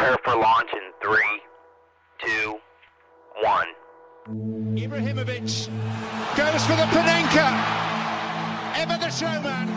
Prepare for launch in 3, 2, 1. Ibrahimovic goes for the Panenka. Ever the showman.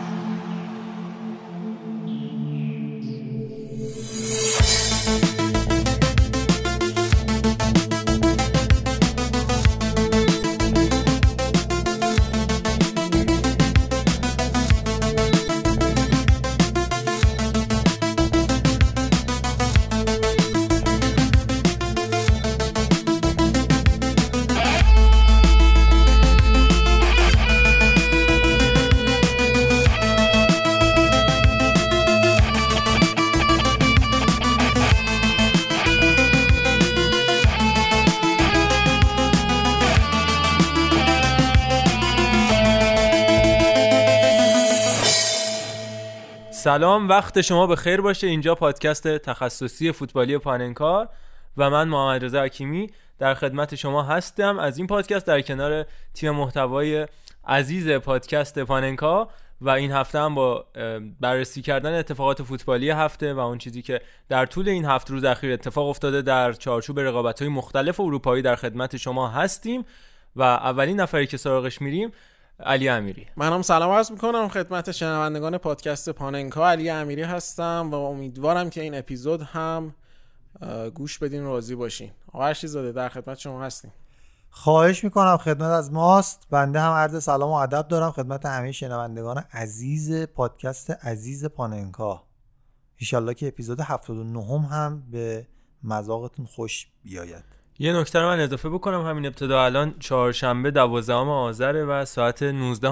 سلام، وقت شما بخیر باشه. اینجا پادکست تخصصی فوتبالی پاننکا و من محمد رضا حکیمی در خدمت شما هستم. از این پادکست در کنار تیم محتوای عزیز پادکست پاننکا و این هفته هم با بررسی کردن اتفاقات فوتبالی هفته و اون چیزی که در طول این 7 روز اخیر اتفاق افتاده در چارچوب رقابت‌های مختلف اروپایی در خدمت شما هستیم و اولین نفری که سراغش میریم علی امیری. منم سلام عرض میکنم خدمت شنوندگان پادکست پاننکا. علی امیری هستم و امیدوارم که این اپیزود هم گوش بدین و راضی باشین. آقا ارشیزاده در خدمت شما هستیم. خواهش میکنم، خدمت از ماست. بنده هم عرض سلام و ادب دارم خدمت همه شنوندگان عزیز پادکست عزیز پاننکا. انشالله که اپیزود 79 هم به مذاقتون خوش بیاید. یه نکته رو من اضافه بکنم، همین ابتدا الان چهارشنبه 12 آذر و ساعت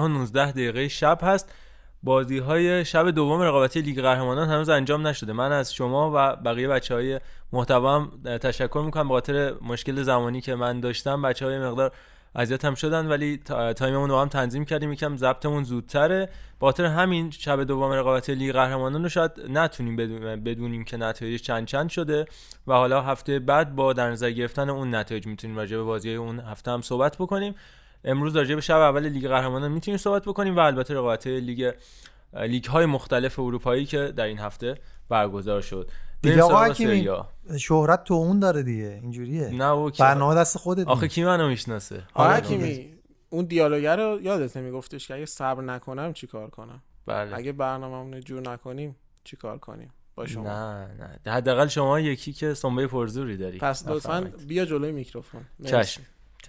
19:19 شب هست. بازی‌های شب دوم رقابتی لیگ قهرمانان هنوز انجام نشده. من از شما و بقیه بچه‌های محتوا هم تشکر می‌کنم به خاطر مشکل زمانی که من داشتم. بچه‌ها یه مقدار اذیت هم شدن ولی تایممون رو هم تنظیم کردیم، یکم ضبطمون زودتره. با خاطر همین شب دوم رقابتی لیگ قهرمانان رو شاید نتونیم بدونیم که نتایجش چند شده و حالا هفته بعد با در نظر گرفتن اون نتایج میتونیم راجع به بازی‌های اون هفته هم صحبت بکنیم. امروز راجع به شب اول لیگ قهرمانان میتونیم صحبت بکنیم و البته رقابت‌های لیگ‌های مختلف اروپایی که در این هفته برگزار شد. دیگه آقا حکیمی شهرت تو اون داره دیگه، اینجوریه. نه برنامه دست خودت. آخه کی منو میشناسه؟ آقا حکیمی اون دیالوگر رو یادت نمیگفتش که اگه صبر نکنم چیکار کنم؟ بله. اگه برنامه‌مون جور نکنیم چیکار کنیم با شما؟ نه حداقل شما یکی که سنبه پرزوری داری. پس لطفاً بیا جلوی میکروفون. چشم.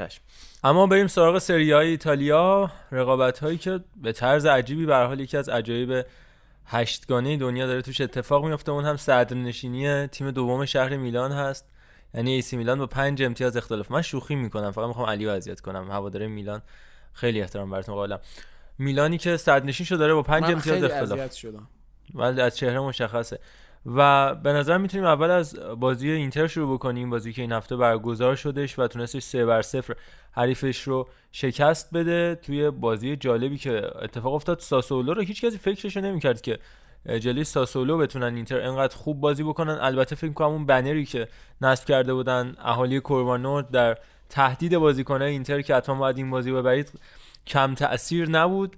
اما بریم سراغ سری آ ایتالیا، رقابت‌هایی که به طرز عجیبی به هر حال یکی از عجایب هشتگانه دنیا داره توش اتفاق میفته. اون هم صدرنشینی تیم دوم شهر میلان هست، یعنی ایسی میلان با 5 امتیاز اختلاف. من شوخی میکنم، فقط میخوام علی رو اذیت کنم. هواداره میلان خیلی احترام براتون قائلم. میلانی که صدرنشین شده داره با 5 امتیاز اختلاف. من اذیت شدم ولی از چهره مشخصه. و به نظر میتونیم اول از بازی اینتر شروع بکنیم، بازی که این هفته برگزار شدش و تونستش 3-0 حریفش رو شکست بده توی بازی جالبی که اتفاق افتاد. ساسولو رو هیچ کسی فکرش نمی‌کرد که جلوی ساسولو بتونن اینتر انقدر خوب بازی بکنن. البته فکر کنم اون بنری که نصب کرده بودن اهالی کوروانو در تهدید بازیکن‌های اینتر که حتما باید این بازی ببرید کم تأثیر نبود.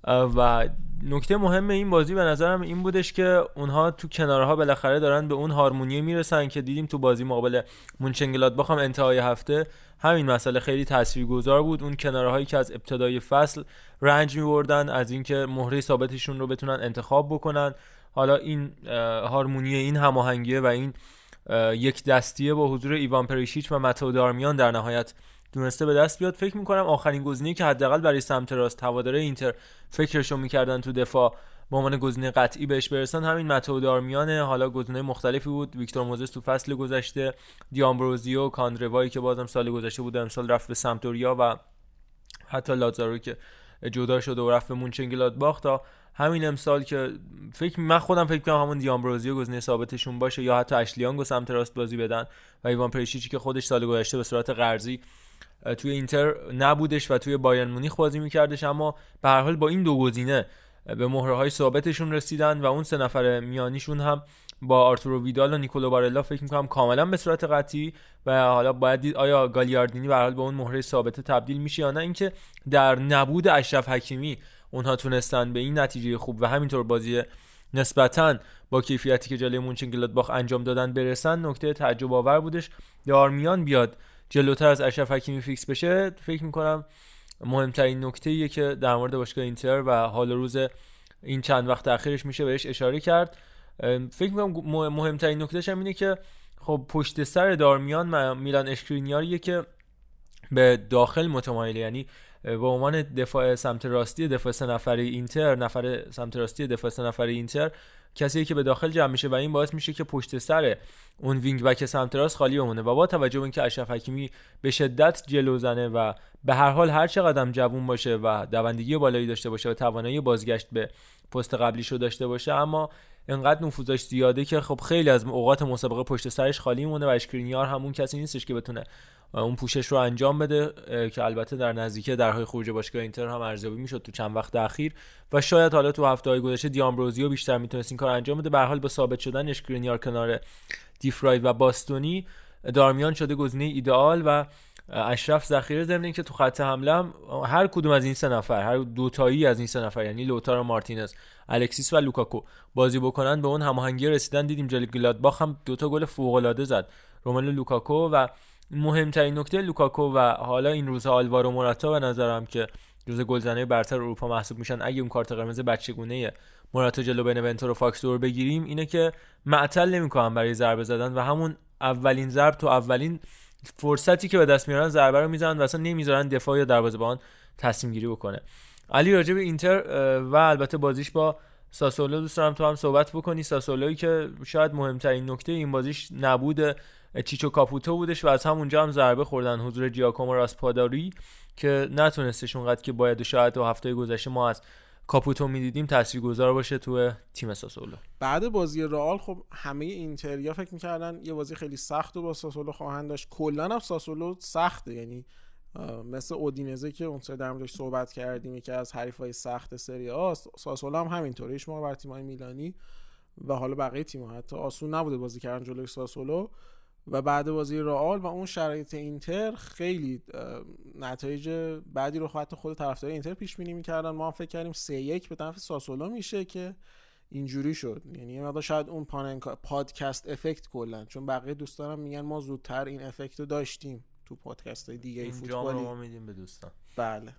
و نکته مهم این بازی به نظرم این بودش که اونها تو کنارها بالاخره دارن به اون هارمونی میرسن که دیدیم تو بازی مقابل مونچنگلادباخ هم انتهای هفته همین مسئله خیلی تاثیرگذار بود. اون کنارهایی که از ابتدای فصل رنج می‌بردن از اینکه مهره ثابتشون رو بتونن انتخاب بکنن، حالا این هارمونی، این هماهنگی و این یک دستیه با حضور ایوان پریشیچ و متئو دارمیان در نهایت دونسته به دست بیاد. فکر میکنم آخرین گزینه‌ای که حداقل برای سمت راست هواداره اینتر فکرشو میکردن تو دفاع به عنوان گزینه قطعی بهش برسن همین متئو دارمیانه. حالا گزینه مختلفی بود، ویکتور موزس تو فصل گذشته، دیامبروزیو، کاندروایی که بازم سال گذشته بود امسال رفت به سمپدوریا و حتی لاتزارو که جدا شد و رفت به مونچنگلادباخ تا همین امسال که من خودم فکر کنم همون دیامبروزیو گزینه ثابتشون باشه یا حتی اشلیانگو سمت راست بازی بدن و ایوان پریشیچی که خودش سال گذشته به صورت قرضی توی اینتر نبودش و توی بایرن مونیخ بازی میکردش، اما به هر حال با این دو گزینه به مهره‌های ثابتشون رسیدن و اون سه نفر میانیشون هم با آرتورو ویدال و نیکولو بارلا فکر می‌کنم کاملا به صورت قطعی و حالا باید دید آیا گالیاردینی به هر حال به اون مهره ثابت تبدیل میشه یا نه. اینکه در نبود اشرف حکیمی اونها تونستن به این نتیجه خوب و همینطور بازی نسبتاً با کیفیتی که جلوی مونچنگلادباخ انجام دادن برسن نکته تعجب آور بودش. دارمیان بیاد جلوتر از اشرف حکیمی فیکس بشه، فکر میکنم مهمترین نکته‌ایه که در مورد باشگاه اینتر و حال روز این چند وقت اخیرش میشه بهش اشاره کرد. فکر میکنم مهمترین نکتهش هم اینه که خب پشت سر دارمیان میلان اشکرینیاریه که به داخل متمایله، یعنی به عنوان دفاع سمت راستی دفاع سه نفره اینتر کسیه که به داخل جمع میشه و این باعث میشه که پشت سر اون وینگ بک سمت راست خالی بمونه و با توجه به اینکه اشرف حکیمی به شدت جلو زنه و به هر حال هر چقدر هم جوون باشه و دوندگی بالایی داشته باشه و توانایی بازگشت به پست قبلیشو داشته باشه، اما انقدر نفوذش زیاده که خب خیلی از اوقات مسابقه پشت سرش خالی مونه و اشکرینیار همون کسی نیستش که بتونه اون پوشش رو انجام بده که البته در نزدیکی درهای خروج باشگاه اینتر هم ارزیابی میشد تو چند وقت اخیر و شاید حالا تو هفته‌های گذشته دیامبروزیو بیشتر میتونست این کار انجام بده. به هر حال با ثابت شدن اشکرینیار کنار دیفراید و باستونی، دارمیان شده گزینه ایدئال و اشرف ذخیره، ضمن اینکه تو خط حمله هم هر کدوم از این سه نفر، هر دوتایی از این سه نفر یعنی لوتارو مارتینز، الکسیس و لوکاکو بازی بکنن به اون هماهنگی رسیدن. دیدیم جلوی گلادباخ هم دوتا گل فوق العاده زد روملو لوکاکو و مهمترین نکته لوکاکو و حالا این روزها آلوارو موراتا به نظرم که جزو گلزنای برتر اروپا محسوب میشن اگه اون کارت قرمز بچگونه موراتا جلو بنونتو رو فاکتور بگیریم، اینه که معطل نمیکنن برای ضربه زدن و همون اولین ضرب تو اولین فرصتی که به دست میارن ضربه رو میزنن و اصلا نمیذارن دفاع یا دروازه‌بان تصمیم گیری بکنه. علی راجع به اینتر و البته بازیش با ساسولو دوست دارم تو هم صحبت بکنی. ساسولویی که شاید مهمترین نکته این بازیش نبود چیچو کاپوتو بودش و از همونجا هم ضربه خوردن. حضور جیاکومو راسپاداری که نتونستش اونقدر که باید و شاید تو هفته گذشته ما از کاپوتو میدیدیم تاثیرگذار باشه تو تیم ساسولو. بعد بازی رئال خب همه اینتریا فکر میکردن یه بازی خیلی سخت و با ساسولو خواهند داشت. کلا هم ساسولو سخته، یعنی مثل اودینزه که اون سر در موردش صحبت کردیم که از حریفای سخت سری آ، ساسولو هم همینطوره. هیچ موقع بر تیم‌های میلانی و حالا بقیه تیم‌ها حتی آسون نبوده بازی کردن جلوی ساسولو و بعد بازی رئال و اون شرایط اینتر خیلی نتایج بعدی رو خود طرفدار اینتر پیش بینی می‌کردن. ما هم فکر کردیم 3-1 به نفع ساسولو میشه که اینجوری شد. یعنی مقدار شاید اون پادکست افکت کلا، چون بقیه دوستانم میگن ما زودتر این افکت رو داشتیم تو پادکست‌های دیگه فوتبالی. ما میدیم به دوستان. بله.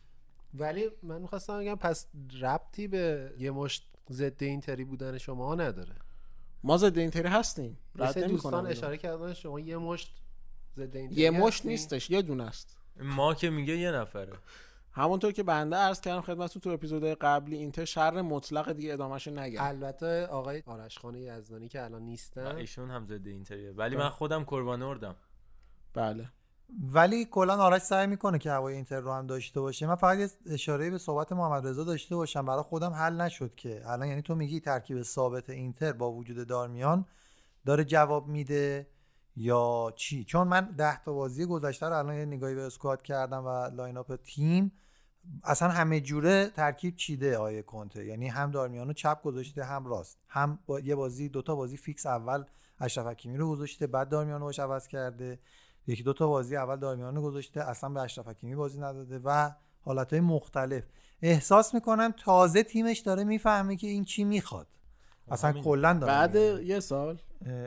ولی من می‌خواستم بگم پس ربطی به یه مشت ضد اینتری بودن شما نداره. ما ضد اینتری هستیم. مثل دوستان اشاره کردن شما یه مشت ضد اینتری. یه مشت نیستش، یه دونه است. ما که میگه یه نفره. همونطور که بنده عرض کردم خدمتتون تو اپیزودهای قبلی، اینتر شر مطلق دیگه ادامهشو نگم. البته آقای آرشخان یزدانی که الان نیستن ایشون هم ضد اینتریه ولی من خودم قربانوردم. بله. ولی کلا آرش سعی میکنه که هوای اینتر رو هم داشته باشه. من فقط یه اشاره به صحبت محمد رضا داشته باشم، برای خودم حل نشد که الان یعنی تو میگی ترکیب ثابت اینتر با وجود دارمیان داره جواب میده یا چی؟ چون من 10 تا بازی گذشته رو الان یه نگاهی به اسکواد کردم و لاین اپ تیم، اصلا همه جوره ترکیب چیده آیه کنته، یعنی هم دارمیانو چپ گذاشته هم راست، هم با یه بازی 2 تا بازی فیکس اول اشرف حکیمی رو گذاشته بعد دارمیانو باش عوض کرده، یکی 2 تا بازی اول دارمیانو گذاشته اصلا به اشرف حکیمی بازی نداده و حالتهای مختلف. احساس میکنم تازه تیمش داره میفهمه که این چی میخواد اصلا کلا داره. بعد یه سال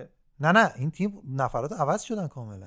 نه این تیم نفرات عوض شدن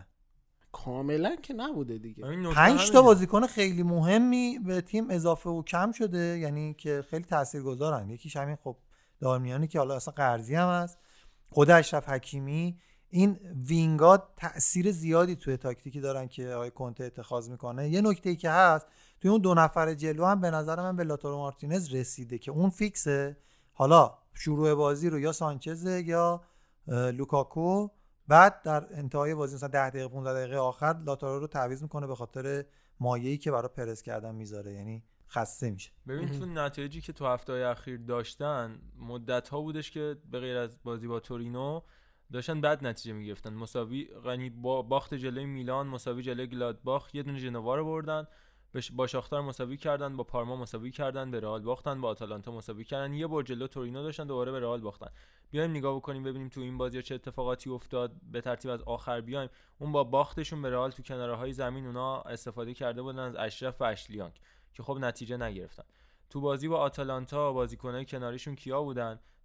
کاملا که نبوده دیگه. 5 تا بازیکن خیلی مهمی به تیم اضافه و کم شده، یعنی که خیلی تاثیرگذارن. یکیش همین خب دارمیانی که حالا اصلا قرضی هم هست، خود اشرف حکیمی. این وینگات تأثیر زیادی توی تاکتیکی دارن که آقای کنته اتخاذ میکنه. یه نکته‌ای که هست توی اون 2 نفر جلو هم به نظر من به لاتارو مارتینز رسیده که اون فیکسه. حالا شروع بازی رو یا سانچز یا لوکاکو، بعد در انتهای بازی مثلا 10 دقیقه 15 دقیقه آخر لاتارو رو تعویض میکنه به خاطر مایه‌ای که برای پرس کردن میذاره، یعنی خسته میشه. ببین تو نتایجی که تو هفته‌های اخیر داشتن مدت‌ها بودش که به غیر از بازی با تورینو داشتن بد نتیجه میگرفتن. مساوی یعنی با باخت جلوی میلان، مساوی جلوی گلادباخ، یه دونه ژنوا رو بردن، با شاختار مساوی کردن، با پارما مساوی کردن، به رئال باختن، با آتالانتا مساوی کردن، یه بار جلو تورینو داشتن دوباره به رئال باختن. بیایم نگاه بکنیم ببینیم تو این بازی چه اتفاقاتی افتاد. به ترتیب از آخر بیایم. اون با باختشون به رئال تو کنارهای زمین اونا استفاده کرده بودن از اشرف و اشلیانگ که خب نتیجه نگرفتن. تو بازی با آتالانتا بازیکنای کناریشون کیا بودن؟ تو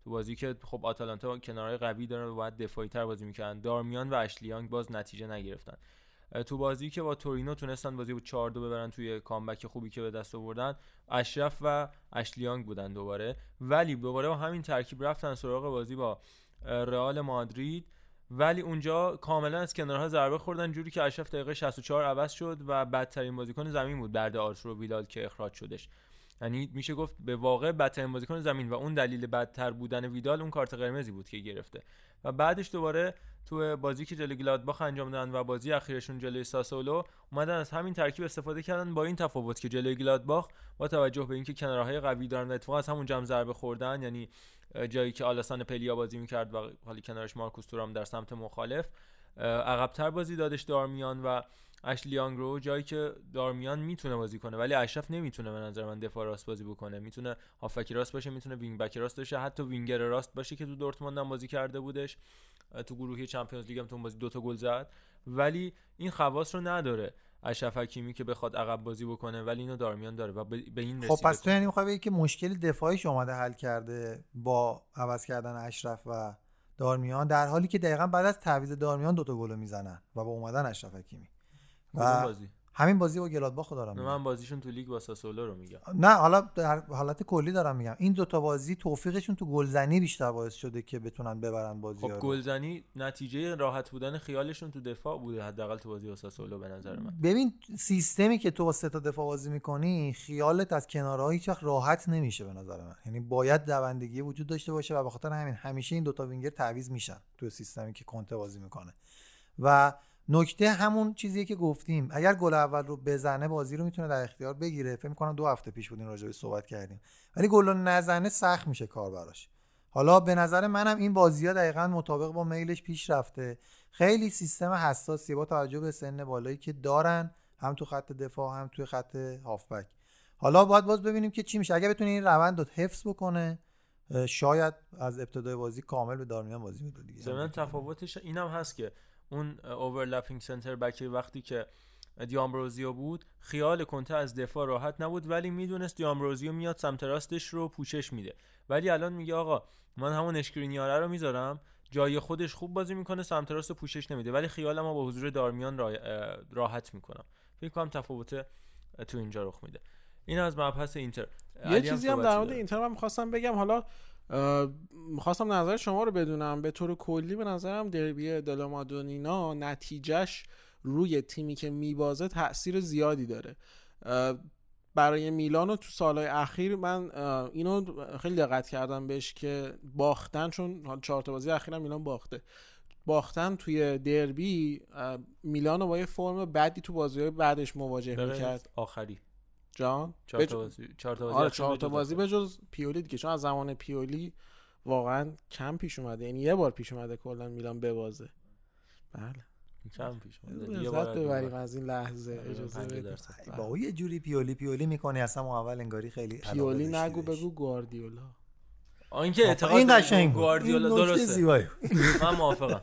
تو بازی که خب آتالانتا کنارهای قوی دارن و باید دفاعی تر بازی میکردن. دارمیان و اشلیانگ باز نتیجه نگرفتن. تو بازی که با تورینو تونستن بازی رو 4-2 ببرن توی کامبک خوبی که به دست آوردن، اشرف و اشلیانگ بودن دوباره، ولی دوباره با همین ترکیب رفتن سراغ بازی با رئال مادرید، ولی اونجا کاملا از کنارها ضربه خوردن، جوری که اشرف دقیقه 64 عوض شد و بدترین بازیکن زمین بود بعد آرتورو ویدال که اخراج شدش. یعنی میشه گفت به واقع بدترین بازیکن زمین و اون دلیل بدتر بودن ویدال اون کارت قرمزی بود که گرفته. و بعدش دوباره تو بازی که جلوی گلادباخ انجام دادن و بازی اخیرشون جلوی ساسولو اومدن از همین ترکیب استفاده کردن، با این تفاوت که جلوی گلادباخ با توجه به اینکه کنارهای قوی دارن و اتفاقا از همون جام ضربه خوردن، یعنی جایی که آلاسان پلیا بازی میکرد و حالا کنارش مارکوس تورام در سمت مخالف، عقب‌تر بازی دادش دارمیان و اشلیانگ رو، جایی که دارمیان میتونه بازی کنه ولی اشرف نمیتونه به نظر من دفاع راست بازی بکنه. میتونه هافک راست باشه، میتونه وینگ بک راست باشه، حتی وینگر راست باشه که تو دورتموند هم بازی کرده بودش، تو گروهی چمپیونز لیگ هم تو بازی 2 تا گل زد، ولی این خواص رو نداره اشرف حکیمی که بخواد عقب بازی بکنه، ولی اینو دارمیان داره و به این رسیده. خب پس تو یعنی میخوای بگی که مشکل دفاعیش اومده حل کرده با عوض کردن اشرف و دارمیان، در حالی که دقیقاً بعد از تعویض دارمیان 2 تا گل میزنن و با اومدن اشرف حکیمی. بازی همین بازی با گلادباخ دارم میگم. من بازیشون تو لیگ با ساسولو رو میگم. نه حالا در حالت کلی دارم میگم این 2 تا بازی توفیقشون تو گلزنی بیشتر باعث شده که بتونن ببرن بازی‌ها رو. خب گلزنی نتیجه راحت بودن خیالشون تو دفاع بوده، حداقل تو بازی با ساسولو به نظر من. ببین سیستمی که تو با 3 تا دفاع بازی میکنی، خیالت از کنارها هیچ وقت راحت نمیشه به نظر من. یعنی باید دوندگی وجود داشته باشه و به خاطر همین همیشه این 2 تا وینگر تعویض میشن تو سیستمی که کنته بازی میکنه. و نکته همون چیزیه که گفتیم، اگر گل اول رو بزنه بازی رو میتونه در اختیار بگیره. فکر می‌کنم 2 هفته پیش بودیم راجع بهش صحبت کردیم، ولی گل رو نزنه سخت میشه کار براش. حالا به نظر منم این بازی‌ها دقیقاً مطابق با میلش پیش رفته. خیلی سیستم حساسیه با توجه به سن بالایی که دارن، هم تو خط دفاع هم توی خط هافبک. حالا باز ببینیم که چی میشه. اگه بتونه این روند رو حفظ بکنه، شاید از ابتدای بازی کامل به دارمیان بازی میده دیگه. ضمن تفاوتش اینم هست که اون اوورلپینگ سنتر بک وقتی که دیامبروزیو بود، خیال کنته از دفاع راحت نبود، ولی میدونست دیامبروزیو میاد سمت راستش رو پوشش میده. ولی الان میگه آقا من همون اشکرینیاره رو میذارم جای خودش، خوب بازی میکنه، سمت راست پوشش نمیده، ولی خیالمو با حضور دارمیان راحت میکنم. فکر کنم تفاوت تو اینجا رخ میده. این از مبحث اینتر. یه چیزی هم در مورد اینتر من می‌خواستم بگم، حالا می‌خواستم نظر شما رو بدونم. به طور کلی به نظرم دربی دلا مادونینا نتیجهش روی تیمی که میبازه تأثیر زیادی داره. برای میلانو تو سالهای اخیر من اینو خیلی دقت کردم بهش که باختن، چون 4 تا بازی اخیرا میلان باختن توی دربی، میلانو با یه فرم بدی تو بازی‌های بعدش مواجه می‌کرد. آخری جان 4 تا بازی به جز پیولی دیگه، چون از زمان پیولی واقعا کم پیش اومده، یعنی یه بار پیش اومده کلا میلان ببازه. بله کم پیش اومده. یه بار ببریم از این لحظه اجازه بدید. با یه جوری پیولی میکنی اصلا اول انگاری خیلی پیولی نگو بگو گواردیولا. اینکه اعتقاد این قشنگ گواردیولا درسته، من موافقم.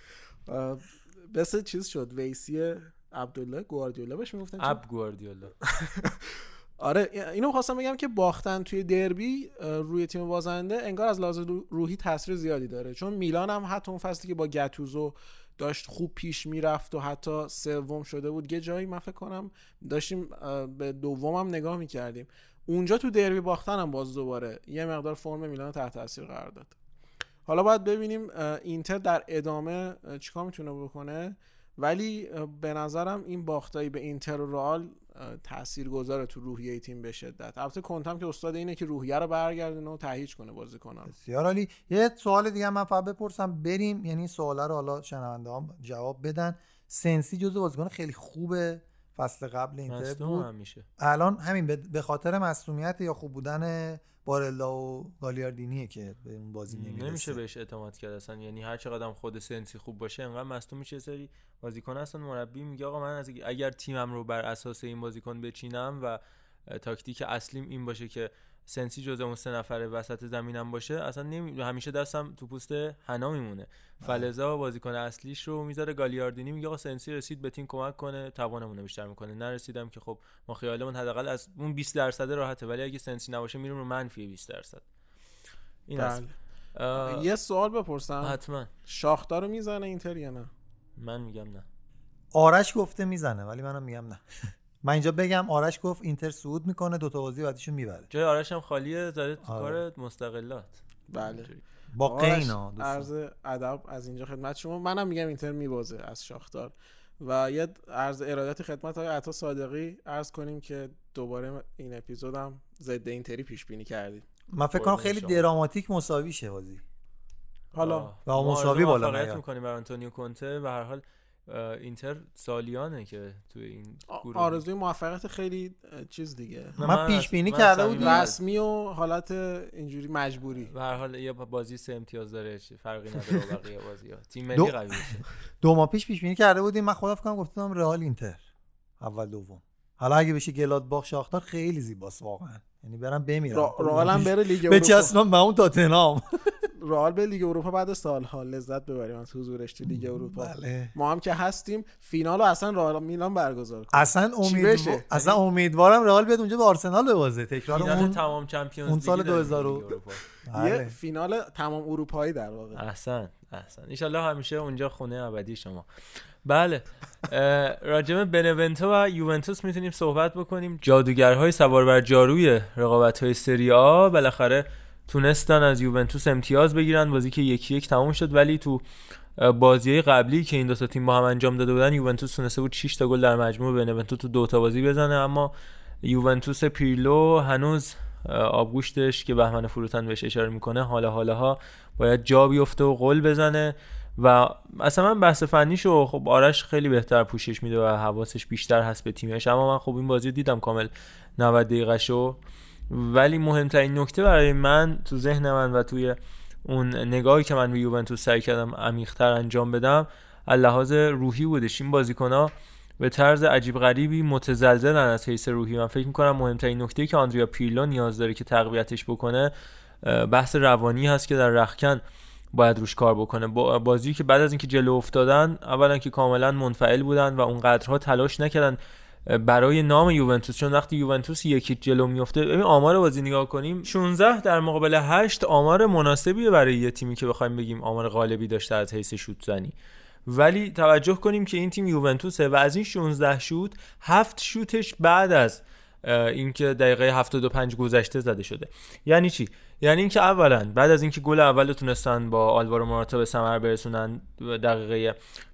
بس چیز شد ویسی عبدالله گواردیولا بهش میگفتن گواردیولا. آره اینو خواستم بگم که باختن توی دربی روی تیم بازنده انگار از لحاظ روحی تاثیر زیادی داره، چون میلان هم حتی اون فصلی که با گاتوزو داشت خوب پیش میرفت و حتی سوم شده بود، یه جایی من فکر کنم داشتیم به دومم نگاه میکردیم، اونجا تو دربی باختن هم باز دوباره یه مقدار فرم میلان تحت تاثیر قرار داد. حالا باید ببینیم اینتر در ادامه چیکار میتونه بکنه، ولی به نظرم این باختایی به اینتر و رئال تاثیرگذاره تو روحیه تیم به شدت. البته کنتم که استاد اینه که روحیه رو برگردونه و تهییج کنه بازیکنان. بسیار عالی. یه سوال دیگه من فقط بپرسم بریم، یعنی سوالا رو حالا شنونده‌ها جواب بدن. سنسی جزو بازیکن خیلی خوبه، فصل قبل اینتر بود، الان همین به خاطر مصونیت یا خوب بودن بارلا و گالیاردینیه که به اون بازی نمیشه بهش اعتماد کرد اصلا. یعنی هر چقدر خود سنسی خوب باشه انقدر مصدوم میشه. سری بازیکن اصلا مربی میگه آقا من اگر تیمم رو بر اساس این بازیکن بچینم و تاکتیک اصلیم این باشه که سنسی جزء اون 3 نفر وسط زمینم باشه، اصلا همیشه دستم تو پوست حنا میمونه. فلزا بازیکن اصلیش رو میذاره گالیاردینی، میگه آقا سنسی رسید به تیم کمک کنه، توانمون رو بیشتر میکنه، نرسیدم که خب ما خیالمون حداقل از اون 20% راحته، ولی اگه سنسی نباشه میریم رو منفی 20%. این است. یه سوال بپرسم، حتما. شاختار رو میزنه اینتر یا نه؟ من میگم نه. آرش گفته میزنه ولی منم میگم نه. من اینجا بگم آرش گفت اینتر صعود میکنه، 2 تا بازی بعدیشو میبره. جای آرش هم خالیه، زده تو کار مستقلات. بله. با قینا عرض ادب از اینجا خدمت شما. منم میگم اینتر میبازه از شاختار. و یه عرض ارادتی خدمت آقای عطا صادقی عرض کنیم که دوباره این اپیزودم ضد اینتری پیش بینی کردیم. من فکر کنم خیلی دراماتیک مساوی شه بازی. حالا و مساوی بالا میاد. می‌کنیم برای آنتونیو کونته. به هر حال اینتر سالیانه که توی این گروه آرزوی موفقیت خیلی چیز دیگه. من پیش بینی کرده بودم رسمی و حالت اینجوری مجبوری. به هر حال یه بازی 3 امتیاز داره، فرقی نداره با بقیه بازی‌ها. تیم ملی قویه. 2 ماه پیش بینی کرده بودیم، من خدا فکر کنم گفتم رئال اینتر اول دوم. حالا اگه بشه گلادباخ شاختار خیلی زیباست واقعا، یعنی برام بمیرم. رئال هم بره لیگ اروپا. بچسبم به اون تاتنهام. رئال به لیگ اروپا بعد سالها لذت ببریم از حضورش تو لیگ اروپا. بله. ما هم که هستیم فینالو اصلا رئال میلان برگزار کنه. اصلا امیدوارم رئال بیاد اونجا به آرسنال ببازه، تکرار اون تمام چمپیونز اون سال 2000 یه فینال تمام اروپایی در واقع. احسن ان شاء الله همیشه اونجا خونه ابدی شما. بله. راجع به بنونتو و یوونتوس میتونیم صحبت بکنیم. جادوگرهای سوار بر جاروی رقابت‌های سری آ بالاخره تونستن از یوونتوس امتیاز بگیرن. بازی که 1-1 تموم شد، ولی تو بازی‌های قبلی که این دو تا تیم با هم انجام داده بودن یوونتوس تونسته بود 6 تا گل در مجموع بنونتو تو 2 تا بازی بزنه، اما یوونتوس پیرلو هنوز آبگوشتش که بهمن فروتن بهش اشاره میکنه حالا باید جا بیفته و گل بزنه. و اصلا من بحث فنیشو خب آرش خیلی بهتر پوشش میده و حواسش بیشتر هست به تیمش، اما من خب این بازی دیدم کامل 90 دقیقه شو. ولی مهمترین نکته برای من تو ذهن من و توی اون نگاهی که من به یوونتوس سعی کردم عمیق‌تر انجام بدم از لحاظ روحی بودش. این بازیکن‌ها به طرز عجیب غریبی متزلزلن از حیث روحی. من فکر می‌کنم مهمترین نکته‌ای که آندریا پیرلو نیاز داره که تقویتش بکنه بحث روانی هست که در رختکن باید روش کار بکنه. بازی که بعد از اینکه جلو افتادن اولا که کاملا منفعل بودن و اونقدرها تلاش نکردن برای نام یوونتوس، چون وقتی یوونتوس 1 جلو میفته، ببین آمار بازی نگاه کنیم 16 در مقابل 8 آمار مناسبیه برای یه تیمی که بخوایم بگیم آمار غالبی داشته از حیث شوت زنی. ولی توجه کنیم که این تیم یوونتوسه و از این 16 شوت 7 شوتش بعد از اینکه دقیقه 75 گذشته زده شده. یعنی چی؟ یعنی اینکه اولا بعد از اینکه گل اول تونستن با آلوارو موراتا به ثمر برسونن دقیقه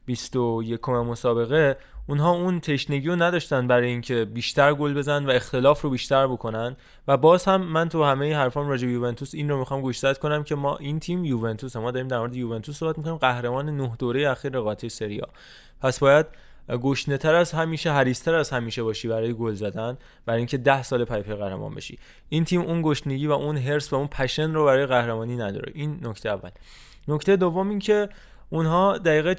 21 مسابقه، اونها اون تشنگی رو نداشتن برای اینکه بیشتر گل بزنن و اختلاف رو بیشتر بکنن. و باز هم من تو همه حرفام راجع به یوونتوس این رو میخوام گوشزد کنم که ما این تیم یوونتوس، ما داریم در مورد یوونتوس صحبت میکنیم، قهرمان 9 دوره اخیر رقابت سری آ. پس باید گشنه‌تر از همیشه، حریص‌تر از همیشه باشی برای گل زدن، برای اینکه 10 سال پی قهرمان بشی. این تیم اون گشنگی و اون حرص و اون پشن رو برای قهرمانی نداره. این نکته اول. نکته دوم این که اونها دقیقه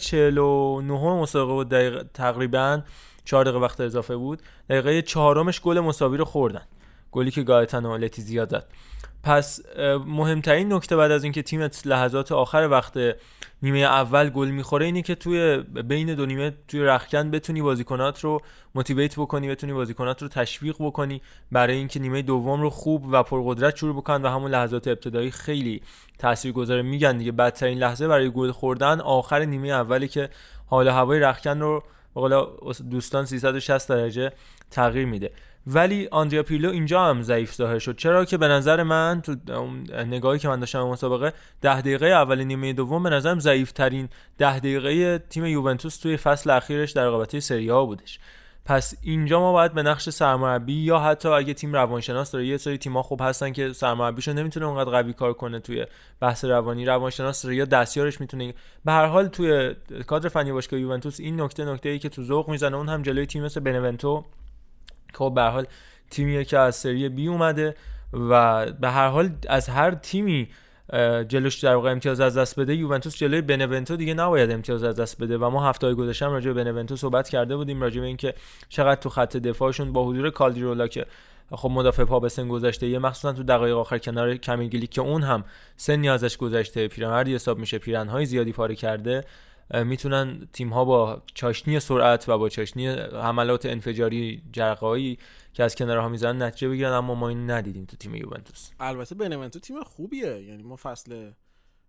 49 مسابقه بود، دقیقه تقریبا 4 دقیقه وقت اضافه بود، دقیقه 4مش گل مساوی رو خوردن، گلی که گایتانو لتیزیا زد. پس مهمترین نکته بعد از اینکه تیمت لحظات آخر وقت نیمه اول گل میخوره اینه که توی بین دو نیمه توی رختکن بتونی بازیکنات رو موتیویت بکنی، بتونی بازیکنات رو تشویق بکنی برای اینکه نیمه دوم رو خوب و پرقدرت شروع بکنن و همون لحظات ابتدایی خیلی تاثیرگذاره. میگن دیگه بدترین لحظه برای گل خوردن آخر نیمه اولی که حال هوای رختکن رو به قول دوستان 360 درجه تغییر میده. ولی آندریا پیرلو اینجا هم ضعیف ظاهر شد. چرا که به نظر من تو نگاهی که من داشتم به مسابقه 10 دقیقه اول نیمه دوم به نظرم ضعیف ترین 10 دقیقه تیم یوونتوس توی فصل اخیرش در رقابت سری آ بودش. پس اینجا ما باید به نقش سرمربی یا حتی اگه تیم روانشناس داره، یه سری تیم‌ها خوب هستن که سرمربیشون نمیتونه اونقدر قوی کار کنه توی بحث روانشناس داره یا دستیارش میتونه. به هر حال توی کادر فنی باشگاه یوونتوس این نکته‌ای که تو ذوق میزنه، اون هم جلوی تیم مثل بنونتو که به هر حال تیمیه که از سری بی اومده و به هر حال از هر تیمی جلوش در واقع امتیاز از دست بده، یوونتوس جلوی بنونتو دیگه نباید امتیاز از دست بده. و ما هفته‌های گذشته راجع به بنونتو صحبت کرده بودیم، راجع به اینکه چقدر تو خط دفاعشون با حضور کالدیرولا که خب مدافع پا به سن گذشته، یه مخصوصا تو دقایق آخر کنار کامیل که اون هم سنی ازش گذشته، پیرمردی حساب میشه، پیرنهای زیادی پاره کرده، میتونن تیم‌ها با چاشنی سرعت و با چاشنی حملات انفجاری جرقه‌ای که از کنارها میزنن نتیجه بگیرن. اما ما این ندیدیم تو تیم یوونتوس. البته بنونتو تیم خوبیه، یعنی ما فصل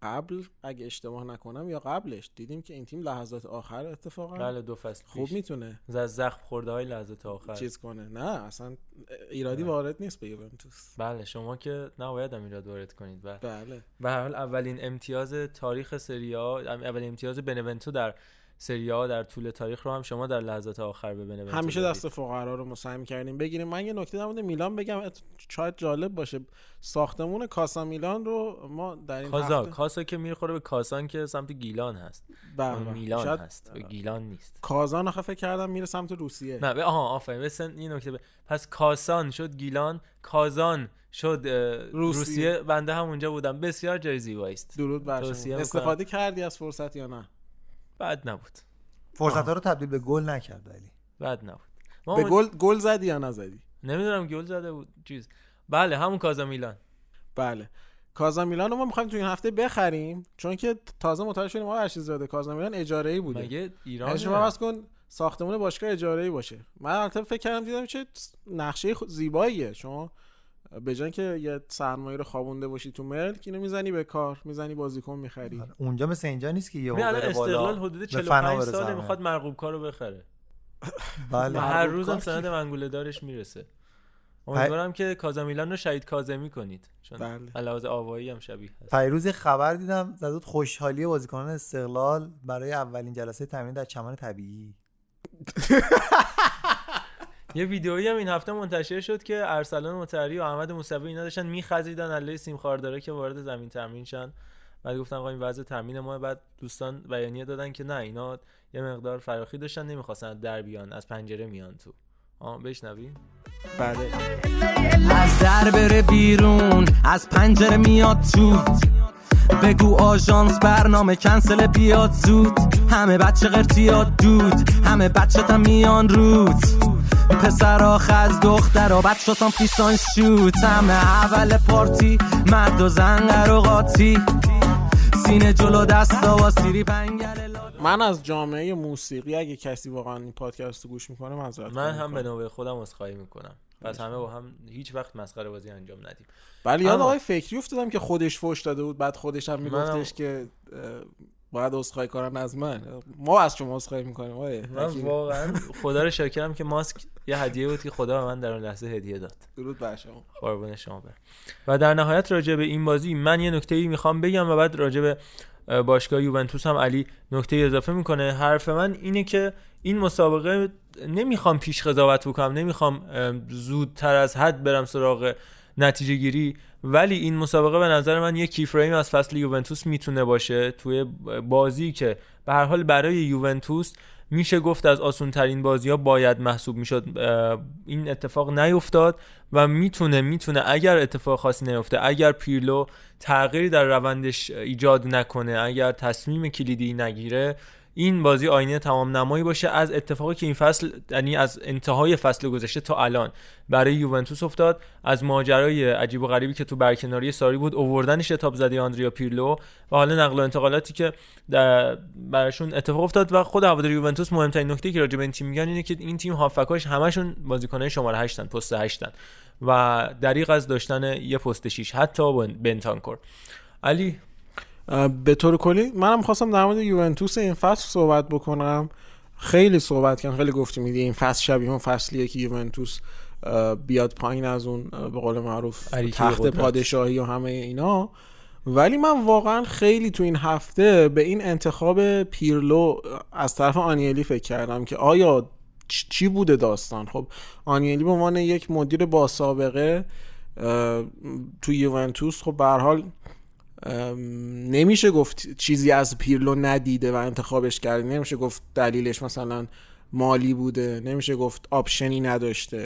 قبل اگه اشتباه نکنم یا قبلش دیدیم که این تیم لحظات آخر اتفاقا بله 2 فصل خوب میتونه از زخم خورده های لحظات آخر چیز کنه. نه اصلا ایرادی وارد نیست به یوونتوس. بله شما که نباید هم ایراد وارد کنید. بله به هر حال اولین امتیاز تاریخ سری آ، اولین امتیاز بنونتو در سری آ در طول تاریخ رو هم شما در لحظات آخر به بنونتو همیشه دادید. دست فقرا رو مساهم کردیم بگیریم. من یه نکته در مورد میلان بگم شاید جالب باشه. ساختمون کاسا میلان رو ما در این کاسا که میخوره به کاسان که سمت گیلان هست. میلان هست و گیلان نیست. کازان آخه فکر کردم میره سمت روسیه. نه آفرین بسن این نکته پس کاسان شد گیلان، کازان شد روسیه. بنده هم اونجا بودم. بسیار جای زیبایی است. درود بر شما. استفاده کردی از فرصت یا نه؟ بد نبود. فرصت‌ها رو تبدیل به گل نکرد ولی بد نبود. به گل زدی یا نزدی؟ نمیدونم گل زده بود چیز. بله همون کازا میلان. بله کازا میلان رو ما می‌خوایم تو این هفته بخریم چون که تازه متوجه شدیم آقا هرچیز زاده کازا میلان اجاره‌ای بوده. مگه ایران اجازه کن ساختمون باشگاه اجاره‌ای باشه. من البته فکر کردم دیدم چه نقشه زیباییه. شما به جای که یه سرمایه رو خوابونده باشی تو ملک اینو میزنی به کار، میزنی بازیکن می‌خری. اونجا مثل اینجا نیست که یهو بره بالا. استقلال حدود 45 ساله میخواد مرغوب کارو بخره. بله هر روزم سند منگوله دارش میرسه. امیدوارم که کازا میلان رو شهید کاظمی کنید چون علاوه آوایی هم شبیه هست. پیروز خبر دیدم زدود خوشحالی بازیکنان استقلال برای اولین جلسه تمرین در چمن طبیعی. یه ویدئویی هم این هفته منتشر شد که ارسلان مطهری و احمد موسوی اینا داشتن میخزیدن علی سیم خارداره که وارد زمین تمرین شن. بعد گفتن آقا این وضع تمرین ما. بعد دوستان بیانیه دادن که نه اینا یه مقدار فراخی داشتن نمیخواستن در بیان از پنجره میان تو. بشنویم. بله از در بره بیرون از پنجره میاد تو بگو آژانس برنامه کنسل بیاد زود همه بچه قرتیات دود همه بچه تا میان رود پسرا خز دخترا بچه سان پیسان شوت همه اول پارتی مرد و زنگر و قاطی سینه جلو دستا و سیری پنگل. من از جامعه موسیقی اگه کسی واقعا این پادکست رو گوش میکنه من هم به نوبه خودم عذرخواهی میکنم. پس همه با هم هیچ وقت مسخره بازی انجام ندیم. ولی یاد آقای فکری افتادم که خودش فوش داده بود بعد خودش هم میگفتش که باید عذرخواهی کنن از من. ما از شما عذرخواهی میکنیم. من واقعا خدا رو شاکرم که ماسک یه هدیه بود که خدا به من در اون لحظه هدیه داد. درود بر شما. قربون شما برم. و در نهایت راجع به این بازی من یه نکته‌ای میخوام بگم و بعد راجع به باشگاه یوونتوس هم علی نکته اضافه میکنه. حرف من اینه که این مسابقه نمیخوام پیش قضاوت بکنم، نمیخوام زودتر از حد برم سراغ نتیجه گیری، ولی این مسابقه به نظر من یک کیفریم از فصل یوونتوس میتونه باشه توی بازی که به هر حال برای یوونتوس میشه گفت از آسون ترین بازی ها باید محسوب میشد. این اتفاق نیفتاد و میتونه اگر اتفاق خاصی نیفته، اگر پیرلو تغییری در روندش ایجاد نکنه، اگر تصمیم کلیدی نگیره، این بازی آینه تمام نمایی باشه از اتفاقی که این فصل، یعنی از انتهای فصل گذشته تا الان برای یوونتوس افتاد، از ماجرای عجیب و غریبی که تو برکناری ساری بود، آوردن شتاب زده آندریا پیرلو و حالا نقل و انتقالاتی که براشون اتفاق افتاد. و خود هواداری یوونتوس مهمترین نکته که راجع به این تیم میگن اینه که این تیم هافکاش همشون بازیکنای شماره 8 پست 8 و دریغ از داشتن یه پست 6 حتی بنتانکور. علی به طور کلی منم خواستم در مورد یوونتوس این فصل صحبت بکنم. خیلی صحبت کردم، خیلی گفتیم این فصل شبیه اون فصلیه که یوونتوس بیاد پایین از اون به قول معروف تخت پادشاهی و همه اینا. ولی من واقعا خیلی تو این هفته به این انتخاب پیرلو از طرف آنیلی فکر کردم که آیا چی بوده داستان. خب آنیلی به عنوان یک مدیر با سابقه تو یوونتوس خب به هر حال نمیشه گفت چیزی از پیرلو ندیده و انتخابش کرده، نمیشه گفت دلیلش مثلا مالی بوده، نمیشه گفت آپشنی نداشته.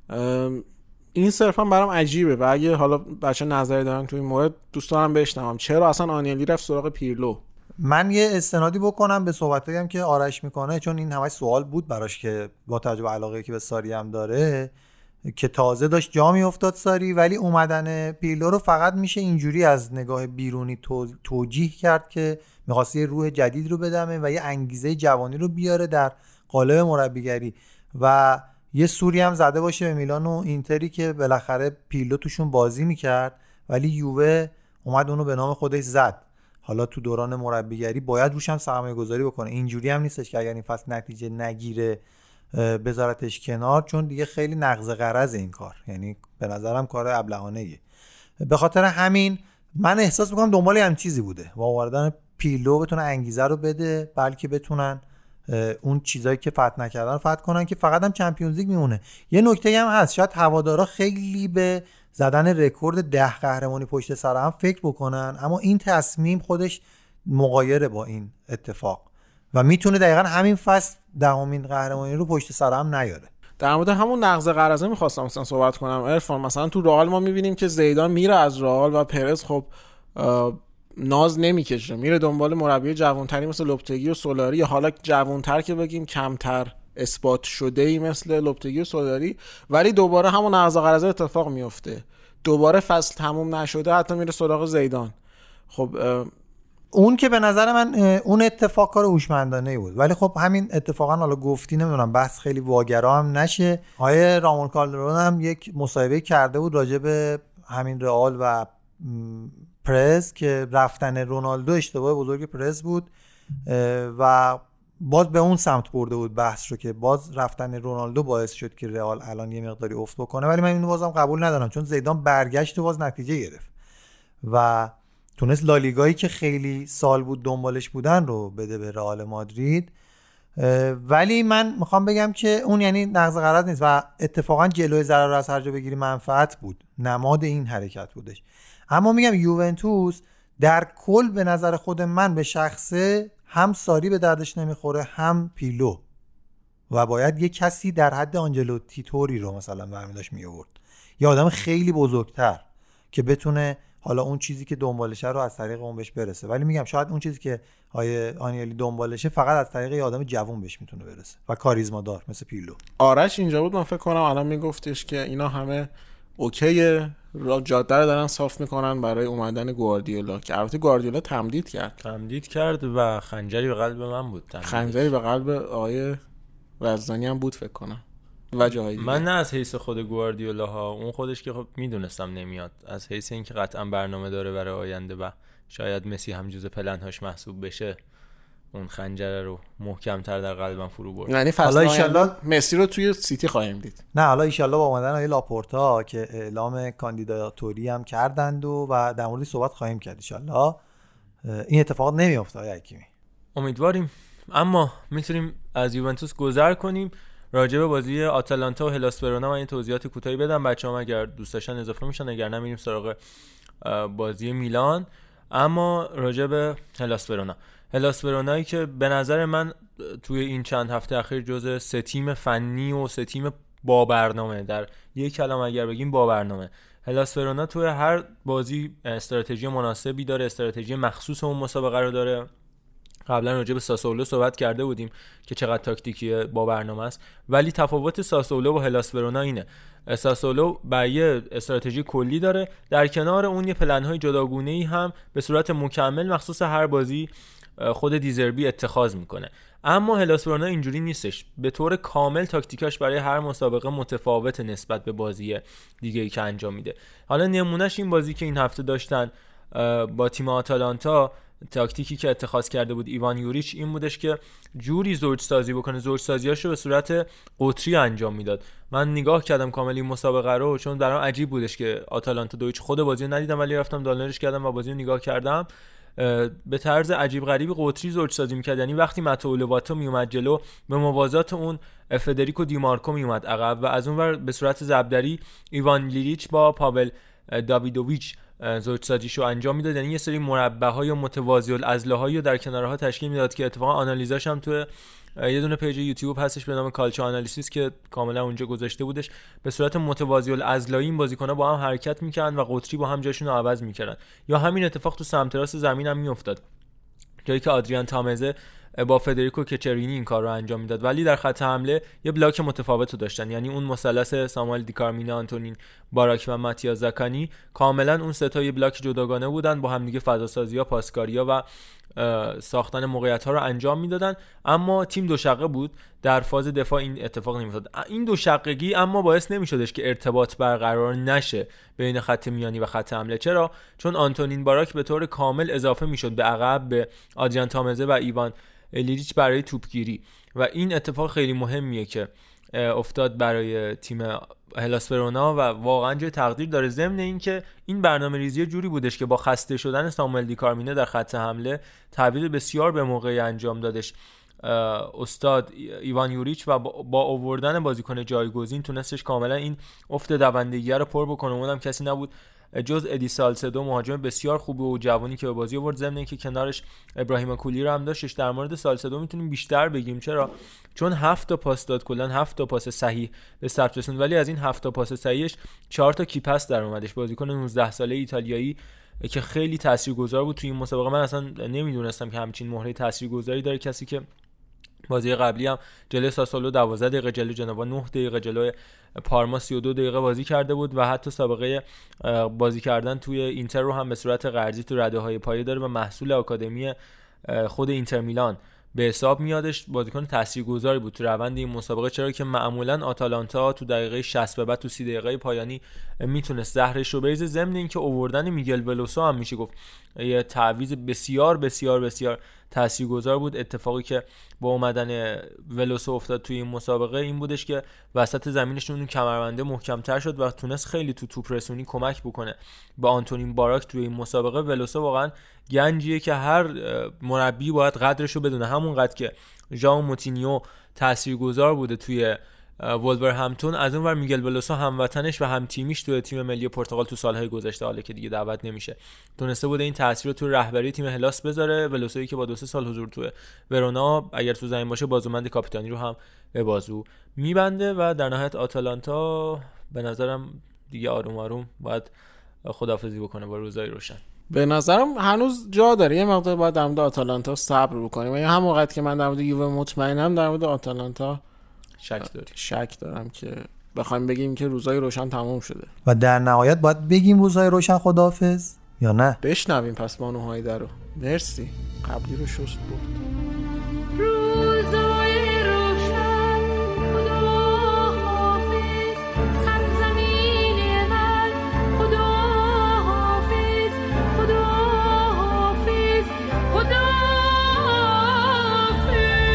این صرفا برام عجیبه و اگه حالا بچه نظری دارن تو این مورد دوست دارم بشنوم چرا اصلا آنیلی رفت سراغ پیرلو. من یه استنادی بکنم به صحبتایی هم که آرش میکنه، چون این همش سوال بود براش که با توجه به علاقه‌ای که به ساری هم داره، که تازه داشت جا میافتاد ساری، ولی اومدن پیرلو رو فقط میشه اینجوری از نگاه بیرونی توجیه کرد که می‌خواست یه روح جدید رو بدمه و یه انگیزه جوانی رو بیاره در قالب مربیگری و یه سوری هم زده باشه به میلان و اینتری که بالاخره پیرلو توشون بازی میکرد ولی یووه اومد اونو به نام خودش زد. حالا تو دوران مربیگری باید روش هم سرمایه گذاری بکنه. اینجوری هم نیستش که اگر این فصل نتیجه نگیره بذارتش کنار، چون دیگه خیلی نقض غرض این کار، یعنی به نظرم کار ابلهانه‌ایه. به خاطر همین من احساس میکنم دنبال هم چیزی بوده و آوردن پیرلو بتونه انگیزه رو بده، بلکه بتونن اون چیزایی که فتح نکردن فتح کنن که فقط هم چمپیونز لیگ میمونه. یه نکته هم هست، شاید هوادارا خیلی به زدن رکورد 10 قهرمانی پشت سر هم فکر بکنن، اما این تصمیم خودش مغایره با این اتفاق و میتونه دقیقاً همین فصل 10مین قهرمانی رو پشت سر هم نیاره. در مورد همون نقض قراضه می‌خواستم مثلا صحبت کنم. عرفان مثلا تو رئال ما می‌بینیم که زیدان میره از رئال و پرز خب ناز نمیکشه، میره دنبال مربی جوانتری مثل لوپتگی و سولاری، یا حالا جوانتر که بگیم کمتر اثبات شده‌ای مثل لوپتگی و سولاری، ولی دوباره همون نقض قراضه اتفاق میفته، دوباره فصل تموم نشده حتی میره سراغ زیدان. خب اون که به نظر من اون اتفاق کار هوشمندانه بود، ولی خب همین اتفاقا حالا گفتی نمیدونم بحث خیلی واگرا هم نشه. آیه رامون کالدرون هم یک مصاحبه کرده بود راجع به همین رئال و پرز که رفتن رونالدو اشتباه بزرگ پرز بود و باز به اون سمت برده بود بحث رو که باز رفتن رونالدو باعث شد که رئال الان یه مقداری افت بکنه، ولی من اینو بازم قبول ندارم، چون زیدان برگشت و باز نتیجه گرفت و تونست لالیگایی که خیلی سال بود دنبالش بودن رو بده به رئال مادرید. ولی من میخوام بگم که اون یعنی نقض قرارداد نیست و اتفاقا جلوی ضرر از هر جا بگیری منفعت بود، نماد این حرکت بودش. اما میگم یوونتوس در کل به نظر خود من به شخصه هم ساری به دردش نمیخوره هم پیلو و باید یه کسی در حد آنجلو تیتوری رو مثلا برمی داشت می آورد، یه آدم خیلی بزرگتر که بتونه حالا اون چیزی که دنبالشه رو از طریق اون بهش برسه. ولی میگم شاید اون چیزی که آنیلی دنبالشه فقط از طریق یه آدم جوون بهش میتونه برسه و کاریزما دار مثل پیلو. آرش اینجا بود من فکر کنم الان میگفتش که اینا همه اوکیه، جاده رو دارن صاف میکنن برای اومدن گواردیولا، که البته گواردیولا تمدید کرد و خنجری به قلب من بود. خنجری به قلب آقای رزدانی هم بود فکر کنم و جاهای دیگه. من نه از حیث خود گواردیولا ها، اون خودش که خب میدونستم نمیاد، از حیث اینکه قطعا برنامه داره برای آینده و شاید مسی هم جزء پلن‌هاش محسوب بشه، اون خنجر رو محکم‌تر در قلبم فرو برد. یعنی فصل آینده مسی رو توی سیتی خواهیم دید. نه حالا ان شاءالله با اومدن آقای لاپورتا که اعلام کاندیداتوری هم کردند و در موردش صحبت خواهیم کرد ان شاءالله این اتفاق نمیافته آقای حکیمی. امیدواریم. اما میتونیم از یوونتوس گذر کنیم، راجع به بازی آتالانتا و هلاس ورونا من این توضیحات کوتاهی بدم، بچه‌ها اگر دوست داشتن اضافه میشن، اگر نه میریم سراغ بازی میلان. اما راجع به هلاس ورونایی که به نظر من توی این چند هفته اخیر جزء 3 تیم فنی و 3 تیم با برنامه، در یک کلمه اگر بگیم با برنامه، هلاس ورونا توی هر بازی استراتژی مناسبی داره، استراتژی مخصوص اون مسابقه رو داره. قبلا راجع به ساسولو صحبت کرده بودیم که چقدر تاکتیکی با برنامه است، ولی تفاوت ساسولو و هلاس ورونا اینه، ساسولو یه استراتژی کلی داره، در کنار اون یه پلن‌های جداگونه‌ای هم به صورت مکمل مخصوص هر بازی خود دیزربی اتخاذ میکنه. اما هلاس ورونا اینجوری نیستش، به طور کامل تاکتیکاش برای هر مسابقه متفاوت نسبت به بازی دیگه‌ای که انجام میده. حالا نمونهش این بازی که این هفته داشتن با تیم آتالانتا، تاکتیکی که اتخاذ کرده بود ایوان یوریچ این بودش که جوری زوج سازی بکنه، زوج سازیاشو به صورت قطری انجام میداد. من نگاه کردم کامل این مسابقه رو، چون برام عجیب بودش که آتالانتا دویچ خود بازی رو ندیدم ولی رفتم دانلودش کردم و بازی رو نگاه کردم. به طرز عجیب غریبی قطری زوج سازی می‌کرد، یعنی وقتی ماتئو لواتو میومد جلو به موازات اون فدریکو دیمارکو میومد عقب و از اونور به صورت ضربدری ایوان لیریچ با پاول داویدوویچ زوج سازیشو انجام میداد، یعنی یه سری مربع‌های متوازی العضله‌هایی رو در کنارها تشکیل میداد که اتفاقا آنالیزاش هم تو یه دونه پیج یوتیوب هستش به نام کالچو آنالیسیس که کاملا اونجا گذاشته بودش. به صورت متوازی العضلایی این بازیکن‌ها با هم حرکت می‌کردن و قطری با هم جاشون رو عوض می‌کردن. یا همین اتفاق تو سمت راست زمین هم می‌افتاد، جایی که آدریان تامزه با فدریکو کچرینی این کار رو انجام میداد، ولی در خط حمله یه بلاک متفاوت رو داشتن، یعنی اون مثلث ساموئل دیکارمینا، آنتونین باراک و ماتیاس زاکانی، کاملا اون سه تا یه بلاک جداگانه بودن، با هم دیگه فضا سازی‌ها، پاسکاری‌ها و ساختن موقعیت‌ها رو انجام میدادن، اما تیم دو شقه بود. در فاز دفاع این اتفاق نمی‌افتاد. این دو شقگی اما باعث نمی‌شدش که ارتباط برقرار نشه بین خط میانی و خط حمله. چرا؟ چون آنتونین باراک به طور کامل اضافه میشد به عقب به آدریان تامزه و ایوان لیریچ برای توپگیری و این اتفاق خیلی مهمیه که افتاد برای تیم هلاس ورونا و واقعا جای تقدیر داره. ضمن این که این برنامه‌ریزی جوری بودش که با خسته شدن ساموئل دیکارمینه در خط حمله تعویض بسیار به موقعی انجام دادش استاد ایوان یوریچ و با آوردن بازیکن جایگزین تونستش کاملا این افت دوندگی رو پر بکنه. اونم کسی نبود جز ادی سالسدو، مهاجم بسیار خوب و جوانی که به بازی آورد، ضمن اینکه کنارش ابراهیم کولی رو هم داشتش. در مورد سالسدو میتونیم بیشتر بگیم. چرا؟ چون 7 تا پاس داد، کلا 7 تا پاس صحیح به ثبت رسوند، ولی از این 7 تا پاس صحیحش 4 تا کی پاس در اومدش. بازیکن 19 ساله ایتالیایی که خیلی تاثیرگذار بود توی این مسابقه. من اصلا نمیدونستم که همچین مهره تاثیرگذاری داره کسی که بازی قبلی هم جلوی ساسولو 12 دقیقه، جلوی جنوا 9 دقیقه، جلوی پارما 32 دقیقه بازی کرده بود و حتی سابقه بازی کردن توی اینتر رو هم به صورت قرضی تو رده‌های پایه داره و محصول آکادمی خود اینتر میلان به حساب میادش. بازیکن تاثیرگذاری بود تو روند این مسابقه، چرا که معمولا آتالانتا تو دقیقه 60 به بعد تو 30 دقیقه پایانی میتونست زهرش رو بریزه. ضمن اینکه آوردن میگل ولوسو هم میشه گفت یه تعویض بسیار بسیار بسیار تاثیرگذار بود. اتفاقی که با اومدن ولوسو افتاد توی این مسابقه این بودش که وسط زمینشون کمربنده محکم‌تر شد و تونست خیلی تو توپ رسونی کمک بکنه به آنتونین باراک توی این مسابقه. ولوسو واقعا گنجیه که هر مربی باید قدرش رو بدونه، همون قدر که ژائو موتینیو تاثیرگذار بوده توی وولورهمپتون، از اون ور میگل ولوسو هموطنش و هم تیمیش توی تیم ملی پرتغال تو سالهای گذشته، حالا که دیگه دعوت نمیشه، تونسته بوده این تاثیر رو تو رهبری تیم هلاس بذاره. ولوسویی که با 2-3 سال حضور توی ورونا اگر تو زمین باشه بازوبند کاپیتانی رو هم به بازو میبنده و در نهایت آتالانتا به نظرم دیگه آروم آروم باید خداحافظی بکنه با روزای روشن. به نظرم هنوز جا داره یه مقدار باید در مورد آتالانتا صبر بکنیم. یعنی هم وقت که من در مورد یووه مطمئنم، در مورد آتالانتا شک دارم که بخوایم بگیم که روزای روشن تموم شده. و در نهایت باید بگیم روزای روشن خداحافظ یا نه؟ بشنویم پس بانوهای درو. مرسی، قبلی رو شست بود. روزای روشن خداحافظ، سرزمین من خداحافظ، خداحافظ، خداحافظ.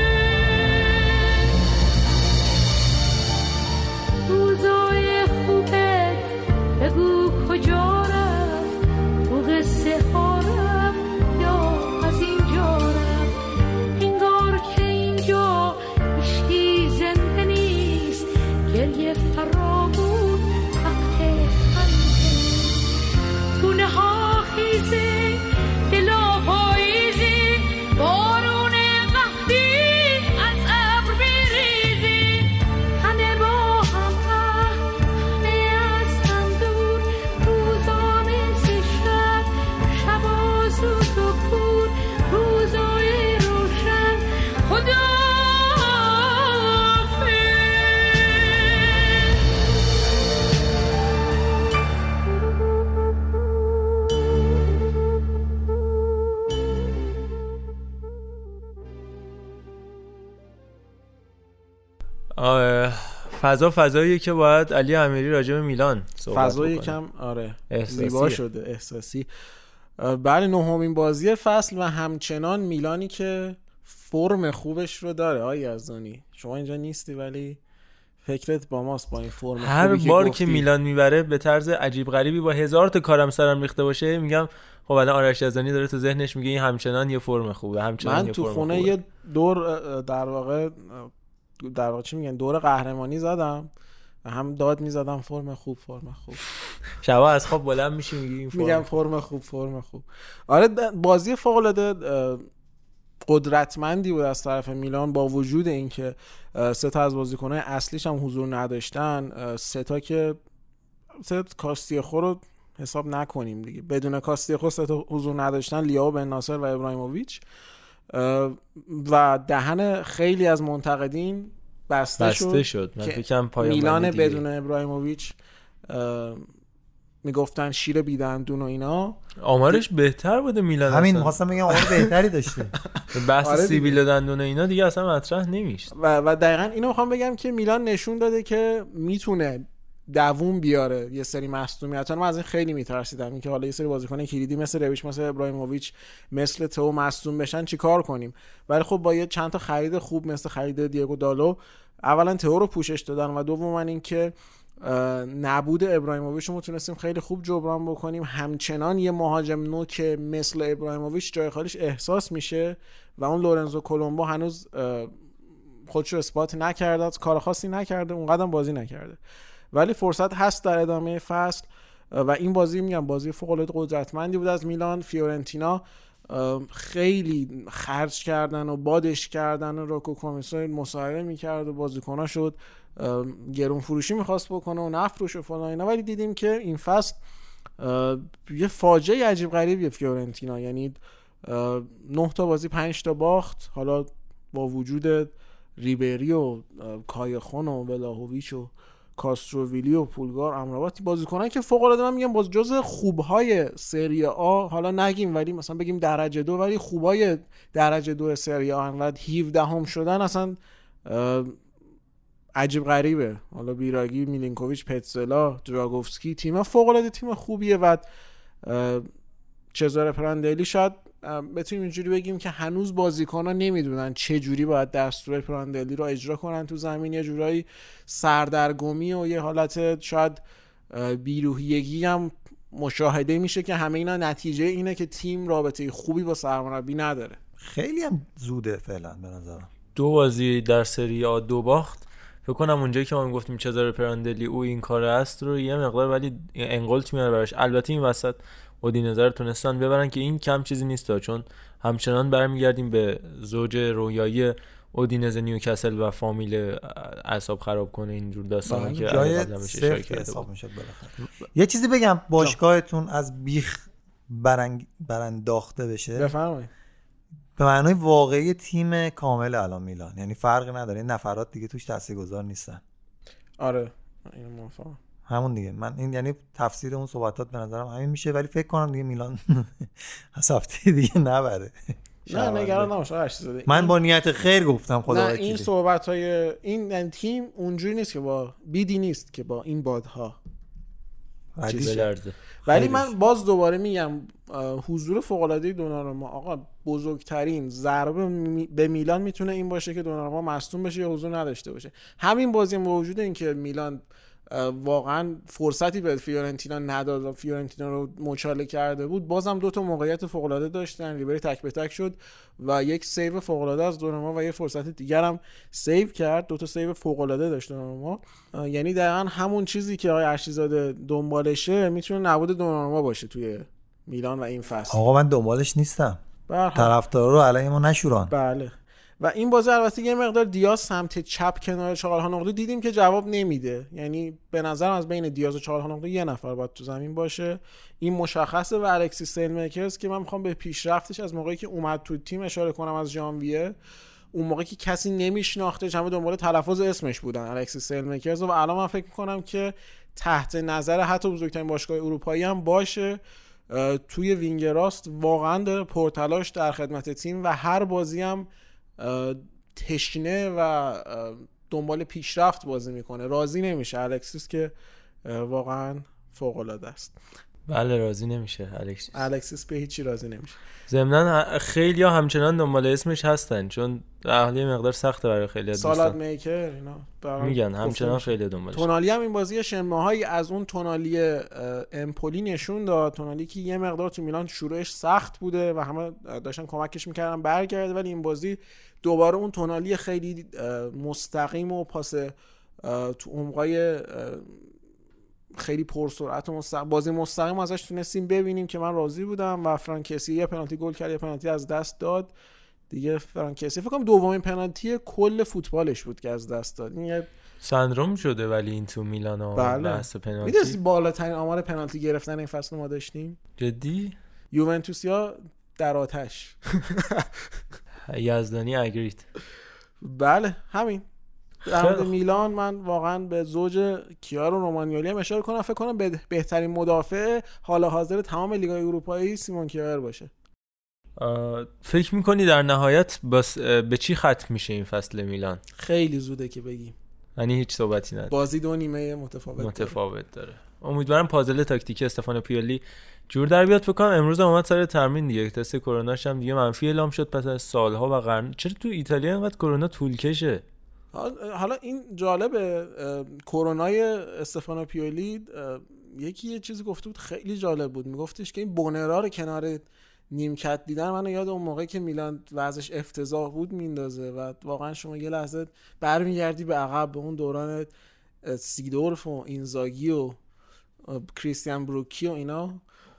روزای خوبت بگو کجا رفت، تو قصه ها رفت یا از اینجا رفت. انگار که اینجا هیچکی زنده نیست، گریه فرامون تخت خنده نیست. تونه ها خیزه، دلا پاییزه، بارون قهدی از ابر بریزه. همه با هم همه از هم دور، روزانه سه شب، شبا زود و کور. روزای روشن خداحافظ. فضاییه که باید علی امیری راجع به میلان صحبت فضای بکنه. یکم آره احساسیه. زیبا شده، احساسی. بله، نهمین بازی فصل و همچنان میلانی که فرم خوبش رو داره. آقای یزدانی شما اینجا نیستی ولی فکرت با ماست با این فرم هر خوبی بار گفتی. که میلان میبره به طرز عجیب غریبی با 1000 تا کارم سرم ریخته باشه میگم خب الان آرش یزدانی داره تو ذهنش میگه این همچنان یه فرم خوبه، همچنان من یه تو فرم خونه خوبه. یه دور در واقع چی میگن، دور قهرمانی زدم و هم داد میزدم فرم خوب. شبا از خواب بلند میشی میگی این فرم. میگم فرم خوب. آره، بازی فوق العاده قدرتمندی بود از طرف میلان، با وجود اینکه 3 تا از بازیکن‌های اصلیش هم حضور نداشتن. 3 تا که کاستیخو رو حساب نکنیم دیگه، بدون کاستیخو 3 تا حضور نداشتن، لیاو، بن ناصر و ابراهیموویچ، و دهن خیلی از منتقدین بسته شد. من فکرم پایان میلان دیگه. بدون ابراهیموویچ میگفتن شیر بیدندون و اینا، آمارش بهتر بوده میلان. همین اصلا می‌خواستم بگم آمار بهتری داشته. بحث آره دیگه. سیبیل و دندون و اینا دیگه اصلا مطرح نمیشه. و دقیقاً اینو میخوام بگم که میلان نشون داده که میتونه دووم بیاره یه سری مصدومیت‌ها. من از این خیلی میترسیدم، اینکه حالا یه سری بازیکن کلیدی مثل رویش، مثل ابراهیموویچ، مثل تو مصدوم بشن چیکار کنیم. ولی خب با یه چند تا خرید خوب مثل خرید دیگو دالو، اولا تو رو پوشش دادن و دوما اینکه نبود ابراهیموویچ رو تونستیم خیلی خوب جبران بکنیم. همچنان یه مهاجم نوک مثل ابراهیموویچ جای خالیش احساس میشه و اون لورنزو کولومبو هنوز خودشو اثبات نکرده، کار خاصی نکرده، اونقدر بازی نکرده، ولی فرصت هست در ادامه فصل. و این بازی میگم بازی فوق العاده قدرتمندی بود از میلان. فیورنتینا خیلی خرج کردن و بادش کردن و راکو کمیسو مصاحبه میکرد و بازیکن‌ها شد گرون فروشی میخواست بکنه و نفروش و فلان اینا، ولی دیدیم که این فصل یه فاجعه عجیب غریبیه فیورنتینا. یعنی 9 تا بازی 5 تا باخت، حالا با وجود ریبری و کایخون و ولاهویچ و کاستروویلی و پولگار امراباتی، بازیکنان که فوق العاده، من میگم باز جزء خوبهای سری آ، حالا نگیم ولی مثلا بگیم درجه 2، ولی خوبای درجه 2 سری آ انقدر 17 هم شدن اصلا عجیب غریبه. حالا بیراگی، میلینکوویچ، پتزلا، دراگوفسکی، تیم فوق العاده تیم خوبیه و چزاره پراندلی شاید بتونیم اینجوری بگیم که هنوز بازیکن‌ها نمیدونن چه جوری باید دستور پراندلی رو اجرا کنن تو زمین. یه جورایی سردرگمی و یه حالت شاید بیروحیگی هم مشاهده میشه که همه اینا نتیجه اینه که تیم رابطه خوبی با سرمربی نداره. خیلی هم زوده فعلا به نظرم. 2 بازی در سری آ 2 باخت. فکر کنم اونجایی که ما میگفتیم چزاره پراندلی او این کار است رو یه مقدار ولی انگلت میاره براش. البته این وسط اودینزه رو تونستن ببرن که این کم چیزی نیست، چون همچنان برمیگردیم به زوج رویایی اودینزه نیوکاسل و فامیل اعصاب خراب کنه اینجور داستانا که قبلا میشه اشاره کرده بود. یه چیزی بگم، باشگاهتون از بیخ برانداخته بشه. بفرمایید. به معنای واقعی تیم کامل الان میلان، یعنی فرق نداره، این نفرات دیگه توش تاثیرگذار نیستن. آره اینو موافقم. همون دیگه، من این یعنی تفسیر اون صحبتات به نظرم همین میشه، ولی فکر کنم دیگه میلان از هفته دیگه نبره. نه نگران نباش عزیزاده، من با نیت خیر گفتم خدا وکیلی. این صحبت‌های این تیم اونجوری نیست که با بیدی نیست که با این بادها چیز لرزه. ولی من باز دوباره میگم حضور فوق‌العاده دوناروما، آقا بزرگترین ضربه به میلان میتونه این باشه که دوناروما مصدوم بشه یا حضور نداشته باشه. همین بازی با وجود اینکه میلان واقعا فرصتی به فیورنتینا نداد و فیورنتینا رو مچاله کرده بود، بازم 2 تا موقعیت فوق العاده داشتن، ریبری تک به تک شد و یک سیو فوق العاده از دوناروما و یه فرصت دیگر هم سیو کرد. 2 تا سیو فوق العاده داشت دوناروما. یعنی دقیقاً همون چیزی که آقای ارشیزاده دنبالشه میتونه نبود دوناروما باشه توی میلان و این فصل. آقا من دنبالش نیستم، طرفدارا رو علیه ما نشوران. بله. و این بازی البته یه مقدار دیاز سمت چپ کنار چالهانوغلو دیدیم که جواب نمیده. یعنی به نظرم از بین دیاز و چالهانوغلو یه نفر باید تو زمین باشه، این مشخصه. و الکسیس سیلمیکرز که من میخوام به پیشرفتش از موقعی که اومد تو تیم اشاره کنم، از ژانویه، اون موقعی که کسی نمیشناختش، همه دنبال تلفظ اسمش بودن، الکسیس سیلمیکرز، و الان من فکر میکنم که تحت نظر حتی بزرگترین باشگاه اروپایی هم باشه. توی وینگ راست واقعا داره پرتلاش در خدمت تیم و هر بازی هم تشنه و دنبال پیشرفت بازی میکنه، راضی نمیشه. الکسیس که واقعا فوق العاده است. بله راضی نمیشه الکسیس به هیچی راضی نمیشه. ضمن خیلی ها همچنان دنبال اسمش هستن، چون اهلی مقدار سخته برای خیلی از دوستان. سالاد میکر اینا میگن همچنان خیلی دنبالش. تونالی هم این بازی شنماهایی از اون تونالی امپولی نشون داد، تونالی که یه مقدار تو میلان شروعش سخت بوده و همه داشتن کمکش میکردن برگرده، ولی این بازی دوباره اون تونالی خیلی مستقیم و پاس تو عمقای خیلی پرسرعت و بازی مستقیم ازش تونستیم ببینیم که من راضی بودم. و فرانکسی یه پنالتی گل کرد، یه پنالتی از دست داد دیگه. فرانکسی فکر کنم دومین پنالتی کل فوتبالش بود که از دست داد. این یه سندروم شده ولی این تو میلان و بحث پنالتی. میدونی بالاترین آمار پنالتی گرفتن این فصل ما داشتیم؟ جدی؟ یوونتوسیا در آتش. یزدانی اگریت. بله همین در مورد میلان من واقعا به زوج کیارو رومانیالی هم اشاره کنم. فکر کنم بهترین مدافع حال حاضر تمام لیگ‌های اروپایی سیمون کیار باشه. فکر میکنی در نهایت به چی ختم میشه این فصل میلان؟ خیلی زوده که بگیم، یعنی هیچ صحبتی نداره. بازی دو نیمه متفاوت داره. امیدوارم پازل تاکتیکی استفانو پیولی جور در بیاد. فکر کنم امروز اومد سر تمرین دیگه، تست کروناش هم دیگه منفی اعلام شد پس از سالها و قرن. چرا تو ایتالیا اینقدر کرونا طول کشه؟ حالا این جالبه، کرونای استفانو پیولی یه چیزی گفته بود خیلی جالب بود، میگفتش که این بونرا رو کنار نیمکت دیدن منو یاد اون موقعی که میلان وضعش افتضاح بود میندازه و واقعا شما یه لحظه برمیگردی به عقب، به اون دوران سیدورف و اینزاگی و کریستیان بروکی و اینا.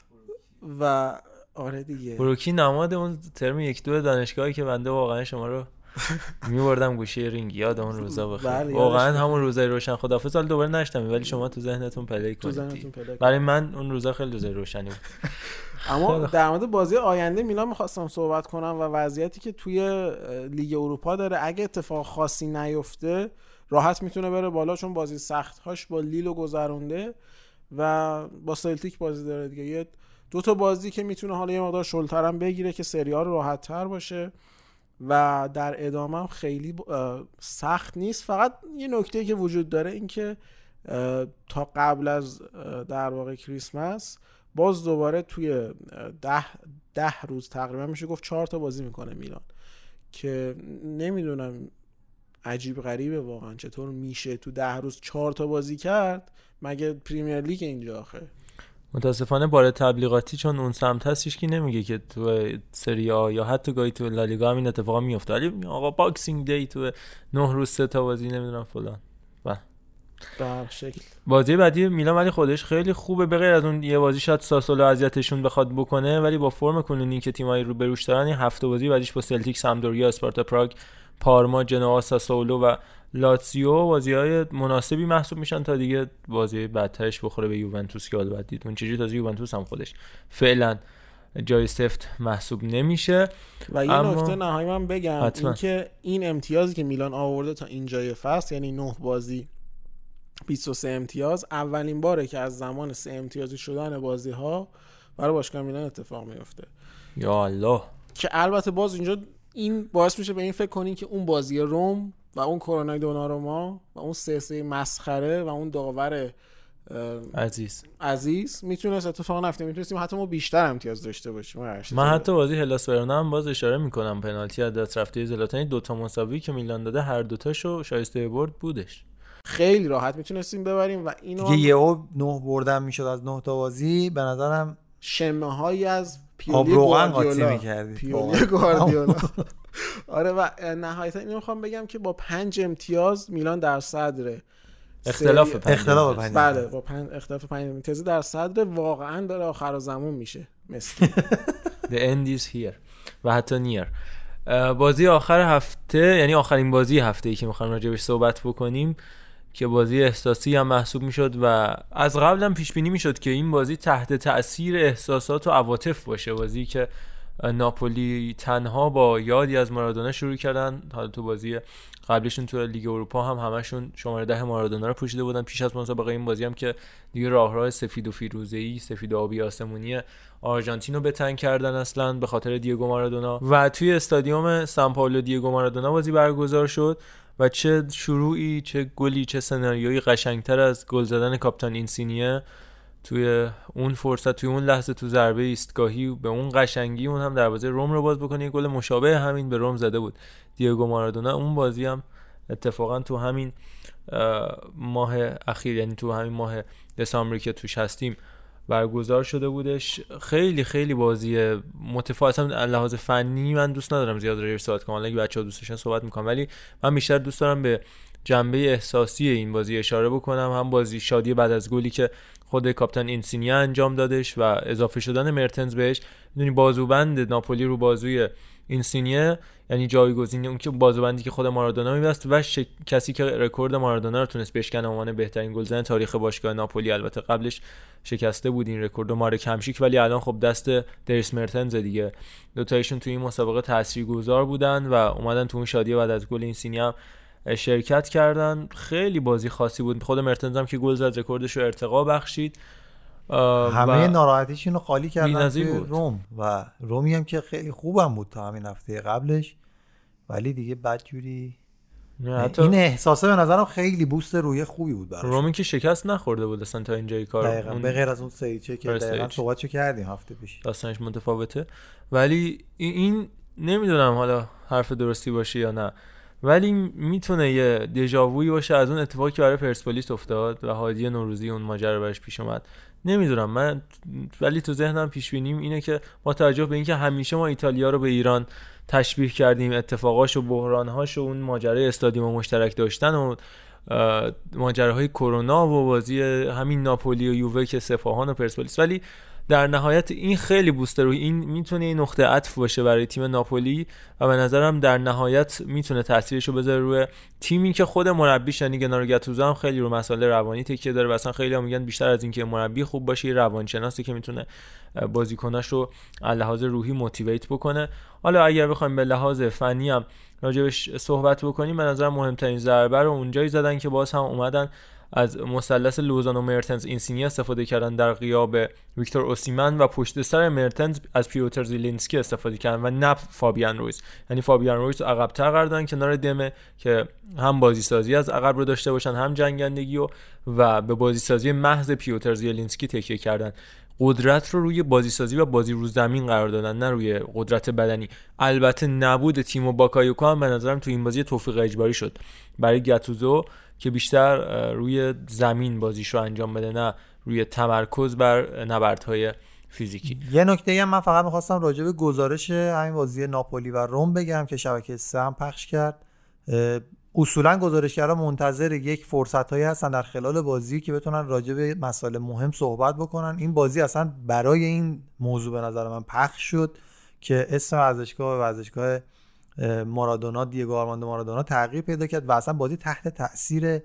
و آره دیگه بروکی نماد اون ترم 1-2 دانشگاهی که بنده واقعا شما رو میوردم گوشه رینگ، یاد اون روزا بخیر. واقعا همون روزای روشن خدافظ سال دوباره نشتم، ولی شما تو ذهنتون پلی کنید. برای من اون روزا خیلی روزای روشنی بود. اما در مورد بازی آینده میلان می‌خواستم صحبت کنم و وضعیتی که توی لیگ اروپا داره. اگه اتفاق خاصی نیفته راحت میتونه بره بالا، چون بازی سخت‌هاش با لیلو گذرونده و با سلتیک بازی داره دیگه. یه دو تا بازی که میتونه حالا یه مقدار شلتر هم بگیره که سری ها رو راحت‌تر باشه و در ادامه هم خیلی سخت نیست. فقط یه نکته که وجود داره این که تا قبل از در واقع کریسمس باز دوباره توی 10 روز تقریبا میشه گفت 4 تا بازی میکنه میلان، که نمیدونم عجیب غریبه واقعا چطور میشه تو 10 روز 4 تا بازی کرد، مگه پریمیر لیگ اینجا آخه؟ متاسفانه بار تبلیغاتی چون اون سمت هست هیچ کی نمیگه که تو سری آ یا حتی گاهی تو لالیگا همین اتفاقا میفته، ولی آقا باکسینگ دی تو 9 روز 3 تا بازی نمیدونم فلان. و به شکل بازی بعدی میلان ولی خودش خیلی خوبه، به غیر از اون یه بازی شاید ساسولو اذیتشون بخواد بکنه، ولی با فرم کنونی که تیمای رو بروش دارن این هفته بازی بعدیش با سلتیک، سامدوریا، اسپارتا پراگ، پارما، جنوا، ساسولو و لاتزیو بازی‌های مناسبی محسوب میشن تا دیگه بازی بعدترش بخوره به یوونتوس که بعد دید اون چجوری تازه یوونتوس هم خودش فعلا جای سفت محسوب نمیشه. و یه نکته نهایی من بگم این که این امتیازی که میلان آورده تا اینجای فصل، یعنی 9 بازی 23 امتیاز، اولین باره که از زمان 3 امتیازی شدن بازی‌ها برای باشگاه میلان اتفاق میفته. یا الله. که البته باز اینجا این باعث میشه به این فکر کنین که اون بازی روم و اون کورونای دوناروما و اون 3-3 مسخره و اون داور عزیز میتونست اتفاق نیفته، میتونستیم حتی ما بیشتر امتیاز داشته باشیم. من حتی بازی هلاس ورونا هم باز اشاره میکنم، پنالتی از دست رفته زلاتانی، 2 تا مساوی که میلان داده هر دوتاشو شایسته برد بودش. خیلی راحت میتونستیم ببریم و اینو دیگه یهو 9 بردن میشد از 9 تا بازی. به نظرم شمه‌هایی از پیولی گواردیولا آره. و نهایتا اینو میخوام بگم که با 5 امتیاز میلان در صدره، اختلاف 5 بله با اختلاف 5 امتیازی در صدره، واقعا داره آخر زمان میشه مثل the end is here و حتی نیر. بازی آخر هفته، یعنی آخرین بازی هفته‌ای که میخوام راجعش صحبت بکنیم که بازی احساسی هم محسوب میشد و از قبل هم پیش بینی میشد که این بازی تحت تأثیر احساسات و عواطف باشه، بازی که ناپولی تنها با یادی از مارادونا شروع کردن. حالا تو بازی قبلشون تو لیگ اروپا هم همشون شماره 10 مارادونا رو پوشیده بودن پیش از مسابقه. این بازی هم که دیگه راه سفید و فیروزه‌ای، سفید و آبی آسمونی آرژانتین رو بتن کردن اصلا به خاطر دیگو مارادونا و توی استادیوم سان پائولو دیگو مارادونا بازی برگزار شد و چه شروعی، چه گلی، چه سناریویی قشنگتر از گل زدن کاپیتان اینسینیه توی اون فرصت، توی اون لحظه تو ضربه ایستگاهی به اون قشنگی، اون هم دروازه روم رو باز بکنه. گل مشابه همین به روم زده بود دیگو مارادونا. اون بازی هم اتفاقا تو همین ماه اخیر، یعنی تو همین ماه دسامبر که توش هستیم برگزار شده بودش. خیلی خیلی بازی متفاوت. از لحاظ فنی من دوست ندارم زیاد راجعش صحبت کنم، اگه بچه‌ها دوستشون صحبت می‌کنم، ولی من بیشتر دوست دارم به جنبه احساسی این بازی اشاره بکنم. هم بازی شادی بعد از گلی که خود کاپیتان اینسینیا انجام دادش و اضافه شدن مرتنز بهش. میدونی بازوبند ناپولی رو بازوی اینسینیه، یعنی جایگزین اون که بازوبندی که خود مارادونا می‌بست و کسی که رکورد مارادونا رو تونست بشکنه عنوان بهترین گلزن تاریخ باشگاه ناپولی. البته قبلش شکسته بود این رکورد رو مارک همشیک، ولی الان خب دست دریس مرتنز دیگه. دو تایشون تو این مسابقه تاثیرگذار بودن و اومدن تو اون شادی بعد از گل اینسینیا شرکت کردن. خیلی بازی خاصی بود. خود مرتنز هم که گل زد رکوردش رو ارتقا بخشید. همه ناراحتیشون رو خالی کردن توی بود. روم و رومی هم که خیلی خوبم بود تا همین هفته قبلش، ولی دیگه بدجوری این احساسه به نظرم خیلی بوست روی خوبی بود براش. رومی که شکست نخورده بود اصلا تا اینجای کار، دقیقاً به غیر از اون سیچه که دقیقاً صحبتشو کردیم هفته پیش، داستانش متفاوته. ولی این نمیدونم حالا حرف درستی باشه یا نه، ولی میتونه یه دیجاوویی باشه از اون اتفاقی که برای پرسپولیس افتاد و هادی نوروزی اون ماجرا براش پیش اومد. نمیدونم من، ولی تو ذهنم پیش بینیم اینه که با توجه به اینکه همیشه ما ایتالیا رو به ایران تشبیه کردیم، اتفاقاش و بحرانهاش و اون ماجرای استادیوم مشترک داشتن و ماجراهای کرونا و بازی همین ناپولی و یووه که سپاهان و پرسپولیس، ولی در نهایت این خیلی بوست روی این میتونه این نقطه عطف باشه برای تیم ناپولی و به نظرم در نهایت میتونه تاثیرشو بذاره روی تیمی که خود مربیش یعنی گنارو گاتوزو هم خیلی رو مسائل روانی تکیه داره و اصلا خیلی هم میگن بیشتر از این که مربی خوب باشه روانشناسی که میتونه بازیکناش رو از لحاظ روحی موتیویت بکنه. حالا اگر بخوایم به لحاظ فنی هم راجبش صحبت بکنیم، به نظرم مهمترین ضربه رو اونجایی زدن که باز هم اومدن از مثلث لوزان و مرتنز اینسینی استفاده کردن در غیاب ویکتور اوسیمن و پشت سر مرتنز از پیوتر زیلینسکی استفاده کردن و نه فابیان رویز. یعنی فابیان رویز عقب‌تر قرار دادن کنار دمه که هم بازی سازی از عقب رو داشته باشن هم جنگندگی و به بازی سازی محض پیوتر زیلینسکی تکیه کردن. قدرت رو روی بازی سازی و بازی رو زمین قرار دادن نه روی قدرت بدنی. البته نبود تیمو باکایوکو هم به نظرم تو این بازی توفیق اجباری شد برای گاتوزو که بیشتر روی زمین بازیشو انجام بده نه روی تمرکز بر نبردهای فیزیکی. یه نکته هم من فقط می‌خواستم راجع به گزارش همین بازی ناپولی و روم بگم که شبکه 3 هم پخش کرد. اصولا گزارشگرا منتظر یک فرصتایی هستن در خلال بازی که بتونن راجع به مسائل مهم صحبت بکنن. این بازی اصلا برای این موضوع به نظر من پخش شد که اسم ورزشگاه مارادونا، دیگو آرماندو مارادونا تغییر پیدا کرد و اصلا بازی تحت تأثیر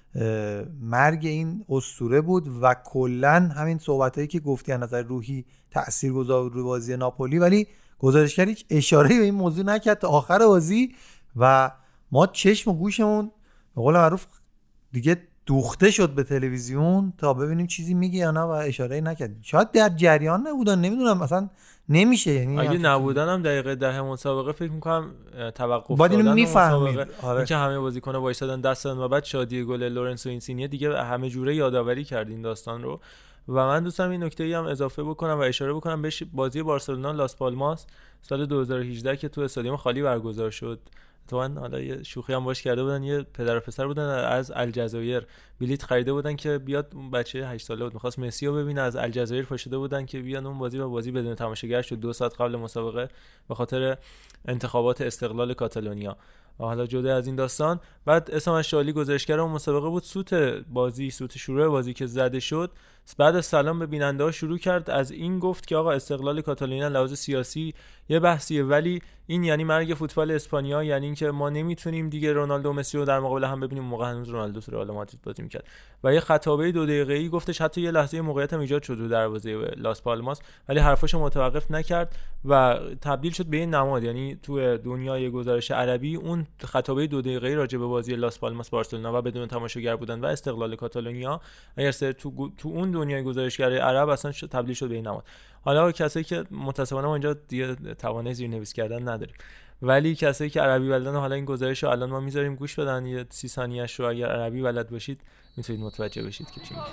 مرگ این اسطوره بود و کلا همین صحبتایی که گفتی از نظر روحی تاثیرگذار روی بازی ناپولی، ولی گزارشگر هیچ اشاره‌ای به این موضوع نکرد تا آخر بازی و ما چشم و گوشمون به قول معروف دیگه دوخته شد به تلویزیون تا ببینیم چیزی میگه یا نه و اشاره‌ای نکرد. شاید در جریان نبودن، نمیدونم، مثلا نمیشه. یعنی اگه نبودن هم دقیقه 10 مسابقه فکر می‌کنم توقف باید اینو دادن می‌فهمید. اینکه همه بازیکن‌ها وایسادن دست دادن و بعد شادی گل لورنسو اینسینیه دیگه همه جوره یادآوری کرد این داستان رو. و من دوستم این نکته‌ای هم اضافه بکنم و اشاره بکنم به بازی بارسلونا لاس پالماس سال 2018 که تو استادیوم خالی برگزار شد. تو حالا یه شوخی هم باش کرده بودن، یه پدر و پسر بودن از الجزایر بلیت خریده بودن که بیاد، اون بچه 8 ساله بود می‌خواست مسی رو ببینه، از الجزایر پاشده بودن که بیان اون بازی بدون تماشاگر شد 2 ساعت قبل مسابقه به خاطر انتخابات استقلال کاتالونیا. حالا جدا از این داستان، بعد اسام شالی گزارشگر اون مسابقه بود، سوت شروع بازی که زده شد بعد از سلام به بیننده‌ها شروع کرد از این گفت که آقا استقلال کاتالونیا لحاظ سیاسی یه بحثیه، ولی این یعنی مرگ فوتبال اسپانیا، یعنی اینکه ما نمیتونیم دیگه رونالدو و مسی رو در مقابل هم ببینیم. موقع هنوز رونالدو تو رئال مادرید بازی می‌کرد و یه خطابه 2 دقیقه‌ای گفتش، حتی یه لحظه موقعیت هم ایجاد شد رو دروازه لاس پالماس، ولی حرفاشو متوقف نکرد و تبدیل شد به این نماد. یعنی تو دنیای گزارش عربی اون خطابه 2 دقیقه‌ای راجع به بازی لاس پالماس بارسلونا و بدون تماشاگر بودن و استقلال کاتالونیا اگر تو اون دنیای گزارشگری عرب اصلا تبدیل شد به این نماد. حالا کسایی که متأسفانه ما اینجا دیگه توانایی زیرنویس کردن نداریم، ولی کسایی که عربی بلدن حالا این گزارش رو الان ما میذاریم گوش بدن، یه 30 ثانیه‌اش رو اگر عربی بلد باشید میتونید متوجه بشید که چی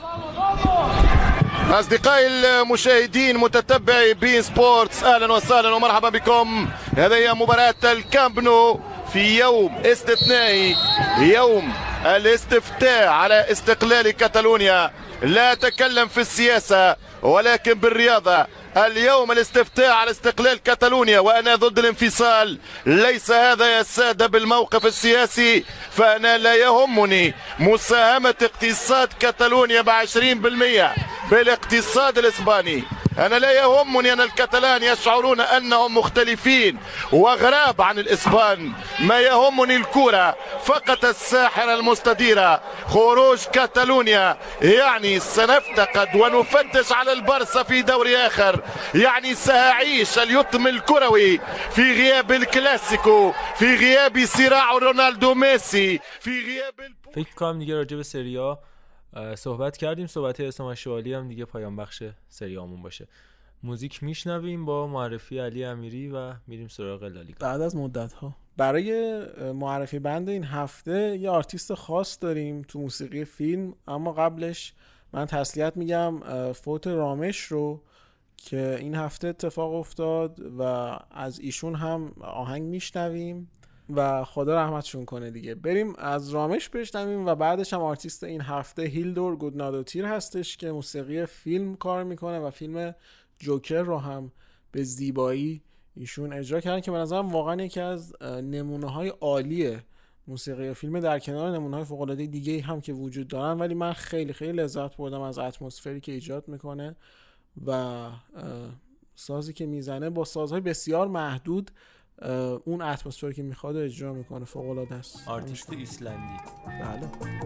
میگه. أصدقائي المشاهدين متتبعي بين سبورتس، أهلا وسهلا ومرحبا بكم. هذه هي مباراة الكامب نو في يوم استثنائي، يوم الاستفتاء على استقلال كاتالونيا. لا أتكلم في السياسة ولكن بالرياضة. اليوم الاستفتاء على استقلال كاتالونيا وأنا ضد الانفصال. ليس هذا يا السادة بالموقف السياسي، فأنا لا يهمني مساهمة اقتصاد كاتالونيا ب20% بالاقتصاد الإسباني. أنا لا يهمني أن الكتالان يشعرون أنهم مختلفين وغراب عن الإسبان، ما يهمني الكرة فقط، الساحرة المستديرة، خروج كاتالونيا. يعني سنفتقد ونفتش على البارسا في دوري آخر، يعني سأعيش اليتم الكروي في غياب الكلاسيكو، في غياب صراع رونالدو ميسي، في غياب فکر کنم دیگه راجع به سریا صحبت کردیم. صحبت اسلام الشوالی هم دیگه پایان بخش سریامون باشه. موزیک میشنویم با معرفی علی امیری و میریم سراغ لالیگا. بعد از مدت ها برای معرفی بند این هفته یه آرتیست خاص داریم تو موسیقی فیلم، اما قبلش من تسلیت میگم فوت رامش رو که این هفته اتفاق افتاد و از ایشون هم آهنگ میشنویم و خدا رحمتشون کنه دیگه. بریم از رامش بشنویم و بعدش هم آرتیست این هفته هیلدور گودنادوتیر هستش که موسیقی فیلم کار میکنه و فیلم جوکر رو هم به زیبایی ایشون اجرا کردن که به نظرم واقعا یکی از نمونه‌های عالی موسیقی فیلم در کنار نمونه‌های فوق‌العاده دیگه هم که وجود دارن، ولی من خیلی خیلی لذت بردم از اتمسفری که ایجاد میکنه و سازی که میزنه با سازهای بسیار محدود اون اتمسفری که میخواد اجرا میکنه. فوق‌العاده است. آرتیست ایسلندی. بله.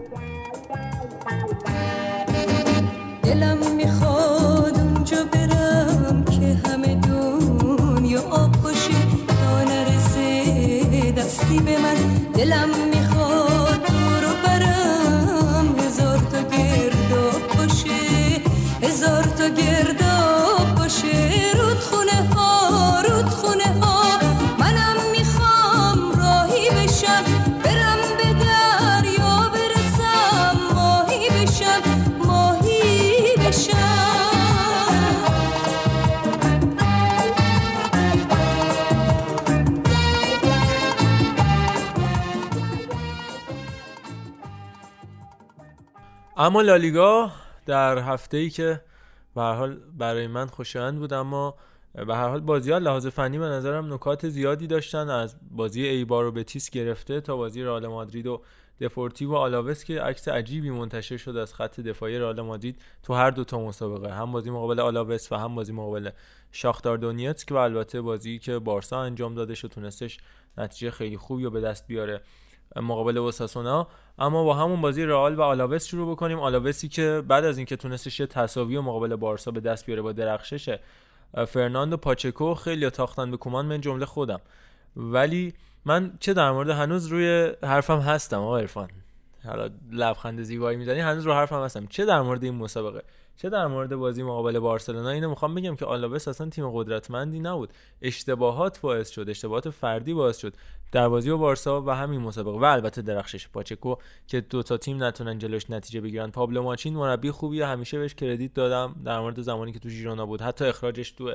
دلم میخواد اونجا برم که همه دنیا آب باشه تا نرسه دستی به من. دلم میخواد تو رو برم هزار تا گرداب باشه، هزار تا گرداب باشه. رودخونه ها رودخونه ها، منم میخوام راهی بشم، برم به دریا برسم، ماهی بشم ماهی بشم. اما لالیگا در هفته‌ای که به هر حال برای من خوشایند بود، اما به هر حال بازی‌ها لحاظ فنی به نظرم نکات زیادی داشتن، از بازی ایبار و بتیس گرفته تا بازی رئال مادرید و دپورتیو و آلاوس که عکس عجیبی منتشر شد از خط دفاعی رئال مادرید تو هر دو تا مسابقه، هم بازی مقابل آلاوس و هم بازی مقابل شاختار دونیتسک، و البته بازی که بارسا انجام دادش و تونستش نتیجه خیلی خوبی رو به دست بیاره مقابل اوساسونا. اما با همون بازی رئال و آلاوس شروع بکنیم. آلاوسی که بعد از اینکه تونستش یه تساوی مقابل بارسا به دست بیاره با درخشش فرناندو پاچکو، خیلی تاختن به کومان، من جمله خودم. ولی من چه در مورد، هنوز روی حرفم هستم آقا عرفان، حالا لبخند زیبایی میزنی، هنوز رو حرفم هستم، چه در مورد این مسابقه، چه در مورد بازی مقابل بارسلونا، اینو میخوام بگم که آلاوس اصلا تیم قدرتمندی نبود. اشتباهات باعث شد، اشتباهات فردی باعث شد در بازی با بارسا و همین مسابقه، و البته درخشش پاچکو که دو تا تیم نتونن جلوش نتیجه بگیرن. پابلو ماچین مربی خوبیه، همیشه بهش کردیت دادم در مورد زمانی که تو ژیرونا بود، حتی اخراجش تو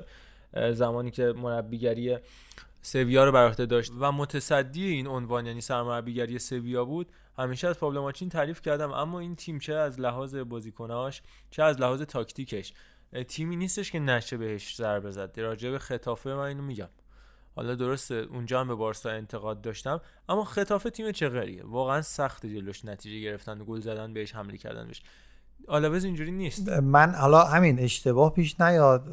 زمانی که مربیگری سویا رو بر عهده داشت و متصدی این عنوان یعنی سرمربیگری سویا بود، همیشه از پابلو ماچین تعریف کردم. اما این تیم چه از لحاظ بازیکناش چه از لحاظ تاکتیکش تیمی نیستش که نشه بهش ضربه زد. راجع به خطافه من اینو میگم، حالا درسته اونجا هم به بارسا انتقاد داشتم، اما خطافه تیم چغریه، واقعا سخت جلوش نتیجه گرفتن، گل زدن بهش، حمله کردن بهش. آلاوز اینجوری نیست. من حالا همین اشتباه پیش نیاد،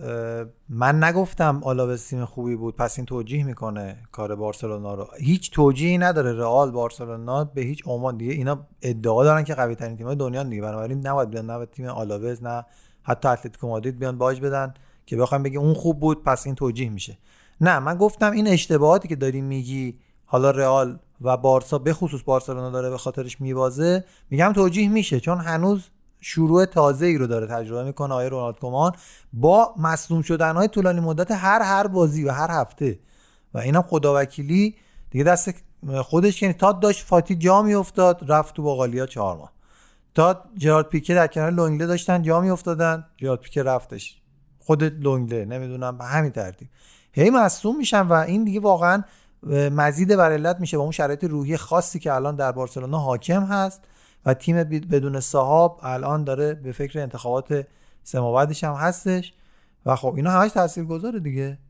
من نگفتم آلاوز تیم خوبی بود پس این توجیه میکنه کار بارسلونا رو. هیچ توجیهی نداره رئال بارسلونا به هیچ عنوان. دیگه اینا ادعا دارن که قوی ترین تیم‌های دنیا دیگه، بنابراین نباید بیان نه تیم آلاوز نه حتی اتلتیکو مادرید بیان باج بدن که بخوام بگی اون خوب بود پس این توجیه میشه. نه، من گفتم این اشتباهاتی که داری میگی حالا رئال و بارسا به خصوص بارسلونا داره به خاطرش میبازه، میگم توجیه میشه، چون هنوز شروع تازه‌ای رو داره تجربه میکنه آقای رونالد کومان با مصدوم شدن‌های طولانی مدت هر بازی و هر هفته، و اینم خداوکیلی دیگه دست خودش. یعنی تا داشت فاتی جا میافتاد رفت تو باقالیا 4 ماه، تا جرارد پیکه در کنار لونگله داشتن جا میافتادن جرارد پیکه رفتش، خود لونگله نمیدونم به همین ترتیب هی مصدوم میشن و این دیگه واقعا مزید بر علت میشه با اون شرایط روحی خاصی که الان در بارسلونا حاکم هست و تیم بدون صاحب الان داره به فکر انتخابات سماوردش هم هستش و خب اینا همش تاثیرگذاره دیگه.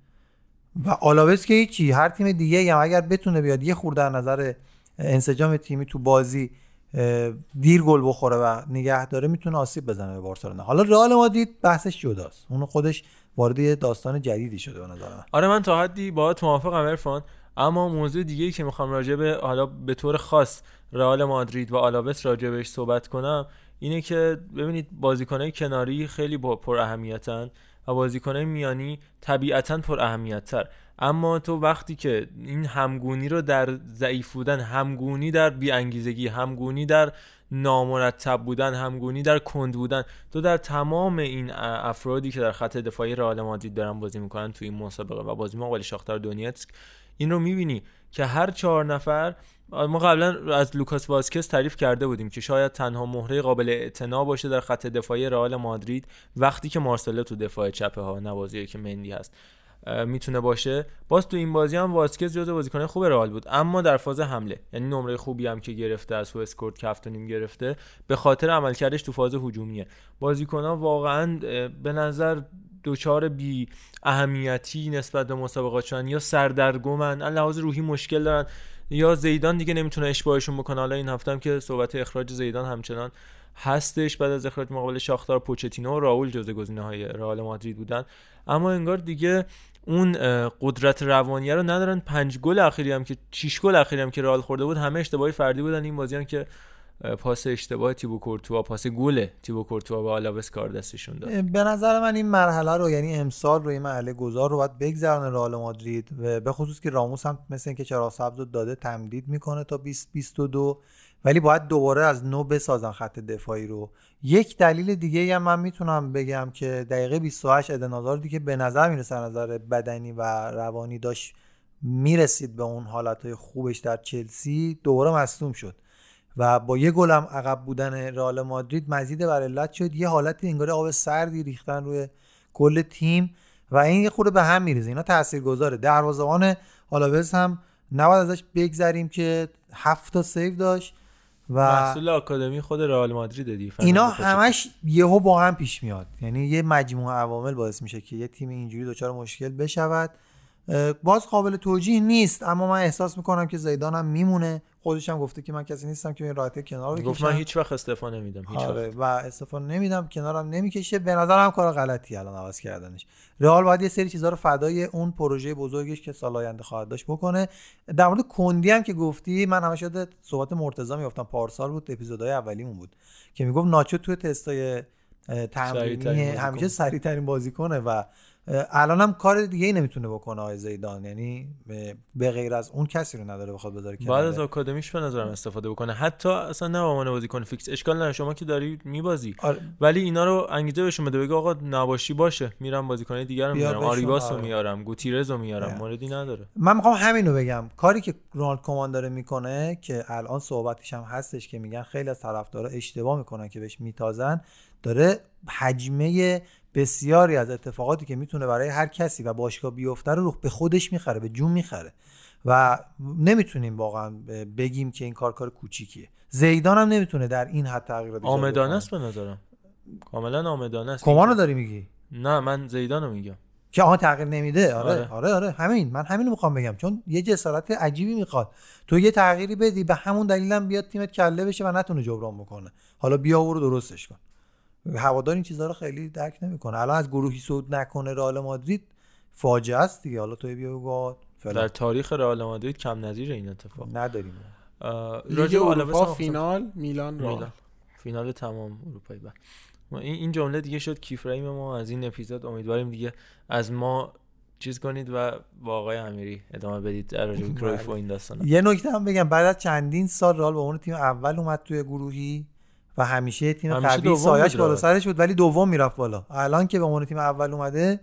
و آلاوز که هیچی، هر تیم دیگه هم اگر بتونه بیاد یه خورده در نظر انسجام تیمی تو بازی دیر گل بخوره و نگه داره میتونه آسیب بزنه به بارسلونا. حالا رئال مادرید بحثش جداست، اون خودش وارد یه داستان جدیدی شده به نظر من. آره من تا حدی باهات موافقم عرفان، اما موضوع دیگه‌ای که میخوام راجع به حالا به طور خاص رئال مادرید و آلاوس راجع بهش صحبت کنم اینه که ببینید بازیکن‌های کناری خیلی پر اهمیتن و بازیکن‌های میانی طبیعتاً پر اهمیت‌تر، اما تو وقتی که این همگونی رو در ضعیف بودن، همگونی در بی‌انگیزگی، همگونی در نامرتب بودن، همگونی در کند بودن، تو در تمام این افرادی که در خط دفاعی رئال مادرید دارن بازی میکنن تو این مسابقه و بازی مقابل شاختار دونیتسک این رو میبینی که هر 4 نفر، ما قبلا از لوکاس واسکز تعریف کرده بودیم که شاید تنها مهره قابل اعتنا باشه در خط دفاعی رئال مادرید وقتی که مارسلو تو دفاع چپه ها، نوازی که مندی هست میتونه باشه. باز تو این بازی هم واسکز جزو بازیکن‌های خوب رئال بود، اما در فاز حمله، یعنی نمره خوبی هم که گرفته از هو اسکورت که 7.5 گرفته به خاطر عملکردش تو فاز هجومیه. بازیکن‌ها واقعا به نظر دوچار بی اهمیتی نسبت به مسابقات شدن، یا سردرگمن، لحاظ روحی مشکل دارن، یا زیدان دیگه نمیتونه اشباهشون بکنه. حالا این هفته هم که صحبت اخراج زیدان همچنان هستش بعد از اخراج مقابل شاختار، پوچتینو و راول جزو گزینه‌های رئال مادرید بودن، اما انگار دیگه اون قدرت روانیه رو ندارن. 5 گل اخیری هم که 6 گل اخیری هم که رئال خورده بود همه اشتباهی فردی بودن. این بازی هم که پاس اشتباه تیبو کورتوا، پاس گل تیبو کورتوا به آلاوس کار دستشون داد. به نظر من این مرحله رو، یعنی امسال رو، این مرحله گذار رو باید بگذرونه رئال مادرید، و به خصوص که راموس هم مثل اینکه چراغ سبز داده تمدید میکنه تا 2022، ولی باید دوباره از نو بسازن خط دفاعی رو. یک دلیل دیگه هم من میتونم بگم که دقیقه 28 ادن هازاردی که به نظر میرسه نظر بدنی و روانی داشت میرسید به اون حالتهای خوبش در چلسی، دوباره مصدوم شد و با یه گل هم عقب بودن رئال مادرید مزید بر علت شد. یه حالت انگار آب سردی ریختن روی کل تیم و این یه خورده به هم میریزه. اینا تاثیرگذاره. دروازه‌بان آلاوز هم نباید ازش بگذریم که 7 تا سیو داشت و محصول آکادمی خود رئال مادرید دی. اینا همش یهو با هم پیش میاد، یعنی یه مجموعه عوامل باعث میشه که یه تیم اینجوری دچار مشکل بشود. باز قابل توجیه نیست، اما من احساس میکنم که زیدان هم میمونه. خودش هم گفته که من کسی نیستم که این راحتی کنار بکشم. گفت من هیچ وقت استعفا نمیدم، هیچ وقت. و استعفا نمیدم، کنارم نمیکشه. به نظرم کار غلطی الان عوض کردنش. رئال باید یه سری چیزا رو فدای اون پروژه بزرگش که سال آینده خواهد داشت بکنه. در مورد کندی هم که گفتی، من همش یاد صحبت مرتضی میافتم، پارسال بود اپیزودهای اولیمون بود که میگفت ناچو توی تستای تمرینی همیشه سریع‌ترین بازیکنه و الان هم کار دیگه ای نمیتونه بکنه آقای زیدان، یعنی به غیر از اون کسی رو نداره بخواد بذاره کنار. بعد از آکادمیش به نظرم استفاده بکنه، حتی اصلا نه عنوان بازیکن فیکس اشکال نداره، شما که داری میبازی ولی اینا رو انگیزه بهشون بده، بگه آقا نباشی باشه، میرم بازیکنای دیگر رو میارم، آریباسو میارم، گوتیرزو میارم، موردی نداره. من میخوام همین رو بگم، کاری که رونالد کومان داره میکنه که الان صحبتش هم هستش که میگن خیلی از طرفدارا اشتباه میکنن که بهش میتازن، داره حجمه بسیاری از اتفاقاتی که میتونه برای هر کسی و باشگاه بیفته رو به خودش میخره، به جون میخره و نمیتونیم واقعا بگیم که این کار کوچیکیه. زیدان هم نمیتونه در این حد تغییرات ایجاد کنه. آمدانه است به نظرم، کاملا آمدانه است. کومانو داری میگی؟ نه من زیدانو میگم که تغییر نمیده. آره همین، من همین رو میخوام بگم، چون یه جسارت عجیبی میخواد تو یه تغییری بدی، به همون دلیلم بیاد تیمت کله بشه و نتونه جبران بکنه. حالا بیا و رو درستش کن. هوادار این چیزا رو خیلی درک نمیکنه. الان از گروهی صعود نکنه رئال مادرید فاجعه است دیگه. حالا تو بیا بگو در تاریخ رئال مادرید کم نظیر این اتفاق نداریم. راجع به اروپا فینال میلان فینال تمام اروپایی. این جمله دیگه شد کیفریم ما از این اپیزود. امیدواریم دیگه از ما چیز کنید و با آقای امیری ادامه بدید در راجع به کرویف و این داستانا. یه نکته هم بگم، بعد از چندین سال رئال به عنوان تیم اول اومد توی گروهی و همیشه تیم قوی سایش بالا سرش بود ولی دوم میرفت بالا. الان که به عنوان تیم اول اومده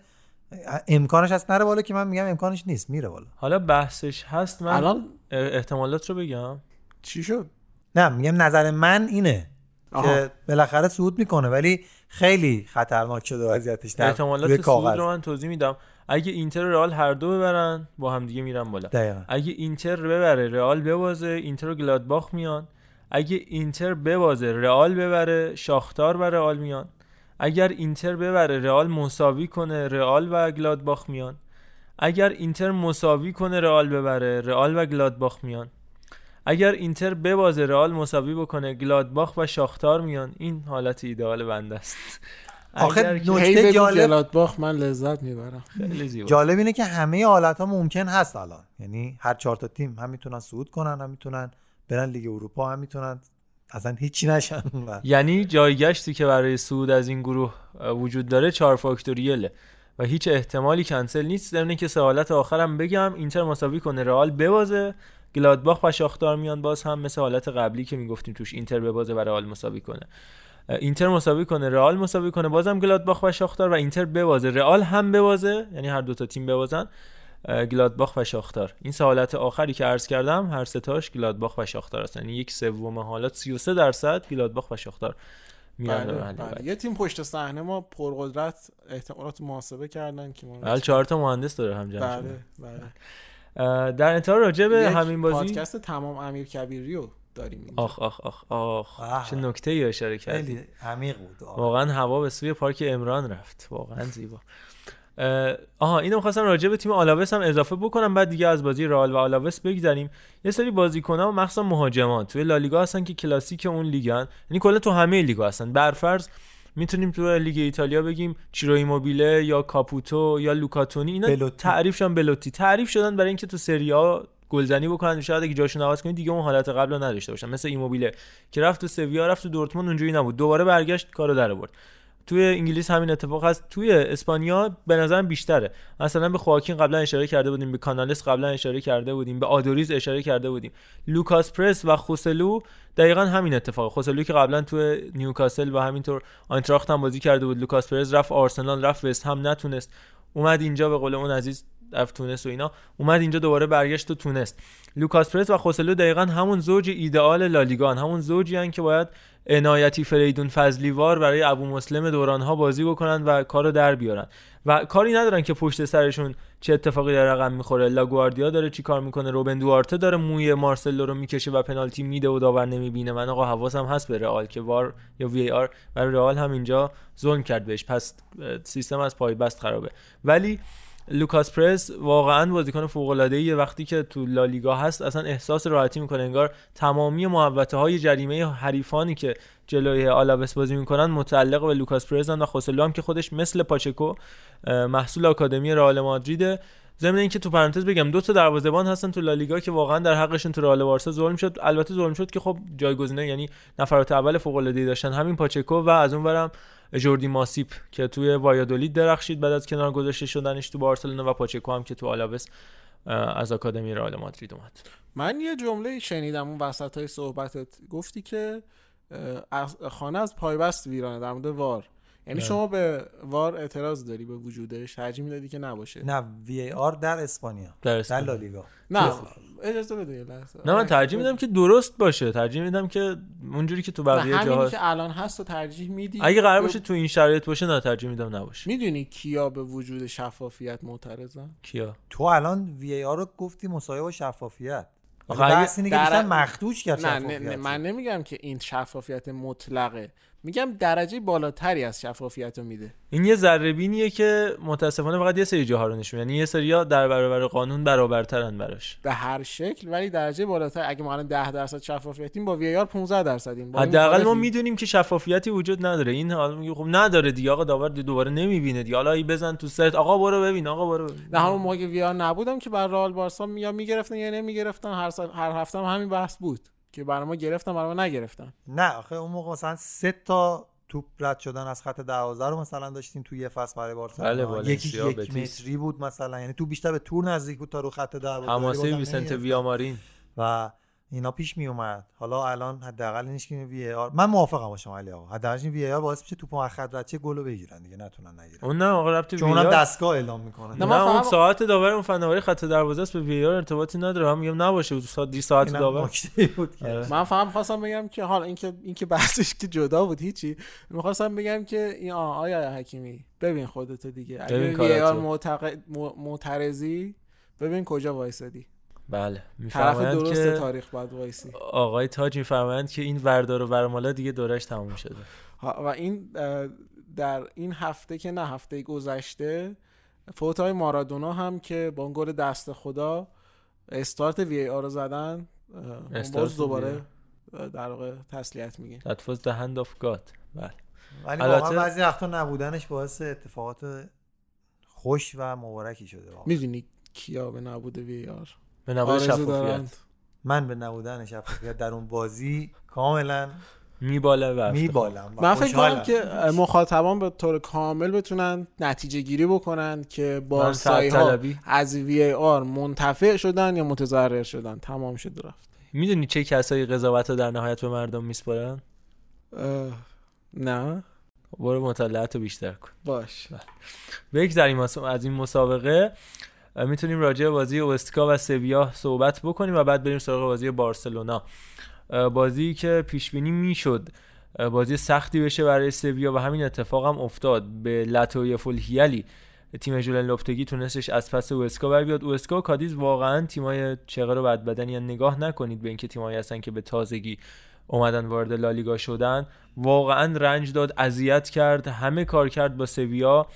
امکانش هست نره بالا، که من میگم امکانش نیست، میره بالا. حالا بحثش هست. من الان احتمالات رو بگم چی شد؟ نه میگم نظر من اینه که بالاخره صعود میکنه ولی خیلی خطرناک شده وضعیتش. در احتمالات صعود رو من توضیح میدم. اگه اینتر و رئال هر دو ببرن با هم دیگه میرن بالا. دقیقا. اگه اینتر ببره رئال ببازه، اینتر و گلادباخ میان. اگه اینتر ببازه رئال ببره، شاختار و رئال میان. اگر اینتر ببره رئال مساوی کنه، رئال و گلادباخ میان. اگر اینتر مساوی کنه رئال ببره، رئال و گلادباخ میان. اگر اینتر ببازه رئال مساوی بکنه، گلادباخ و شاختار میان. این حالت ایدئال بنده است. آخه اگر که- نکته جالب گلادباخ من لذت میبرم. خیلی زیبا. جالب اینه که همه حالت‌ها ممکن هست الان، یعنی هر 4 تا تیم هم میتونن صعود کنن، هم میتونن برن لیگ اروپا، هم میتونن اصلا هیچی نشن. یعنی جایگشتی که برای صعود از این گروه وجود داره 4 فاکتوریله و هیچ احتمالی کنسل نیست. ضمن اینکه سه حالت آخرم بگم، اینتر مساوی کنه، رئال ببازه، گلادباخ و شاختار میان باز هم مثل حالت قبلی که میگفتیم توش اینتر ببازه و رئال مساوی کنه. اینتر مساوی کنه، رئال مساوی کنه، بازم گلادباخ و شاختار، و اینتر ببازه، رئال هم ببازه، یعنی هر دو تا تیم ببازن، گلادباخ و شاختار. این سه حالت آخری که عرض کردم هر سه تاش گلادباخ و شاختار هستن، یعنی 1/3 حالات 33% گلادباخ و شاختار میرن به مرحله بعد. یه تیم پشت صحنه ما پرقدرت احتمالات محاسبه کردن که ما حالا 4 تا مهندس داره هم جمع شده. بله. در انتها راجع به همین بازی پادکست تمام امیر کبیریو داریم اینجا. آخ چه نکته‌ای اشاره کردی. خیلی عمیق بود واقعا هوا به سوی پارک عمران رفت، واقعا زیبا. اینو می‌خواستم راجع به تیم آلاوس هم اضافه بکنم، بعد دیگه از بازی رئال و آلاوس بگذریم. یه سری بازیکن‌ها مخصوصا مهاجمان توی لالیگا هستن که کلاسیک اون لیگن، یعنی کلا تو همه لیگا هستن. برفرض میتونیم تو لیگ ایتالیا بگیم چیرو ایموبیله یا کاپوتو یا لوکاتونی، اینا تعریف شدن برای اینکه تو سری آ گلزنی بکنن، شاید اگه جاشون عوض کنید دیگه اون حالت قبل رو نداشته باشن. مثل ایموبیله که رفت تو سویا، رفت تو دورتموند، اونجوری نبود، دوباره برگشت کارو در آورد. توی انگلیس همین اتفاق هست، توی اسپانیا به نظرم بیشتره. مثلا به خواکین قبلا اشاره کرده بودیم، به کانالس قبلا اشاره کرده بودیم، به آدوریز اشاره کرده بودیم. لوکاس پرس و خوسلو دقیقاً همین اتفاق. خوسلو که قبلا توی نیوکاسل و همینطور آینتراخت هم بازی کرده بود، لوکاس پرس رفت آرسنال، رفت وست هم نتونست، اومد اینجا به قول اون عزیز رفت تونس و اینا، اومد اینجا دوباره برگشت و تونست. لوکاس پرس و خوسلو دقیقاً همون زوج ایدئال لالیگان، همون زوجی ان که باید عنایتی فریدون فضلیوار برای ابو مسلم دورانها بازی بکنن و کارو در بیارن و کاری ندارن که پشت سرشون چه اتفاقی در رقم میخوره. لاگواردیا داره چی کار میکنه، روبن دوارته داره موی مارسلو رو میکشه و پنالتی میده و داور نمیبینه. من آقا حواسم هست به رئال که وار یا وی آر برای رئال هم اینجا ظلم کرد بهش، پس سیستم از پای بست خرابه. ولی لوکاس پرس واقعا بازیکن فوق العاده ای، وقتی که تو لالیگا هست اصلا احساس راحتی میکنه، انگار تمامی محوطه های جریمه حریفانی که جلوی آلاوس بازی میکنن متعلق به لوکاس پرس و خوسلو هم که خودش مثل پاچکو محصول آکادمی رئال مادریده. ضمن اینکه تو پرانتز بگم 2 تا دروازه‌بان هستن تو لالیگا که واقعا در حقشون تو رئال بارسا ظلم شد. البته ظلم شد که خب جایگزینه، یعنی نفرات اول فوق العاده داشتن، همین پاچکو و از اونورم جوردی ماسیپ که توی وایادولید درخشید بعد از کنار گذاشته شدنش تو بارسلونا، و پاچکو هم که تو آلاوس از آکادمی رئال مادرید اومد. من یه جمله شنیدم اون وسطای صحبتت، گفتی که خانه از پایبست ویرانه در مورد وار، یعنی شما به وار اعتراض داری به وجودش، ترجیح میدادی که نباشه؟ نه وی آر در اسپانیا، در لالیگا. نه اجازه بده یه لحظه. نه من ترجیح میدم که درست باشه، ترجیح میدم که اونجوری که تو بقیه جاها همینی که الان هست رو ترجیح میدی. اگه قرار باشه تو این شرایط باشه نه ترجیح میدم نباشه. میدونی کیا به وجود شفافیت معترضن؟ کیا؟ تو الان وی آر رو گفتی مساوی با شفافیت، بحث اینه که بیشتر مخدوش کرد شفافیت. نه من نمیگم که این شفافیت مطلقه، میگم درجه بالاتری از شفافیت رو میده. این یه ذره بینیه که متاسفانه فقط یه سری جاها رو نشون، یعنی یه سری‌ها در برابر قانون برابرترن براش به هر شکل، ولی درجه بالاتر. اگه ما الان 10% شفافیتیم با وی آر 15%، حداقل ما میدونیم که شفافیتی وجود نداره. این حالا میگه خب نداره دیگه، آقا داور دوباره نمیبینه دیگه، حالا ای بزن تو سرت آقا برو ببین، آقا برو ببین. نه همون موقع وی آر نبودم که بر رئال بارسا یا میگرفتن یا نمیگرفتن، هر هفته هم همین بحث بود که برای ما گرفتن برای ما نگرفتن. نه آخه اون موقع مثلا 3 تا توپ رد شدن از خط 12 رو مثلا داشتیم توی یه فصل برای بارسلونا. یکی 1 متری بود مثلا، یعنی تو بیشتر به تور نزدیک بود تا رو خط 12. حماسه ویسنت ویامارین و اینا پیش می اومد. حالا الان حداقل اینش که وی آر، من موافقم با شما علی آقا، حداقل این وی آر باعث میشه توپو از خط رد چه گلو بگیرن دیگه، نتونن نگیرن. اون نه آقا ربطی چون اونم دستگاه اعلام میکنه. نه اون ساعت داور اون فناوری خط دروازه است، به وی آر ارتباطی نداره. من میگم نباشه ساعت داور. من فقط می‌خواستم بگم که حالا اینکه بحثش که جدا بود هیچی، می‌خواستم بگم که این آیا حکیمی ببین خودت دیگه، اگه وی آر معترضی ببین کجا وایسادی. بله میفرمایند درست که تاریخ بعد وایسی. آقای تاج میفرمایند که این وردار و ورمالا دیگه دورش تموم شده و این در این هفته که نه هفته گذشته فوتای مارادونا هم که با گل دست خدا استارت وی آر رو زدن، باز دوباره در واقع تسلیت میگیم. That was the hand of God. بله. ولی واقعا بعضی وقتا نبودنش باعث اتفاقات خوش و مبارکی شده. میدونی کیا به نبود ویار به نبود شفافیت؟ من به نبودن شفافیت در اون بازی کاملا میبالم. من فکر کنم که مخاطبان به طور کامل بتونن نتیجه گیری بکنن که بارسایی ها از وی آر منتفع شدن یا متضرر شدن. تمام شد رفت. میدونی چه کسایی قضاوت رو در نهایت به مردم میسپارن؟ نه. برو مطالعات رو بیشتر کن. باش. بگذاریم از این مسابقه. میتونیم راجع به بازی اوستکا و سویا صحبت بکنیم و بعد بریم سراغ بازی بارسلونا. بازی که پیش بینی میشد بازی سختی بشه برای سویا و همین اتفاق هم افتاد. به لاتویا فولهیالی تیم ژولن لوپتگی تونستش از پس اوسکا بر بیاد. اوسکا و کادیز واقعا تیمای چغر و بدبدنی، نگاه نکنید به اینکه تیمایی هستن که به تازگی اومدن وارد لالیگا شدن. واقعا رنج داد، اذیت کرد، همه کار کرد با سویا.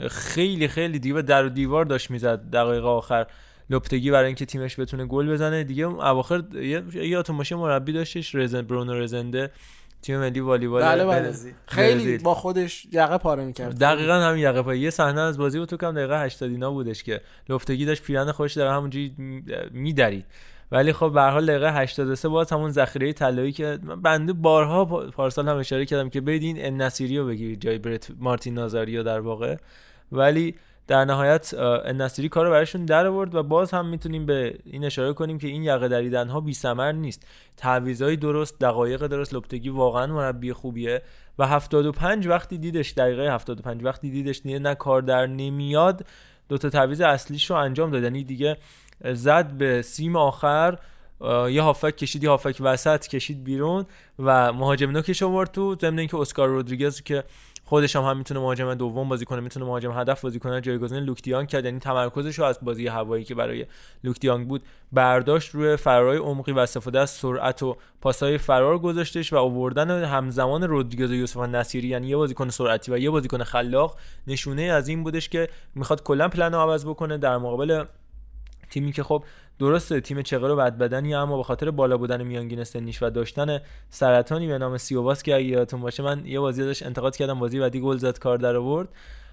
خیلی خیلی دیو در و دیوار داشت میزد دقایق آخر لوپتگی برای اینکه تیمش بتونه گل بزنه. دیگه اواخر یه اتوماشه مربی داشتش، برونو رزنده، تیم ملی والیبال برزیل. خیلی با خودش یقه پاره می‌کرد. دقیقاً همین یقه پاره. یه صحنه از بازی بود تو کم دقیقه 80 اینا بودش که لوپتگی داشت پیرن خودش در همونجوری میدرید، ولی خب به هر حال دقیقه 83 باز همون ذخیره طلایی که بنده بارها پارسال هم اشاره کردم که بدین النصیری رو بگیرید جای مارتین نازاریو در واقع، ولی در نهایت النصیری کارو براشون در آورد و باز هم میتونیم به این اشاره کنیم که این یقه دریدن ها بی ثمر نیست. تعویضای درست، دقایق درست، لوپتگی واقعا مربی خوبیه و 75 وقتی دیدش، دقیقه 75 وقتی دیدش نه کار در نمیاد، دو تا تعویض اصلیش رو انجام داد. یعنی دیگه زد به سیم آخر، یه هافک کشید، یه هافک وسط کشید بیرون و مهاجم نوکش آورد تو، ضمن اینکه اسکار رودریگز که خودش هم میتونه مهاجم دوم بازی کنه، میتونه مهاجم هدف بازی کنه، جایگزین لوک دیانگ کرد. یعنی تمرکزش رو از بازی هوایی که برای لوک دیانگ بود برداشت، روی فرارای عمقی و استفاده از سرعت و پاسهای فرار گذاشتش و آوردن همزمان رودریگز و یوسف نصیری، یعنی یه بازیکن سرعتی و یه بازیکن خلاق، نشونه از این بودش که میخواد کلا پلن رو عوض بکنه در مقابل تیمی که خب درسته تیم چغر و بدبدنی، اما به خاطر بالا بودن میانگین سنیش و داشتن سرطانی به نام سیوواس که اگه یادتون باشه من یه بازی ازش انتقاد کردم، بازی بعدی گل زد، کار در آورد،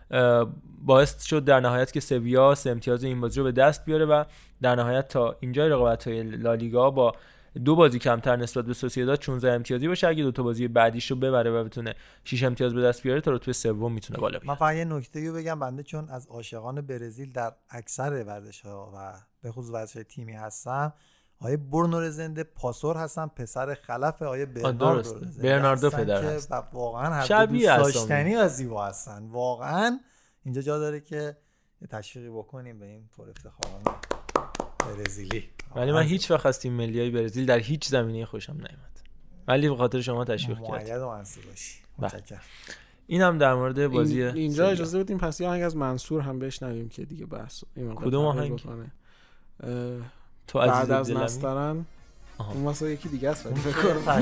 باعث شد در نهایت که سویا 3 امتیاز این بازی رو به دست بیاره و در نهایت تا اینجای رقابت‌های لالیگا با 2 بازی کمتر نسبت به سوسییداد 16 امتیازی باشه. اگه 2 تا بازی بعدیش رو ببره و بتونه 6 امتیاز به دست بیاره تا رتبه سوم میتونه بالا بیاره. من فقط یه نکته‌ای بگم، بنده چون از عاشقان برزیل در اکثر ورزش‌ها و به خصوص ورزش تیمی هستم، آیه برونو رزنده پاسور هستن، پسر خلف آیه برناردو پدر هست و واقعا هر دوست داشتنی و زیبا هستن. واقعا اینجا جا داره که تشویقی بکنیم به این پر افتخاران برزیلی. ولی من هیچ وقت از تیم ملیای برزیل در هیچ زمینه خوشم نیامد، ولی به خاطر شما تشویق کردم. مؤید و منصور باشی. متشکرم. اینم در مورد بازی اینجا اجازه بدیم پس یه آهنگ از منصور هم بشنویم که دیگه بحث کدوم آهنگ تو بعد از نسترن اون واسه یکی دیگه است فکر کنم.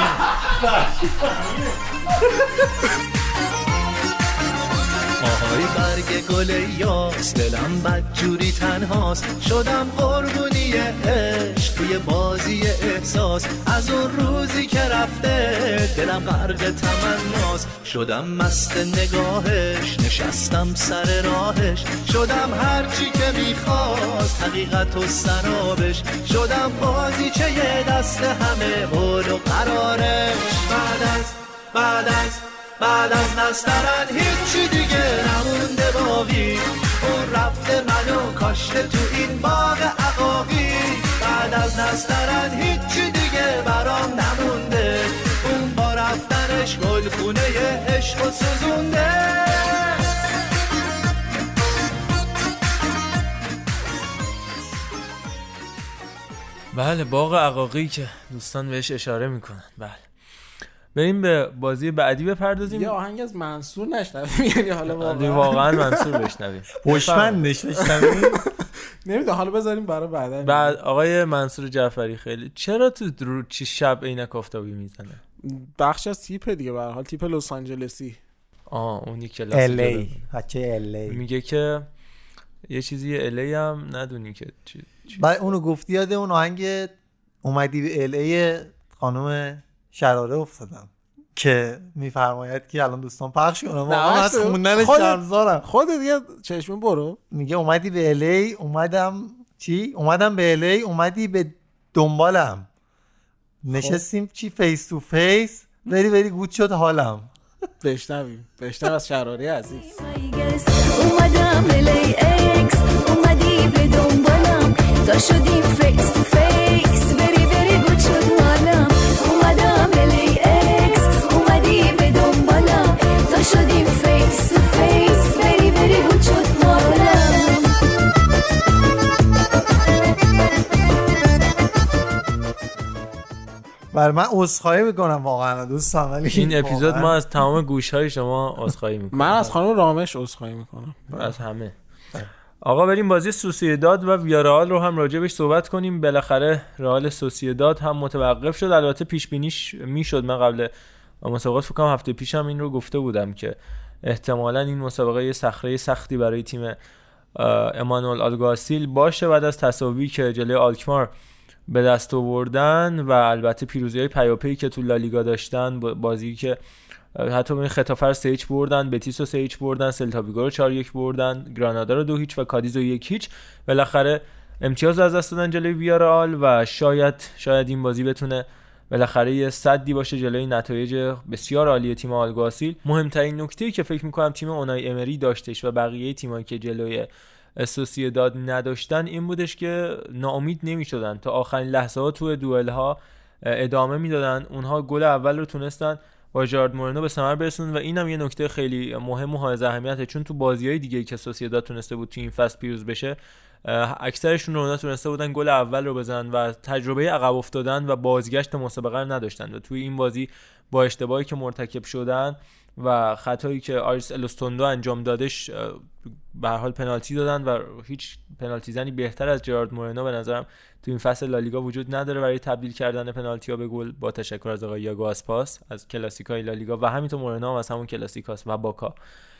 آهای برگ گل یاس، دلم بدجوری تنهاست، شدم قربونی عشق توی بازی احساس، از اون روزی که رفته دلم غرق تمناست، شدم مست نگاهش، نشستم سر راهش، شدم هرچی که میخواست حقیقت و سرابش، شدم بازی چه یه دست همه قول و قرارش. بعد از نسترن هیچی دیگه نمونده باقی، اون رفته منو کاشته تو این باغ عقاقی. بعد از نسترن هیچی دیگه برام نمونده، اون با رفتنش گلخونه عشق و سوزونده. بله، باغ عقاقی که دوستان بهش اشاره میکنن. بله، بریم به بازی بعدی بپردازیم. یه آهنگ از منصور نشنویم، یعنی حالا واقعا منصور بشنویم، پشمندش بشنویم. نمیدونم، حالا بذاریم برای بعدا. بعد آقای منصور جعفری خیلی چرا تو چی شب عینک آفتابی میزنه؟ بخش از تیپ دیگه، به هر حال تیپ لس آنجلسی. اونی کلاس LA بچه LA میگه که یه چیزی LA هم ندونی که چی. بعد اونو گفتی یاد اون آهنگ اومدی به LA خانم شراره افتادم که میفرماید که الان دوستان پخش کنم واقعا از خوندن شرمزارم. خودت دیگه چشم برو. میگه اومدی به الی، اومدم به الی، اومدی به دنبالم، نشستیم چی فیس تو فیس، وری گود شد حالم. بشنویم از شراره عزیز. اومدم الی اکس، اومدی به دنبالم، تا شدیم فیس تو فیس، وری گود شد حالم. اومدم الی اکس، اومدی به دنبالم، تا شدیم فیس تو فیس، وری گود شد حالم. بر من عذرخواهی میکنم واقعا دوستان، ولی این اپیزود ما از تمام گوش‌های شما عذرخواهی میکنم. من از خانم رامش عذرخواهی میکنم، از همه. آقا بریم بازی سوسییداد و ویارال رو هم راجع بهش صحبت کنیم. بالاخره رئال سوسییداد هم متوقف شد. البته پیش بینیش میشد، من قبل مسابقات فکر کنم هفته پیشم این رو گفته بودم که احتمالاً این مسابقه یه صخره سختی برای تیم امانوئل آلگاسیل باشه بعد از تساوی که جلوی آلکمار به دست آوردن و البته پیروزی‌های پیاپی که تو لالیگا داشتن، بازی که حتی این خطافه رو 3-0 بردن، بتیس رو 3-0 بردن، سلتا ویگو رو 4-1 بردن، گرانادا رو 2-0 و کادیز رو 1-0. بالاخره امتیاز از دست دادن جلوی ویارال و شاید این بازی بتونه بالاخره یه صدی باشه جلوی نتایج بسیار عالی تیم آلگاسیل. مهمترین نکته‌ای که فکر می‌کنم تیم اونای امری داشتش و بقیه تیمایی که جلوی سوسییداد نداشتن این بودش که ناامید نمی‌شدن، تا آخرین لحظه‌ها تو دوئل‌ها ادامه میدادن. اونها گل اول رو تونستن با ژارد مورنو به ثمر برسونن و اینم یه نکته خیلی مهم و حائز اهمیته، چون تو بازی‌های دیگه‌ای که سوسییداد تونسته بود تو این فصل پیروز بشه اکثرشون رو تونسته بودن گل اول رو بزنن و تجربه عقب افتادن و بازگشت مسابقه رو نداشتن و توی این بازی با اشتباهی که مرتکب شدن و خطایی که آریس الوستوندو انجام دادش به هر حال پنالتی دادن و هیچ پنالتی زنی بهتر از جرارد مورنو به نظرم تو این فصل لالیگا وجود نداره برای تبدیل کردن پنالتی‌ها به گل، با تشکر از آقای یاگو آسپاس از کلاسیکای لالیگا و همینطور مورنو هم از همون کلاسیکاس و باکا.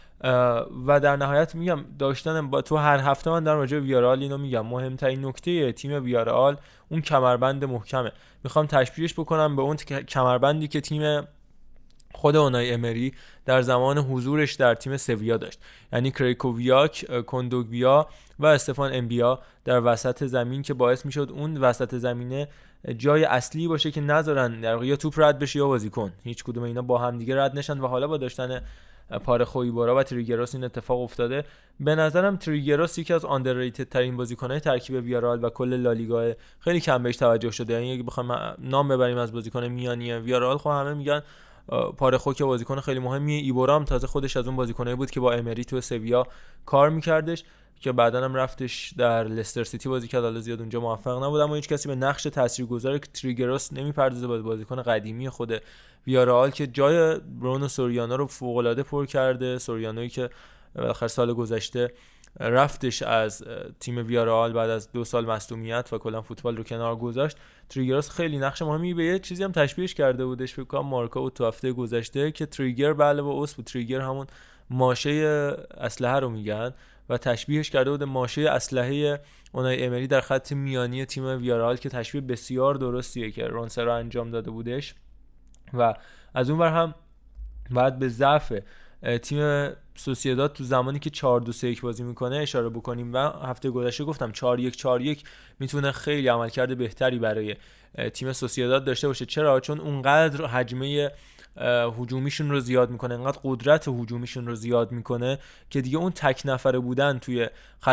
و در نهایت میگم داشتن با تو هر هفته من در مورد ویارال اینو میگم، مهمترین نکته تیم ویارال اون کمربند محکمه. میخوام تشبیهش بکنم به اون کمربندی که تیم خود اونای امری در زمان حضورش در تیم سویا داشت، یعنی کریکوویاک، کندوگبیا و استفان امبیا در وسط زمین که باعث میشد اون وسط زمینه جای اصلی باشه که نذارن در واقع یا توپ رد بشه یا بازیکن، هیچ کدوم اینا با هم دیگه رد نشن و حالا با داشتن پارخویبارا و تریگروس این اتفاق افتاده. به نظرم تریگروس یکی از آندرریتد ترین بازیکن‌های ترکیب ویارال و کل لالیگا، خیلی کم بهش توجه شده. یعنی اگه بخوایم نام ببریم از بازیکن میانی ویارال، خب همه میگن پارخو که بازیکن خیلی مهمیه، ایبورا هم تازه خودش از اون بازیکنایی بود که با امری تو سویا کار میکردش که بعداً هم رفتش در لستر سیتی بازی کرد، حالا زیاد اونجا موفق نبود. اما هیچ کسی به نقش تاثیرگذار تریگروس نمیپردازه، بازیکن قدیمی خود ویارال که جای برونو سوریانو رو فوق‌العاده پر کرده. سوریانویی که آخر سال گذشته رفتش از تیم ویارال بعد از 2 سال مصدومیت و کلا فوتبال رو کنار گذاشت. تریگروس خیلی نقش مهمی به یه چیزی هم تشبیهش کرده بودش، فکر کنم مارکو تو هفته گذشته، که تریگر بله با اسم تریگر همون ماشه اسلحه رو میگن و تشبیهش کرده بود ماشه اسلحه اونای امری در خط میانی تیم ویارال که تشبیه بسیار درستیه که رونسرا انجام داده بودش. و از اون ور هم بعد به ضعف تیم سوسییداد تو زمانی که 4-2-3-1 بازی میکنه اشاره بکنیم و هفته گذشته گفتم 4-1-4-1 میتونه خیلی عملکرد بهتری برای تیم سوسییداد داشته باشه. چرا؟ چون اونقدر حجمه هجومیشون رو زیاد میکنه، انقدر قدرت هجومیشون رو زیاد میکنه که دیگه اون تک نفره بودن توی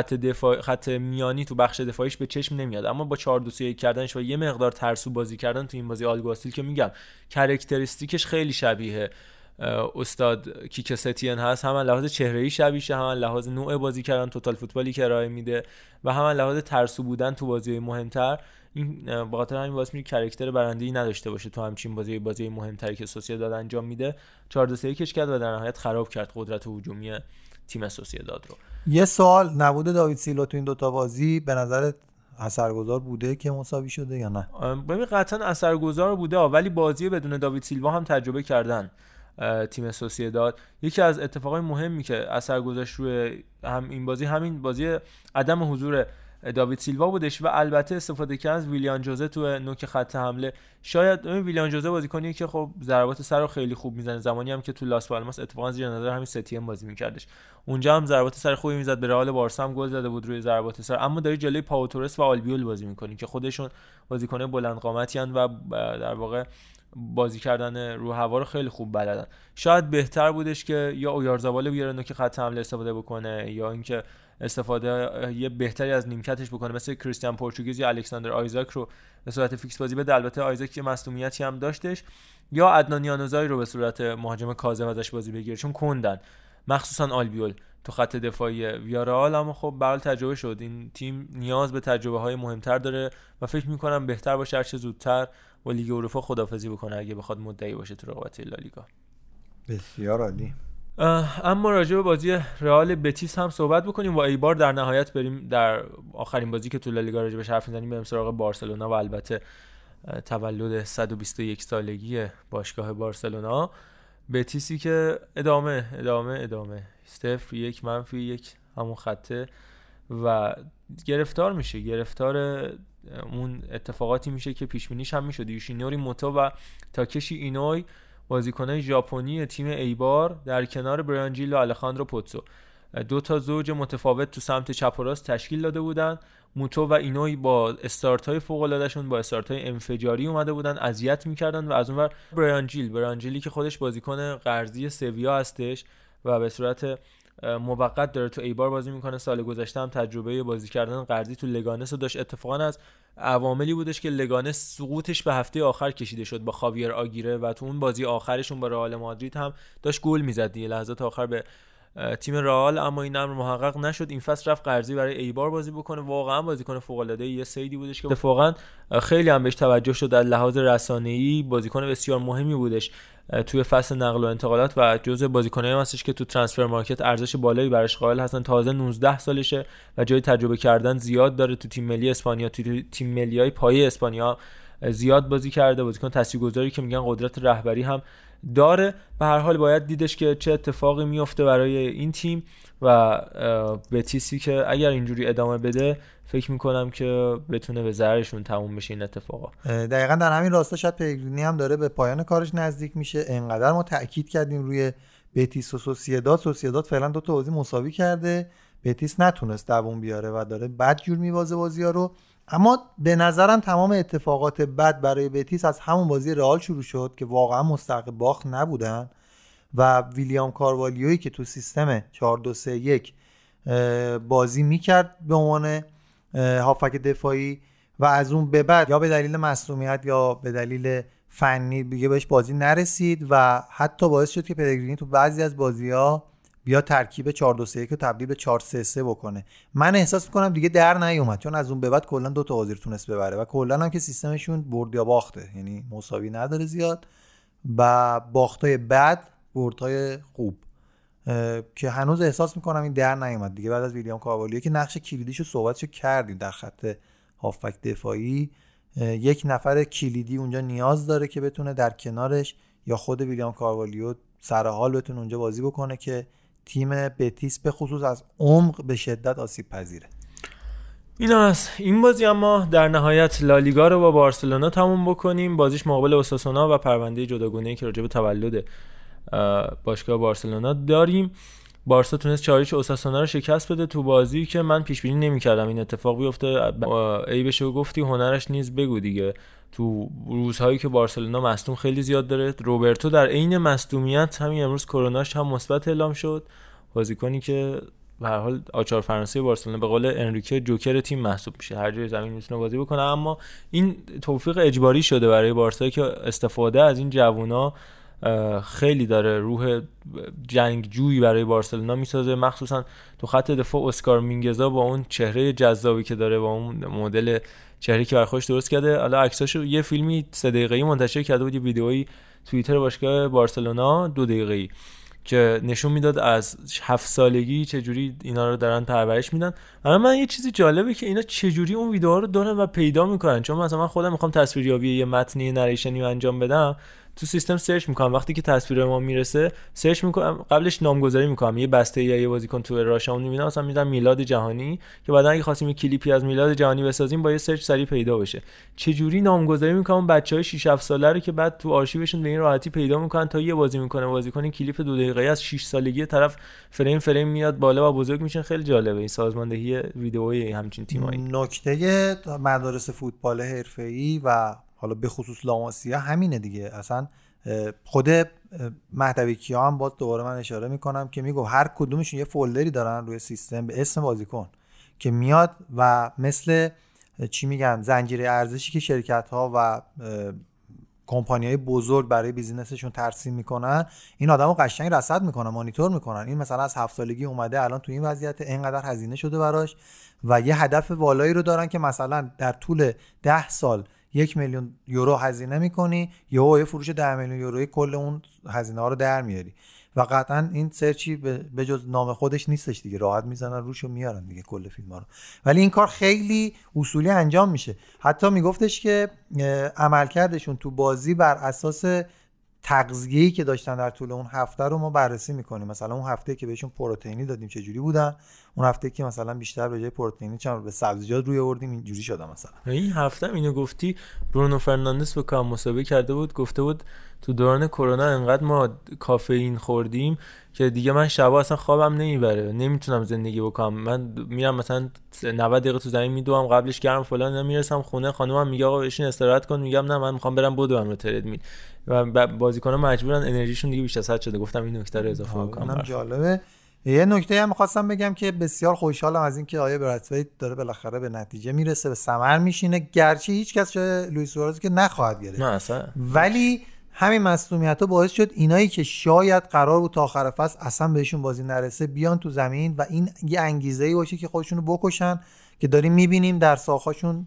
خط میانی تو بخش دفاعیش به چشم نمیاد. اما با 4-2-3-1 کردنش و یه مقدار ترسو بازی کردن تو این بازی آلگاسیل که میگم کاراکتریستیکش خیلی شبیه استاد کیک ستین هست، هم لحاظ چهره‌ای شبیهشه، هم لحاظ نوع بازی کردن توتال فوتبالی که ارائه میده و هم لحاظ ترسو بودن تو بازی مهمتر. این به خاطر همین واسه میگه کاراکتر برنده‌ای نداشته باشه تو همچین بازی مهمتری که سوسییداد انجام میده. 4-2-3-1 کش کرد و در نهایت خراب کرد قدرت هجومی تیم سوسییداد رو. یه سوال، نبود داوید سیلوا تو این دوتا بازی به نظرت اثرگذار بوده که مساوی شده یا نه؟ ببین قطعا اثرگذار بوده، ولی بازی بدون داوید سیلوا هم تجربه کردن تیم سوسییداد. یکی از اتفاقای مهمی که اثر گذاشت روی هم این بازی، همین بازی عدم حضور داوید سیلوا بودش و البته استفاده کردن از ویلیان جوزه تو نوک خط حمله. شاید ویلیان جوزه بازیکنی که خب ضربات سر رو خیلی خوب میزنه، زمانی هم که تو لاس پالماس اتفاقا زیر نظر همین ستیم بازی میکردش، اونجا هم ضربات سر خوبی میزد، به رئال بارسا هم گل زده بود روی ضربات سر. اما داری جلوی پاو تورس و آلبیول بازی میکنی که خودشون بازیکن بلند قامتی ان و در واقع بازی کردن رو هوا رو خیلی خوب بلدن. شاید بهتر بودش که یا اویارزابال بیاره نوک خط حمله استفاده بکنه، یا اینکه استفاده یه بهتری از نیمکتش بکنه، مثل کریستیان پورتوگیز یا الکساندر آیزاک رو به صورت فیکس بازی بده. البته آیزاک که مصونیتی هم داشتش، یا عدنان یانوزای رو به صورت مهاجم کاذب ازش بازی بگیره، چون کندن مخصوصا آلبیول تو خط دفاعی ویارال. اما خب به حال تجربه شد، این تیم نیاز به تجربه های مهمتر داره و فکر می‌کنم بهتر باشه هر چه زودتر با لیگ اروپا خداحافظی بکنه اگه بخواد مدعی باشه تو رقابت لالیگا. بسیار عالی. اما راجع به بازی رئال بتیس هم صحبت بکنیم و ایبار در نهایت بریم در آخرین بازی که تو لالیگا راجع بهش حرف می‌زنیم بریم سراغ بارسلونا و البته تولد 121 سالگی باشگاه بارسلونا. بتیسی که ادامه 0-1 همون خطه و گرفتار میشه، گرفتار اون اتفاقاتی میشه که پیش بینیش هم میشد. یوشینوری موتو و تاکشی اینوی بازیکنای ژاپنی تیم ایبار در کنار برانجیل و الخاندرو پوتسو دو تا زوج متفاوت تو سمت چپ و راست تشکیل داده بودن. موتو و اینوی با استارت‌های فوق‌العاده‌شون با استارت‌های انفجاری اومده بودن، اذیت می‌کردن و از اونور برانجیلی که خودش بازیکن قرضی سویا هستش و به صورت موقت داره تو ایبار بازی میکنه. سال گذشته هم تجربه بازی کردن قرضی تو لگانس رو داشت. اتفاقا از عواملی بودش که لگانس سقوطش به هفته آخر کشیده شد با خاویر آگیره و تو اون بازی آخرشون با رئال مادرید هم داشت گل میزد دیگه لحظات آخر به تیم رئال، اما این امر محقق نشد. این فصل رفت قرضی برای ایبار بازی بکنه. واقعا بازیکن فوق العاده یه سیدی بودش که اتفاقا خیلی هم بهش توجه شد از لحاظ رسانه‌ای. بازیکن بسیار مهمی بودش توی فصل نقل و انتقالات و جزء بازیکنایی هستش که تو ترانسفر مارکت ارزش بالایی براش قائل هستن. تازه 19 سالشه و جای تجربه کردن زیاد داره. تو تیم ملی اسپانیا، تو تیم ملیای پایه اسپانیا زیاد بازی کرده. بازیکن تاثیرگذاری که میگن قدرت رهبری هم داره. به هر حال باید دیدش که چه اتفاقی میفته برای این تیم و بتیسی که اگر اینجوری ادامه بده فکر میکنم که بتونه به ضررشون تموم بشه این اتفاقا. دقیقاً در همین راستا شاید پلگرینی هم داره به پایان کارش نزدیک میشه. انقدر ما تاکید کردیم روی بتیس و سوسییداد فعلا دو تا بازی مساوی کرده، بتیس نتونست دووم بیاره و داره بد جور میوازه بازی‌ها رو. اما به نظرم تمام اتفاقات بد برای بتیس از همون بازی رئال شروع شد که واقعا مستحق باخت نبودن و ویلیام کاروالیویی که تو سیستم 4-2-3-1 بازی میکرد به عنوان هافک دفاعی و از اون به بعد یا به دلیل معصومیت یا به دلیل فنی دیگه بهش بازی نرسید و حتی باعث شد که پلگرینی تو بعضی از بازی‌ها بیا ترکیب 4-2-3-1 رو تبدیل به 4-3-3 بکنه. من احساس میکنم دیگه در نیومد، چون از اون به بعد کلا دو تا بازی رو تونست ببره و کلا هم که سیستمشون برد یا باخته، یعنی مساوی نداره زیاد و باختای بد بردهای خوب که هنوز احساس میکنم این در نیومد دیگه. بعد از ویلیام کاروالیو که نقش کلیدیشو صحبتشو کردیم در خط هافبک دفاعی، یک نفر کلیدی اونجا نیاز داره که بتونه در کنارش یا خود ویلیام کاروالیو سر حال بتونه اونجا بازی بکنه که تیم بتیس به خصوص از عمق به شدت آسیب پذیره. این است این بازی. اما در نهایت لالیگا رو با بارسلونا تموم بکنیم. بازیش مقابل اوساسونا و پرونده جداگانه‌ای که راجع به تولد باشگاه بارسلونا داریم. بارسا تونست 4-0 اوساسونا رو شکست بده تو بازی که من پیش بینی نمی‌کردم این اتفاق بیفته. ای بشه گفتی هنرش نیز بگو دیگه. تو روزهایی که بارسلونا مصدوم خیلی زیاد داره، روبرتو در عین مصدومیت همین امروز کروناش هم مثبت اعلام شد. بازیکنی که به هر حال آچار فرانسه بارسلونا به قول انریکه جوکر تیم محسوب میشه، هر جای زمین میتونه بازی بکنه. اما این توفیق اجباری شده برای بارسا که استفاده از این جوونا خیلی داره روح جنگجویی برای بارسلونا میسازه، مخصوصا تو خط دفاع. اسکار مینگزا با اون چهره جذابی که داره، با اون مدل چهره که برخوش درست کرده. حالا عکساشو یه فیلمی 3 دقیقه‌ای منتشر کرده بود، یه ویدئویی توییتر باشگاه بارسلونا 2 دقیقه‌ای که نشون میداد از 7 سالگی چجوری اینا رو دارن پرورش میدن. اما من یه چیزی جالبه که اینا چجوری اون ویدئوها رو دارن و پیدا میکنن، چون مثلا من خودم میخوام تصویریابی یه متنی نریشنی رو انجام بدم، تو سیستم سرچ میکنم، وقتی که تصویر ما میرسه سرچ میکنم، قبلش نامگذاری میکنم، یه بسته یا یه بازیکن تو راشمون میبینم، مثلا میذارم میلاد جهانی که بعدا اگه خواستیم یه کلیپی از میلاد جهانی بسازیم با یه سرچ سریع پیدا بشه. چه جوری نامگذاری میکنم بچهای 6 7 ساله رو که بعد تو آرشیوشون به این راحتی پیدا میکنن، تا یه بازی میکنه بازیکن کلیپ 2 دقیقه‌ای از 6 سالگی طرف فریم میاد بالا و بزرگ میشن. خیلی جالبه این سازماندهی ویدئویی همچین تیمایی. نکته مدارس فوتبال حرفه‌ای و حالا به خصوص لاماسیا همینه دیگه. اصلا خود مهدوی کیا هم باز دوباره من اشاره میکنم که میگه هر کدومشون یه فولدری دارن روی سیستم به اسم بازیکن که میاد و مثل چی میگن زنجیره ارزشی که شرکت ها و کمپانی‌های بزرگ برای بیزینسشون ترسیم میکنن، این آدمو قشنگ رصد میکنن، مانیتور میکنن. این مثلا از 7 سالگی اومده الان تو این وضعیت، اینقدر هزینه شده براش و یه هدف والایی رو دارن که مثلا در طول 10 سال 1 میلیون یورو هزینه میکنی، یه فروش 10 میلیون یورویی کل اون هزینه ها رو در میاری و قطعا این سرچی به جز نام خودش نیستش دیگه، راحت میزنن روش و میارن دیگه کل فیلم ها رو. ولی این کار خیلی اصولی انجام میشه. حتی میگفتش که عملکردشون تو بازی بر اساس تغذیه‌ای که داشتن در طول اون هفته رو ما بررسی میکنیم. مثلا اون هفته که بهشون پروتئینی دادیم چه جوری بودن، اون هفته که مثلا بیشتر به جای پروتئینی چند به سبزیجات روی آوردیم اینجوری شدن. مثلا این هفته اینو گفتی، برونو فرناندز با کام مسابقه کرده بود، گفته بود تو دوران کرونا انقدر ما کافئین خوردیم که دیگه من شبا اصلا خوابم نمیبره، نمیتونم زندگی بکنم. من میرم مثلا 90 دقیقه تو زمین میدوام، قبلش گرم فلان، میرسم خونه خانومم میگه آقا بشین استراحت کن، میگم نه من میخوام برم بدوم رو تردمیل و بازیکن‌ها مجبورن انرژیشون دیگه بیش از حد شده. گفتم این نکته رو اضافه بکنم. اونم جالبه. یه نکته هم می‌خواستم بگم که بسیار خوشحالم از اینکه آیه برادفید داره بالاخره به نتیجه میرسه، به ثمر میشینه، گرچه هیچ کس جای لوئیس سوارز که نخواهد گرفت. نه اصلا. ولی همین مصونیت‌ها باعث شد اینایی که شاید قرار بود تا آخر فصل اصلا بهشون بازی نرسه بیان تو زمین و این یه انگیزه‌ای باشه که خودشونو بکشن که داریم می‌بینیم در ساخاشون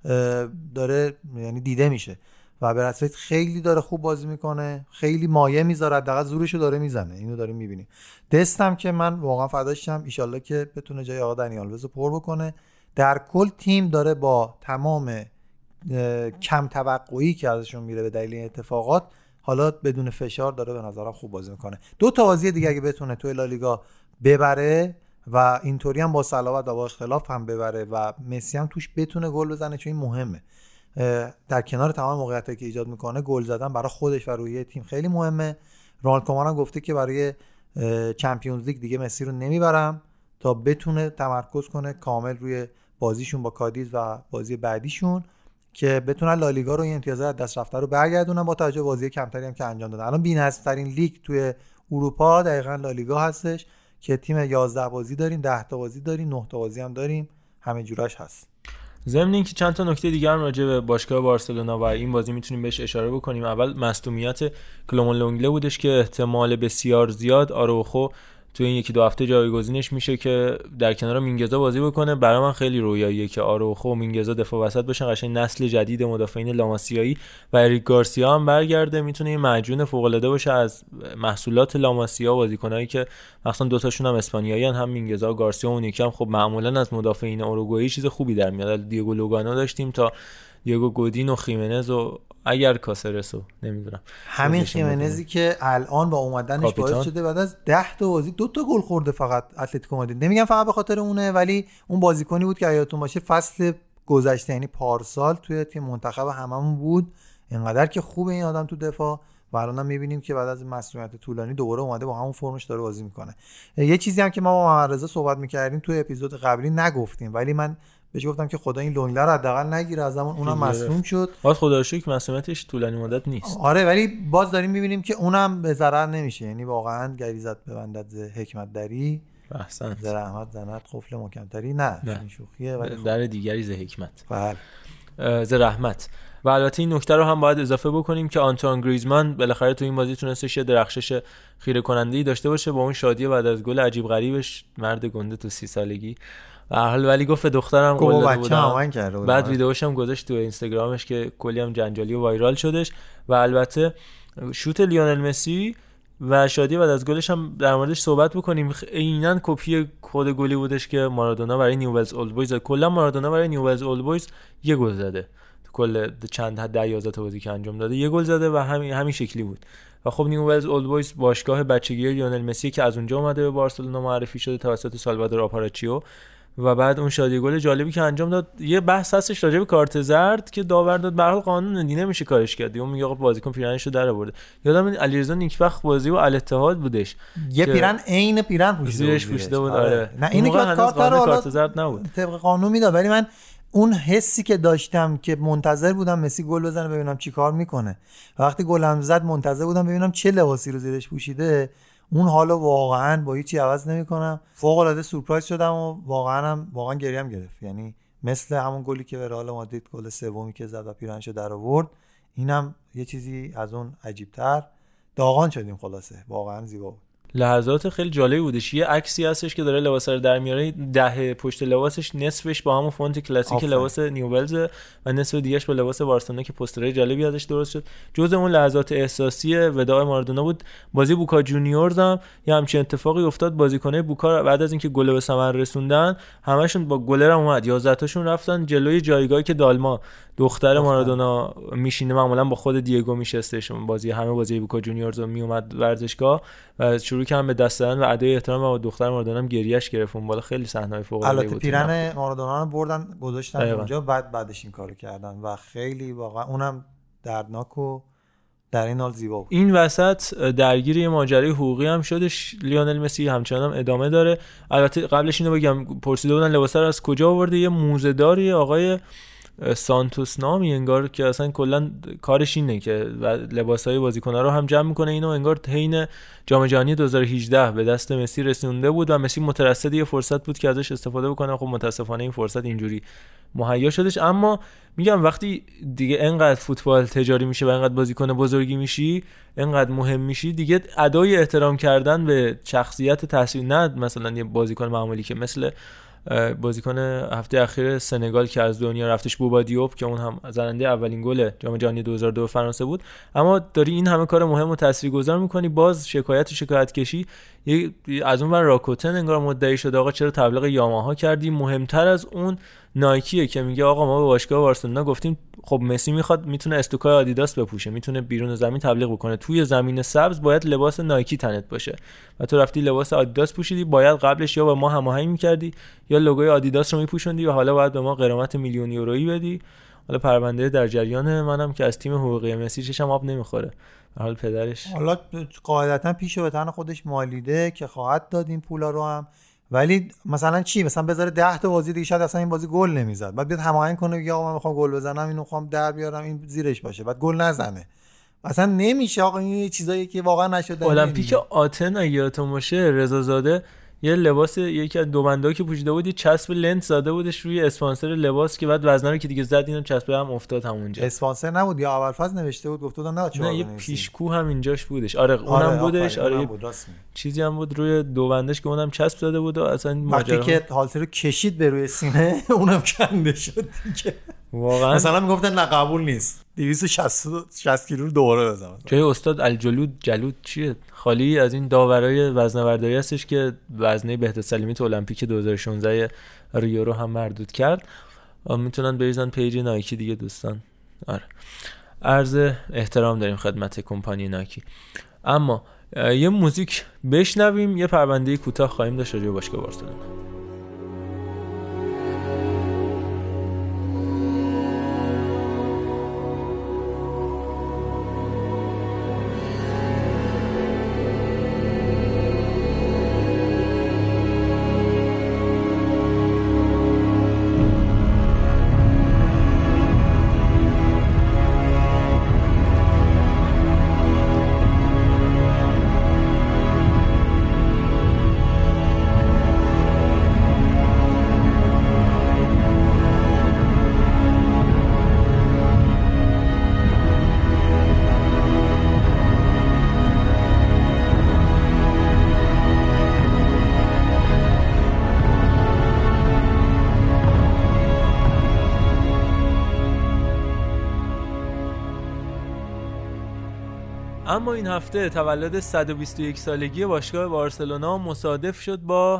داره یعنی دیده میشه و برادفید خیلی داره خوب بازی میکنه، خیلی مایه میذاره، حداقل زورشو داره میزنه، اینو داریم میبینیم. دستم که من واقعا فداشم، ان شاءالله که بتونه جای آقا دنی آلوز رو پر بکنه. در کل تیم داره با تمام کم توقعی که ازشون میره به دلیل اتفاقات، حالا بدون فشار داره به نظرم خوب بازی میکنه. 2 تا بازی دیگه اگه بتونه تو لالیگا ببره و اینطوری هم با صلابت و با اختلاف هم ببره و مسی هم توش بتونه گل بزنه، چون این مهمه. در کنار تمام موقعیتایی که ایجاد میکنه گل زدن برای خودش و روی تیم خیلی مهمه. رونالد کومان هم گفته که برای چمپیونز لیگ دیگه مسی رو نمیبرم تا بتونه تمرکز کنه کامل روی بازیشون با کادیز و بازی بعدیشون که بتونن لالیگا رو این امتیازات از دست رفته رو برگردونن با توجه به بازی کمتری هم که انجام دادن. الان بی‌نظم‌ترین لیگ توی اروپا دقیقاً لالیگا هستش که تیم 11 بازی داریم، 10 تا بازی داریم، 9 تا بازی هم داریم، همه جوراش هست. ضمن اینکه چند تا نکته دیگه هم راجع به باشگاه بارسلونا و این بازی میتونیم بهش اشاره بکنیم. اول مصدومیت کلومون لونگله بودش که احتمال بسیار زیاد آروخو تو این 1-2 هفته جایگزینش میشه که در کنار مینگزا بازی بکنه. برای من خیلی رویاییه که آروخو و مینگزا دفاع وسط باشن، قشنگ نسل جدید مدافعین لاماسیایی و اریک گارسیا هم برگرده، میتونه یه معجون فوق العاده باشه از محصولات لاماسیا، بازیکنایی که مثلا 2 تاشون هم اسپانیاییان، هم مینگزا و گارسیا. اون یکی هم خب معمولا از مدافعین اوروگوئی چیز خوبی در میاد. دیگو لوگانو داشتیم تا دیگو گودین و خیمنز و اگر کاسرسو نمیدونم همین خیمنزی که الان با اومدنش باعث شده بعد از 10 تا بازی 2 تا گل خورده فقط اتلتیکو مادرید. نمیگم فقط به خاطر اونه، ولی اون بازیکنی بود که یادتون باشه فصل گذشته یعنی پارسال توی تیم منتخب هممون بود. اینقدر که خوبه این آدم تو دفاع و الانم میبینیم که بعد از مسئولیت طولانی دوباره اومده با همون فرمش داره بازی میکنه. یه چیزی هم که ما با محمد رضا صحبت میکردیم توی اپیزود قبلی نگفتیم، ولی من بهش گفتم که خدا این لونگله رو حداقل نگیره از زمان اونم مصدوم شد. باز خدا رو شکر مسئولیتش طولانی مدت نیست. آره ولی باز داریم میبینیم که اونم به ضرر نمیشه، یعنی واقعا گریزت ببندد ز حکمت دری احسنت ز رحمت زند قفل محکمتری. نه این شوخیه ولی در دیگری ز حکمت بله ز رحمت. و البته این نکته رو هم باید اضافه بکنیم که آنتوان گریزمان بالاخره تو این بازی تونستش یه درخشش خیره کننده‌ای داشته باشه با اون شادی بعد از گل عجیب غریبش، مرد گنده تو 30 سالگی. ولی گفت دخترم گل داده بودم. بعد ویدیوش هم گذاشت تو اینستاگرامش که کلی هم جنجالی و وایرال شدش. و البته شوت لیونل مسی و شادی بعد از گلش هم در موردش صحبت بکنیم. عیناً کپی خود گلی بودش که مارادونا برای نیوولز اولد بویز، کلا مارادونا برای نیوولز اولد بویز یه گل زده تو کل چند 10-11 تا بازی که انجام داده یه گل زده و همین شکلی بود. و خب نیوولز اولد بویز باشگاه بچگی لیونل مسی که از اونجا اومده به بارسلونا معرفی شده توسط سالوادور آپاراچیو و بعد اون شادی گل جالبی که انجام داد. یه بحث هستش راجع به کارت زرد که داور داد، به هر حال قانون دیگه نمیشه کارش کرد. اون میگه آقا بازیکن پیرنشو در آورده. یادم علیرضا نیکبخت بازی و الاتحاد بودش یه پیرن عین پیرن پوشیده بود. آره نه اینی که کارت زرد نبود طبق قانون میداد، ولی من اون حسی که داشتم که منتظر بودم مسی گل بزنه ببینم چی کار میکنه، وقتی گلم زد منتظر بودم ببینم چه لباسی رو زیرش پوشیده. اون حالو واقعا با هیچی عوض نمیکنم. فوق العاده سورپرایز شدم و واقعا گریم گرفت. یعنی مثل همون گلی که به رئال مادرید گل سومی که زد و پیرنشو در آورد، اینم یه چیزی از اون عجیب‌تر. داغان شدیم خلاصه، واقعا زیبا بود. لحظات خیلی جالبی بودش. یه عکسی هستش که داره لباس رو در میاره، ده پشت لباسش نصفش با همون فونت کلاسیک لباس نیوولز و نصف دیگه‌اش با لباس بارسلونا که پوسترهای جالبی ازش درست شد. جزء اون لحظات احساسی وداع مارادونا بود. بازی بوکا جونیورز هم یه همچین اتفاقی افتاد. بازیکنای بوکا بعد از اینکه گل به ثمر رسوندن همشون با گلر هم اومد 11 تاشون رفتن جلوی جایگاهی که دالما دختر مارادونا میشینه، معمولا با خود دیگو میشستش. بازی همه بازی بوکا جونیورز می اومد ورزشگاه و شروع کردن به دست دادن و ادای احترام و دختر مارادونا هم گریهش گرفت. اون بالا خیلی صحنه‌ای فوق العاده بود. پیرن مارادونا رو بردن گذاشتن اونجا، بعدش این کارو کردن و خیلی واقعا اونم دردناک و در این حال زیبا بود. این وسط درگیر یه ماجرای حقوقی هم شدش لیونل مسی، همچنان هم ادامه داره. البته قبلش اینو بگم، پرسیده بودن لباسا رو از کجا آورده. یه موزه‌داری آقای سانتوس نامی انگار که اصلا کلا کارش اینه که لباسای بازیکن‌ها رو هم جمع میکنه. اینو انگار حین جام جهانی 2018 به دست مسی رسونده بود و مسی مترصد یه فرصت بود که ازش استفاده بکنه. خب متاسفانه این فرصت اینجوری مهیا شدش. اما میگم وقتی دیگه انقدر فوتبال تجاری میشه و انقدر بازیکن بزرگی میشی، انقدر مهم میشی، دیگه ادای احترام کردن به شخصیت تاثیر نه مثلا یه بازیکن معمولی که مثل بازیکن هفته اخیر سنگال که از دنیا رفتش بوبا دیوپ که اون هم زننده اولین گل جام جهانی 2002 فرانسه بود، اما داری این همه کار مهم و تاثیرگذار میکنی، باز شکایت کشی. از اون ور راکوتن انگار مدعی شده آقا چرا تبلیغ یاماها کردی. مهمتر از اون نایکیه که میگه آقا ما به باشگاه بارسلونا گفتیم خب مسی میتونه استوکای آدیداس بپوشه، میتونه بیرون زمین تبلیغ بکنه، توی زمین سبز باید لباس نایکی تنت باشه و تو رفتی لباس آدیداس پوشیدی. باید قبلش یا با ما هماهنگ میکردی یا لوگوی آدیداس رو میپوشوندی و حالا باید به ما غرامت میلیون یورویی بدی. حالا پرونده در جریان، منم که از تیم حقوقی مسی چشم آب نمیخوره. حال پدرش حالا قاعدتا پیشو به تن خودش مالیده که خواهد داد این پولا رو هم، ولی مثلا چی، مثلا بذاره 10 تا بازی دیگه شاید اصلا این بازی گل نمیزد، بعد بیاد هماهنگ کنه بگه آقا من میخوام گل بزنم، اینو میخوام در بیارم، این زیرش باشه، بعد گل نزنه. اصلا نمیشه آقا. این چیزایی که واقعا نشده. المپیک آتن یادتون باشه رضا زاده یه لباس یکی از دو بنده که پوشیده بود، یه چسب لنت زده بودش روی اسپانسر لباس که بعد وزنه رو که دیگه زد اینم چسبه هم افتاد همونجا. اسپانسر نبود یا ابوالفضل نوشته بود گفته بودن نه یه پیشکو هم اینجاش بودش. آره اونم بودش. آره چیزی هم بود روی دو بندش که اونم چسب زده بود و اصلا ماجرا وقتی که هالتر رو کشید به روی سینه اونم کنده شد دیگه. واقعا مثلا میگفتن نه قبول نیست 260 کیلو رو دوباره بزنم. جای استاد جلود چیه خالی از این داورای وزنه‌برداری هستش که وزنه بهداد سلیمی تو المپیک 2016 ریو رو هم مردود کرد. میتونن بریزن پیج نایکی دیگه دوستان. آره عرض احترام داریم خدمت کمپانی نایکی. اما یه موزیک بشنویم، یه پرونده کوتاه خواهیم داشت راجع به باشگاه بارسلونا. اما این هفته تولد 121 سالگی باشگاه بارسلونا مصادف شد با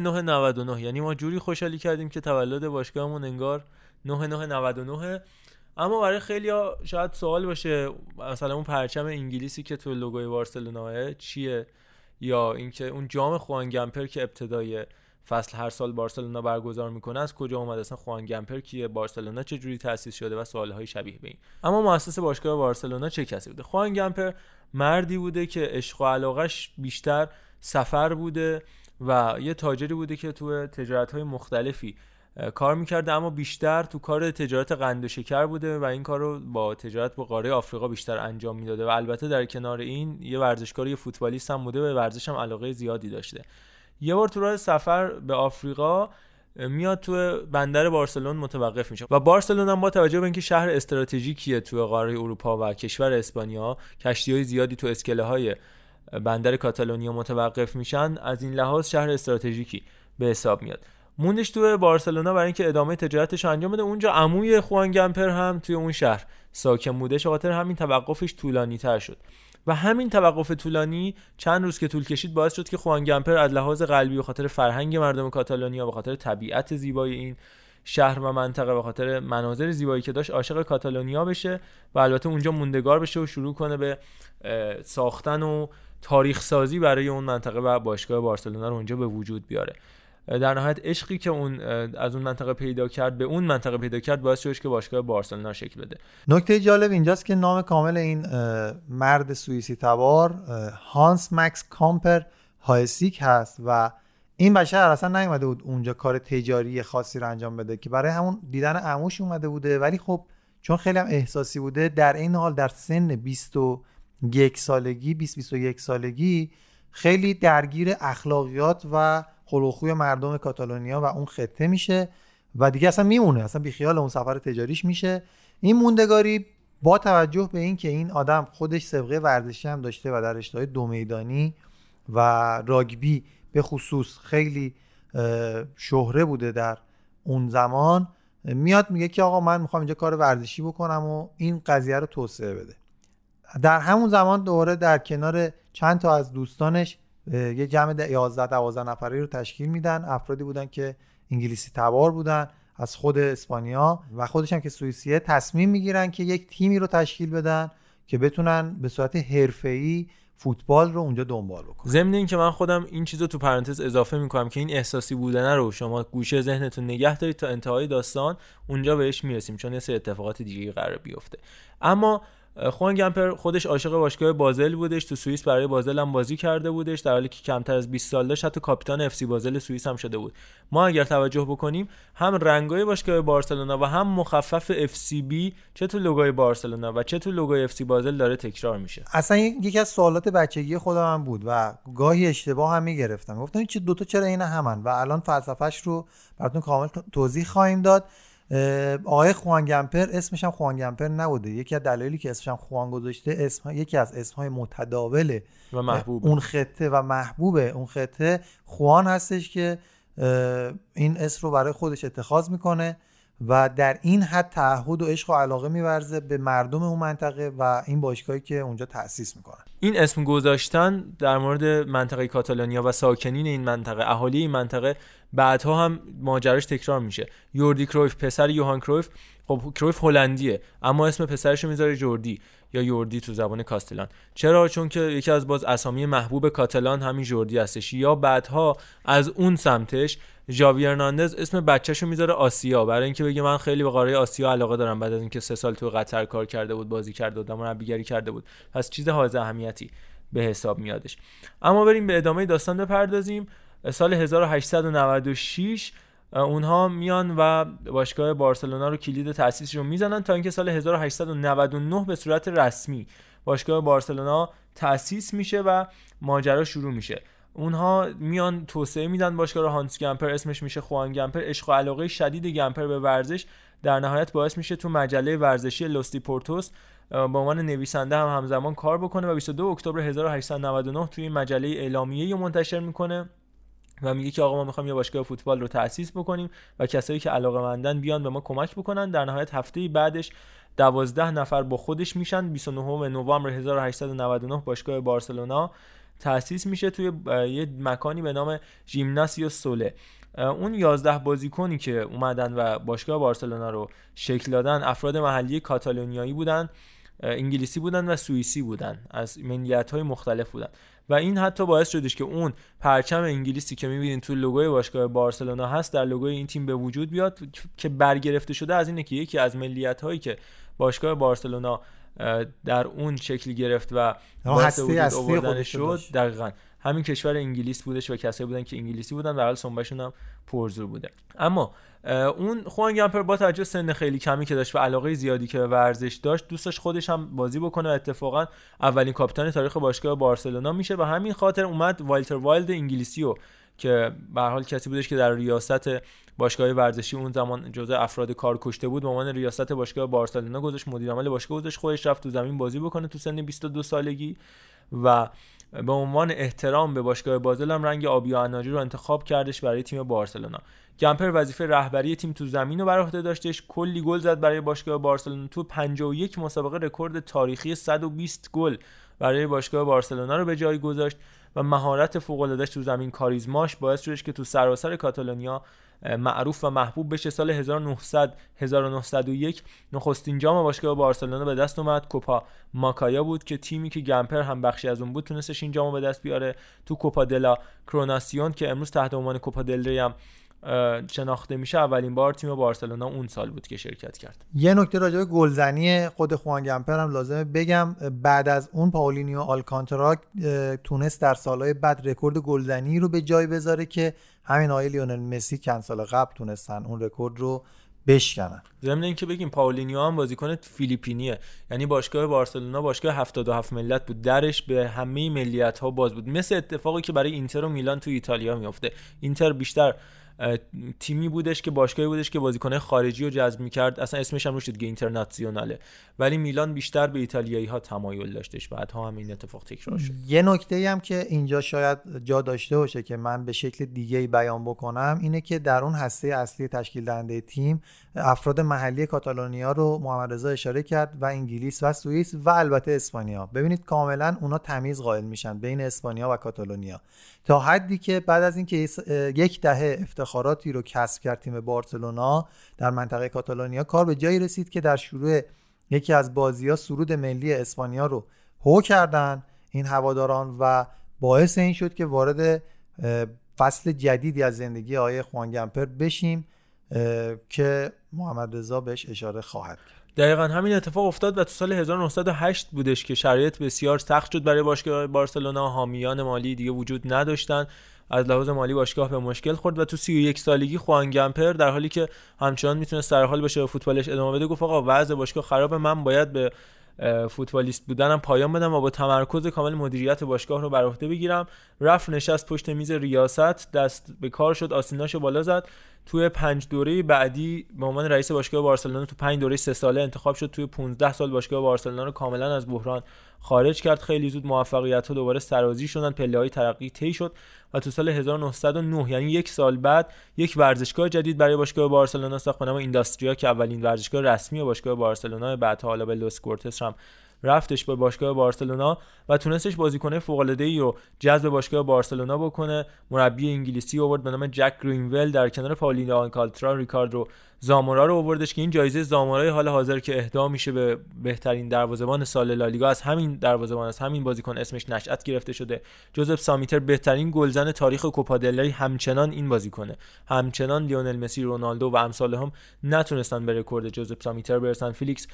9/9/99. یعنی ما جوری خوشحالی کردیم که تولد باشگاهمون انگار 9/9/99 اما برای خیلیا شاید سوال باشه مثلا اون پرچم انگلیسی که تو لوگوی بارسلونا چیه، یا اینکه اون جام خوان گمپر که ابتدای فصل هر سال بارسلونا برگزار میکنه از کجا اومده، اصلا خوان گمپر کیه، بارسلونا چه جوری تأسیس شده و سوالهای شبیه به این. اما مؤسس باشگاه بارسلونا چه کسی بوده؟ خوان گمپر مردی بوده که عشق و علاقش بیشتر سفر بوده و یه تاجری بوده که تو تجارت‌های مختلفی کار میکرده، اما بیشتر تو کار تجارت قند و شکر بوده و این کار رو با تجارت با قاره آفریقا بیشتر انجام میداده و البته در کنار این یه ورزشکار، یه فوتبالیست هم بوده، به ورزش هم علاقه زیادی داشته. یه بار تو راه سفر به آفریقا میاد تو بندر بارسلون متوقف میشه و بارسلون هم با توجه به اینکه شهر استراتژیکیه تو قاره اروپا و کشور اسپانیا، کشتی‌های زیادی تو اسکله‌های بندر کاتالونیا متوقف میشن، از این لحاظ شهر استراتژیکی به حساب میاد. موندش تو بارسلونا برای اینکه ادامه تجارتش انجام بده. اونجا عموی خوان گمپر هم توی اون شهر ساکن بوده، خاطر همین توقفش طولانی تر شد و همین توقف طولانی چند روز که طول کشید باعث شد که خوان گمپر از لحاظ قلبی به خاطر فرهنگ مردم کاتالونیا، به خاطر طبیعت زیبای این شهر و منطقه، به خاطر مناظر زیبایی که داشت، عاشق کاتالونیا بشه و البته اونجا موندگار بشه و شروع کنه به ساختن و تاریخ سازی برای اون منطقه و باشگاه بارسلونا رو اونجا به وجود بیاره. در نهایت عشقی که اون از اون منطقه پیدا کرد به اون منطقه پیدا کرد باعث شد که باشگاه بارسلونا شکل بده. نکته جالب اینجاست که نام کامل این مرد سوئیسی تبار هانس مکس کامپر هایسیک هست و این بشر اصلا نیومده بود اونجا کار تجاری خاصی رو انجام بده، که برای همون دیدن عموش اومده بوده، ولی خب چون خیلی هم احساسی بوده، در این حال در سن 21 سالگی خیلی درگیر اخلاقیات و خلق و خوی مردم کاتالونیا و اون خطه میشه و دیگه اصلا میمونه، اصلا بیخیال اون سفر تجاریش میشه. این موندگاری با توجه به این که این آدم خودش سابقه ورزشی هم داشته و در رشته‌های دو میدانی و راگبی به خصوص خیلی شهره بوده در اون زمان، میاد میگه که آقا من میخوام اینجا کار ورزشی بکنم و این قضیه رو توسعه بده. در همون زمان دوباره در کنار چند تا از دوستانش یه جمع 11-12 نفری رو تشکیل میدن. افرادی بودن که انگلیسی تبار بودن از خود اسپانیا و خودش هم که سوئیسیه، تصمیم میگیرن که یک تیمی رو تشکیل بدن که بتونن به صورت حرفه‌ای فوتبال رو اونجا دنبال بکنن. ضمن این که من خودم این چیزو تو پرانتز اضافه میکنم که این احساسی بودن رو شما گوشه ذهنتون نگه دارید تا انتهای داستان، اونجا بهش میرسیم چون یه سری اتفاقات دیگه قرار بیفته. اما خوان گمپر خودش عاشق باشگاه بازل بودش، تو سوئیس برای بازل هم بازی کرده بودش، در حالی که کمتر از 20 سال داشت حتی کاپیتان اف سی بازل سوئیس هم شده بود. ما اگر توجه بکنیم هم رنگای باشگاه بارسلونا و هم مخفف اف سی بی چه تو لوگوی بارسلونا و چه تو لوگوی اف سی بازل داره تکرار میشه. اصلا یکی از سوالات بچگی خودم هم بود و گاهی اشتباه هم میگرفتم، گفتم این دو تا چرا اینا همن و الان فلسفه‌اش رو براتون کامل توضیح خواهیم داد. آقای خوان گمپر اسمش هم خوان گمپر نبوده، یکی از دلایلی که اسمش هم خوان گذاشته، یکی از اسمهای متداول و محبوب اون خطه و محبوب اون خطه خوان هستش که این اسم رو برای خودش اتخاذ میکنه و در این حد تعهد و عشق و علاقه میورزه به مردم اون منطقه و این باشگاهی که اونجا تأسیس میکنن. این اسم گذاشتن در مورد منطقه کاتالونیا و ساکنین این منطقه، اهالی این منطقه، بعدها هم ماجراش تکرار میشه. یوردی کرویف پسر یوهان کرویف، خب کرویف هلندیه اما اسم پسرش رو میذاره جوردی یا یوردی تو زبان کاستلان. چرا؟ چون که یکی از باز اسامی محبوب کاتالان همین جوردی هستش. یا بعدها از اون سمتش ژاوی هرناندز اسم بچه‌شو میذاره آسیا، برای اینکه بگه من خیلی به قاره آسیا علاقه دارم، بعد از اینکه 3 سال تو قطر کار کرده بود، بازی کرده بود، مربیگری کرده بود، پس چیز حائز اهمیتی به حساب میادش. اما بریم به ادامه داستان بپردازیم. سال 1896 اونها میان و باشگاه بارسلونا رو کلید تأسیسش رو میزنن تا اینکه سال 1899 به صورت رسمی باشگاه بارسلونا تأسیس میشه و ماجرا شروع میشه. اونها میان توسعه میدن باشگاه رو. هانس گمپر اسمش میشه خوان گمپر. عشق و علاقه شدید گمپر به ورزش در نهایت باعث میشه تو مجله ورزشی لوس دیپورتوس به عنوان نویسنده هم همزمان کار بکنه و 22 اکتبر 1899 توی مجله اعلامیه‌ای منتشر میکنه و میگه که آقا ما میخوایم یه باشگاه فوتبال رو تأسیس بکنیم و کسایی که علاقه‌مندن بیان به ما کمک بکنن. در نهایت هفته بعدش 12 نفر با خودش میشن. 29 نوامبر 1899 باشگاه بارسلونا تأسیس میشه توی یه مکانی به نام ژیمناسیو سوله. اون 11 بازیکنی که اومدن و باشگاه بارسلونا رو شکل دادن افراد محلی کاتالونیایی بودن، انگلیسی بودن و سوئیسی بودن، از ملیت‌های مختلف بودن و این حتی باعث شدش که اون پرچم انگلیسی که می‌بینید تو لوگوی باشگاه بارسلونا هست در لوگوی این تیم به وجود بیاد که برگرفته شده از اینه که یکی از ملیت‌هایی که باشگاه بارسلونا در اون شکل گرفت و باعث وجود آوردنش شد دقیقاً همین کشور انگلیس بودش و کسایی بودن که انگلیسی بودن و حال سنبهشون هم پرزور بوده. اما اون خوان گامپر با توجه سن خیلی کمی که داشت و علاقه زیادی که به ورزش داشت دوستش خودش هم بازی بکنه و اتفاقا اولین کاپیتان تاریخ باشگاه بارسلونا میشه و همین خاطر اومد والتر وایلد انگلیسیو که به هر حال کسی بودش که در ریاست باشگاه ورزشی اون زمان جزء افراد کار کشته بود به عنوان ریاست باشگاه بارسلونا گذاشت، مدیر عامل باشگاه گذاشت، خودش رفت تو زمین بازی بکنه تو سن 22 سالگی و به عنوان احترام به باشگاه بازل هم رنگ آبی و عناصری رو انتخاب کردش برای تیم بارسلونا. گامپر وظیفه رهبری تیم تو زمین رو بر عهده داشتش، کلی گل زد برای باشگاه بارسلونا، تو 51 مسابقه رکورد تاریخی 120 گل برای باشگاه بارسلونا رو به جای گذاشت و مهارت فوق‌العاده‌اش تو زمین، کاریزماش باعث شدش که تو سراسر کاتالونیا معروف و محبوب بشه. سال 1901 نخستین جام باشگاه بارسلونا به دست اومد، کوپا ماکایا بود که تیمی که گامپر هم بخشی از اون بود تونستش این جامو به دست بیاره. تو کوپا دلا کروناسیون که امروز تحت عنوان کوپا دل ری هم شناخته میشه اولین بار تیم بارسلونا اون سال بود که شرکت کرد. یه نکته راجع به گلزنی خود خوان گامپر هم لازمه بگم. بعد از اون پاولینیو آلکانتارا تونست در سالهای بعد رکورد گلزنی رو به جای بذاره که همین آقای لیونل مسی چند سال قبل تونستن اون رکورد رو بشکنن. ضمن اینکه بگیم پاولینیو هم بازیکن فیلیپینیه، یعنی باشگاه بارسلونا باشگاه 77 ملت بود، درش به همه ملیت‌ها باز بود، مثل اتفاقی که برای اینتر و میلان تو ایتالیا میفته. اینتر بیشتر تیمی بودش که باشگاهی بودش که بازیکن‌های خارجی رو جذب می‌کرد، اصلا اسمش هم روش دیگه اینترناسیوناله، ولی میلان بیشتر به ایتالیایی‌ها تمایل داشتش. بعدها هم این اتفاق تکرار شد. یه نکته‌ای هم که اینجا شاید جا داشته باشه که من به شکل دیگه‌ای بیان بکنم اینه که در اون هسته اصلی تشکیل دهنده تیم افراد محلی کاتالونیا رو محمد رضا اشاره کرد و انگلیس و سوئیس و البته اسپانیا. ببینید کاملا اونا تمیز قائل میشن بین اسپانیا و کاتالونیا تا حدی که بعد از اینکه یک دهه افتخاراتی رو کسب کرد تیم بارسلونا در منطقه کاتالونیا، کار به جایی رسید که در شروع یکی از بازی‌ها سرود ملی اسپانیا رو هو کردن این هواداران و باعث این شد که وارد فصل جدیدی از زندگی آقای خوان گامپر بشیم که محمد رضا بهش اشاره خواهد کرد. دقیقاً همین اتفاق افتاد و تو سال 1908 بودش که شرایط بسیار سخت شد برای باشگاه بارسلونا، حامیان مالی دیگه وجود نداشتن، از لحاظ مالی باشگاه به مشکل خورد و تو 31 سالگی خوان گامپر در حالی که همچنان میتونه سر حال باشه و فوتبالش ادامه بده گفت آقا وضع باشگاه خرابه، من باید به فوتبالیست بودنم پایان بدم و با تمرکز کامل مدیریت باشگاه رو بر عهده بگیرم. رفت نشست پشت میز ریاست، دست به کار شد، آستیناشو بالا زد. توی 5 دوره بعدی به عنوان رئیس باشگاه بارسلونا تو 5 دوره 3 ساله انتخاب شد. توی 15 سال باشگاه بارسلونا رو کاملا از بحران خارج کرد. خیلی زود موفقیت‌ها دوباره سرازی شدن، پله‌های ترقی طی شد و تو سال 1909 یعنی یک سال بعد یک ورزشگاه جدید برای باشگاه بارسلونا ساخت به نام اینداستریا که اولین ورزشگاه رسمی باشگاه بارسلونا، بعدها حالا به لوس کورتس هم رفتش به باشگاه بارسلونا و تونستش بازیکن فوق‌العاده‌ای رو جذب باشگاه بارسلونا بکنه. مربی انگلیسی آورد به نام جک گرینول، در کنار پاولینو آلکانتارا ریکاردو زامورا رو آوردش که این جایزه زامورای حال حاضر که اهدا میشه به بهترین دروازه‌بان سال لالیگا، از همین دروازه‌بان، از همین بازیکن اسمش نشأت گرفته شده. جوزف سامیتر بهترین گلزن تاریخ کوپا دل ری همچنان این بازیکنه، همچنان لیونل مسی، رونالدو و امثالهم نتونستن به رکورد جوزف سامیتر برسن. فیلیکس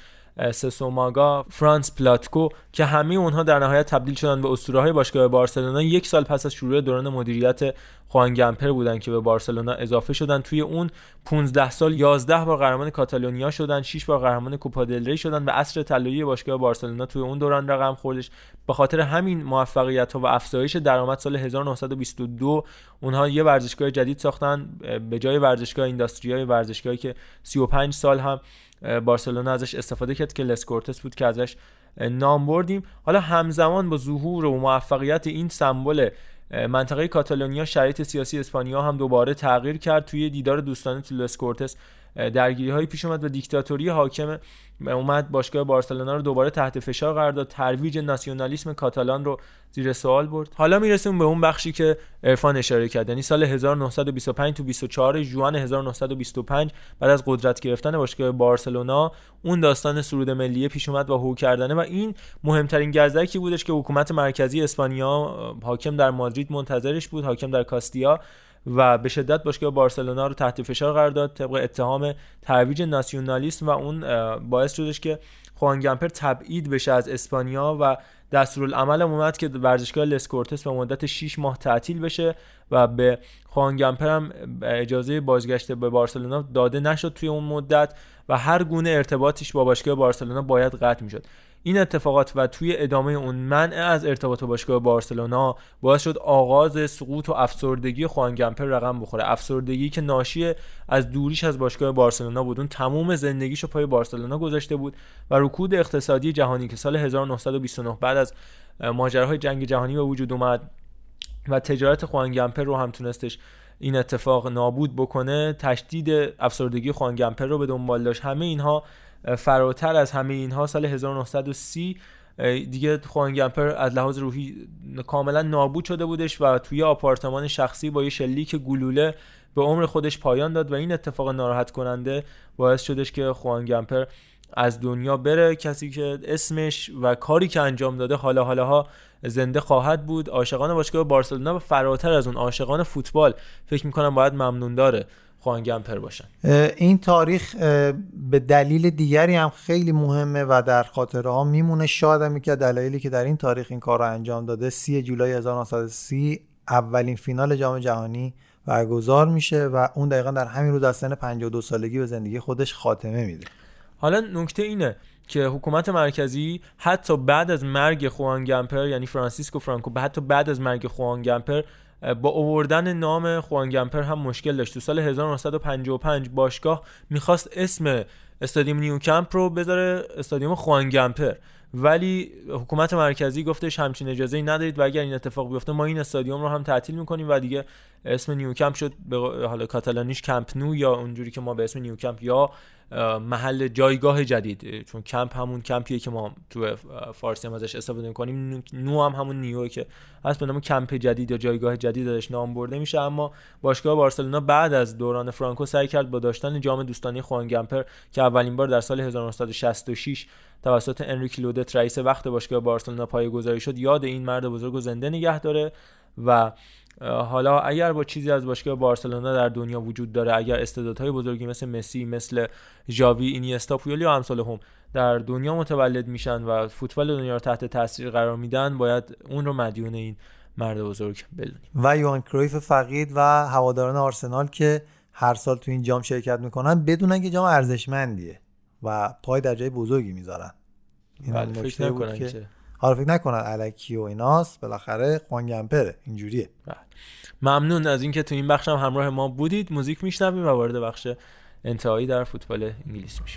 سسوماگا، فرانس پلاتکو که همه اونها در نهایت تبدیل شدن به اسطوره‌های باشگاه بارسلونا یک سال پس از شروع دوران مدیریت خوان گامپر بودن که به بارسلونا اضافه شدن. توی اون 15 سال 11 بار قهرمان کاتالونیا شدن، 6 بار قهرمان کوپا دل ری شدن و عصر طلایی باشگاه بارسلونا توی اون دوران رقم خوردش. به خاطر همین موفقیت‌ها و افزایش درآمد سال 1922 اونها یه ورزشگاه جدید ساختن به جای ورزشگاه اینداستریا، ورزشگاهی که 35 سال هم بارسلونا ازش استفاده کرد که لس کورتس بود که ازش نام بردیم. حالا همزمان با ظهور و موفقیت این سمبل منطقه کاتالونیا، شرایط سیاسی اسپانیا هم دوباره تغییر کرد. توی دیدار دوستانه تو لس کورتس درگیری‌هایی پیش اومد و دیکتاتوری حاکم اومد باشگاه بارسلونا رو دوباره تحت فشار قرار داد، ترویج ناسیونالیسم کاتالان رو زیر سوال برد. حالا میرسیم به اون بخشی که عرفان اشاره کرد، یعنی سال 1925 تو 24 ژوئن 1925 بعد از قدرت گرفتن باشگاه بارسلونا اون داستان سرود ملی پیش اومد و هو کردنه و این مهمترین گزدکی بودش که حکومت مرکزی اسپانیا حاکم در مادرید منتظرش بود، حاکم در کاستیا، و به شدت باشگاه بارسلونا رو تحت فشار قرار داد طبق اتهام ترویج ناسیونالیسم و اون باعث شدش که خوان گامپر تبعید بشه از اسپانیا و دستورالعمل اومد که ورزشگاه لسکورتس به مدت 6 ماه تعطیل بشه و به خوان گامپر هم اجازه بازگشت به بارسلونا داده نشد توی اون مدت و هر گونه ارتباطش با باشگاه بارسلونا باید قطع میشد. این اتفاقات و توی ادامه اون منع از ارتباط باشگاه بارسلونا باعث شد آغاز سقوط و افسردگی خوان گامپر رقم بخوره، افسردگی که ناشی از دوریش از باشگاه بارسلونا بود. اون تمام زندگیشو پای بارسلونا گذاشته بود و رکود اقتصادی جهانی که سال 1929 بعد از ماجراهای جنگ جهانی به وجود اومد و تجارت خوان گامپر رو هم تونستش این اتفاق نابود بکنه، تشدید افسردگی خوان گامپر رو به دنبال داشت. همه اینها فراتر از همه اینها سال 1930 دیگه خوان گامپر از لحاظ روحی کاملا نابود شده بودش و توی آپارتمان شخصی با یه شلیک گلوله به عمر خودش پایان داد و این اتفاق ناراحت کننده باعث شدش که خوان گامپر از دنیا بره، کسی که اسمش و کاری که انجام داده حالا زنده خواهد بود. عاشقان باشگاه بارسلونا و فراتر از اون عاشقان فوتبال فکر میکنم باید ممنون داره خوان گامپر باشن. این تاریخ به دلیل دیگری هم خیلی مهمه و در خاطره ها میمونه. شاید هم که دلایلی که در این تاریخ این کار رو انجام داده 3 جولای 1930 اولین فینال جام جهانی برگزار میشه و اون دقیقا در همین روز از سن 52 سالگی به زندگی خودش خاتمه میده. حالا نکته اینه که حکومت مرکزی حتی بعد از مرگ خوان گامپر، یعنی فرانسیسکو فرانکو، حتی بعد از مرگ خوان گامپر با آوردن نام خوان گامپر هم مشکل داشت. تو سال 1955 باشگاه میخواست اسم استادیوم نیوکمپ رو بذاره استادیوم خوان گامپر، ولی حکومت مرکزی گفتش همچین اجازه‌ای ندارید و اگر این اتفاق بیفته ما این استادیوم رو هم تعطیل می‌کنیم و دیگه اسم نیوکمپ شد به حالا کاتالانیش کمپ نو یا اونجوری که ما به اسم نیوکمپ یا محل جایگاه جدید، چون کمپ همون کمپیه که ما تو فارسی هم ازش استفاده می‌کنیم، نو هم همون نیوه که هست به نام کمپ جدید یا جایگاه جدید ازش نام برده میشه. اما باشگاه بارسلونا بعد از دوران فرانکو سعی کرد با داشتن جام دوستانه خوان گامپر که اولین بار در سال 1966 توسط انریک لودت رئیس وقت باشگاه بارسلونا پایه‌گذاری شد یاد این مرد بزرگ رو زنده نگه داره و حالا اگر با چیزی از باشگاه بارسلونا در دنیا وجود داره، اگر استعدادهای بزرگی مثل مسی، مثل ژاوی، اینیستا، پویول یا امثال هم در دنیا متولد میشن و فوتبال دنیا رو تحت تاثیر قرار میدن، باید اون رو مدیون این مرد بزرگ بدونیم. و یوهان کرویف فقید و هواداران آرسنال که هر سال تو این جام شرکت میکنن بدونن که جام ارزشمندیه و پای در جای بزرگی میذارن. این فکر نکنن که فکر نکنن الکی و ایناست، بالاخره خوان گامپره اینجوریه. ممنون از اینکه تو این بخش هم همراه ما بودید. موزیک میشنویم و وارد بخش انتهایی در فوتبال انگلیس میشیم.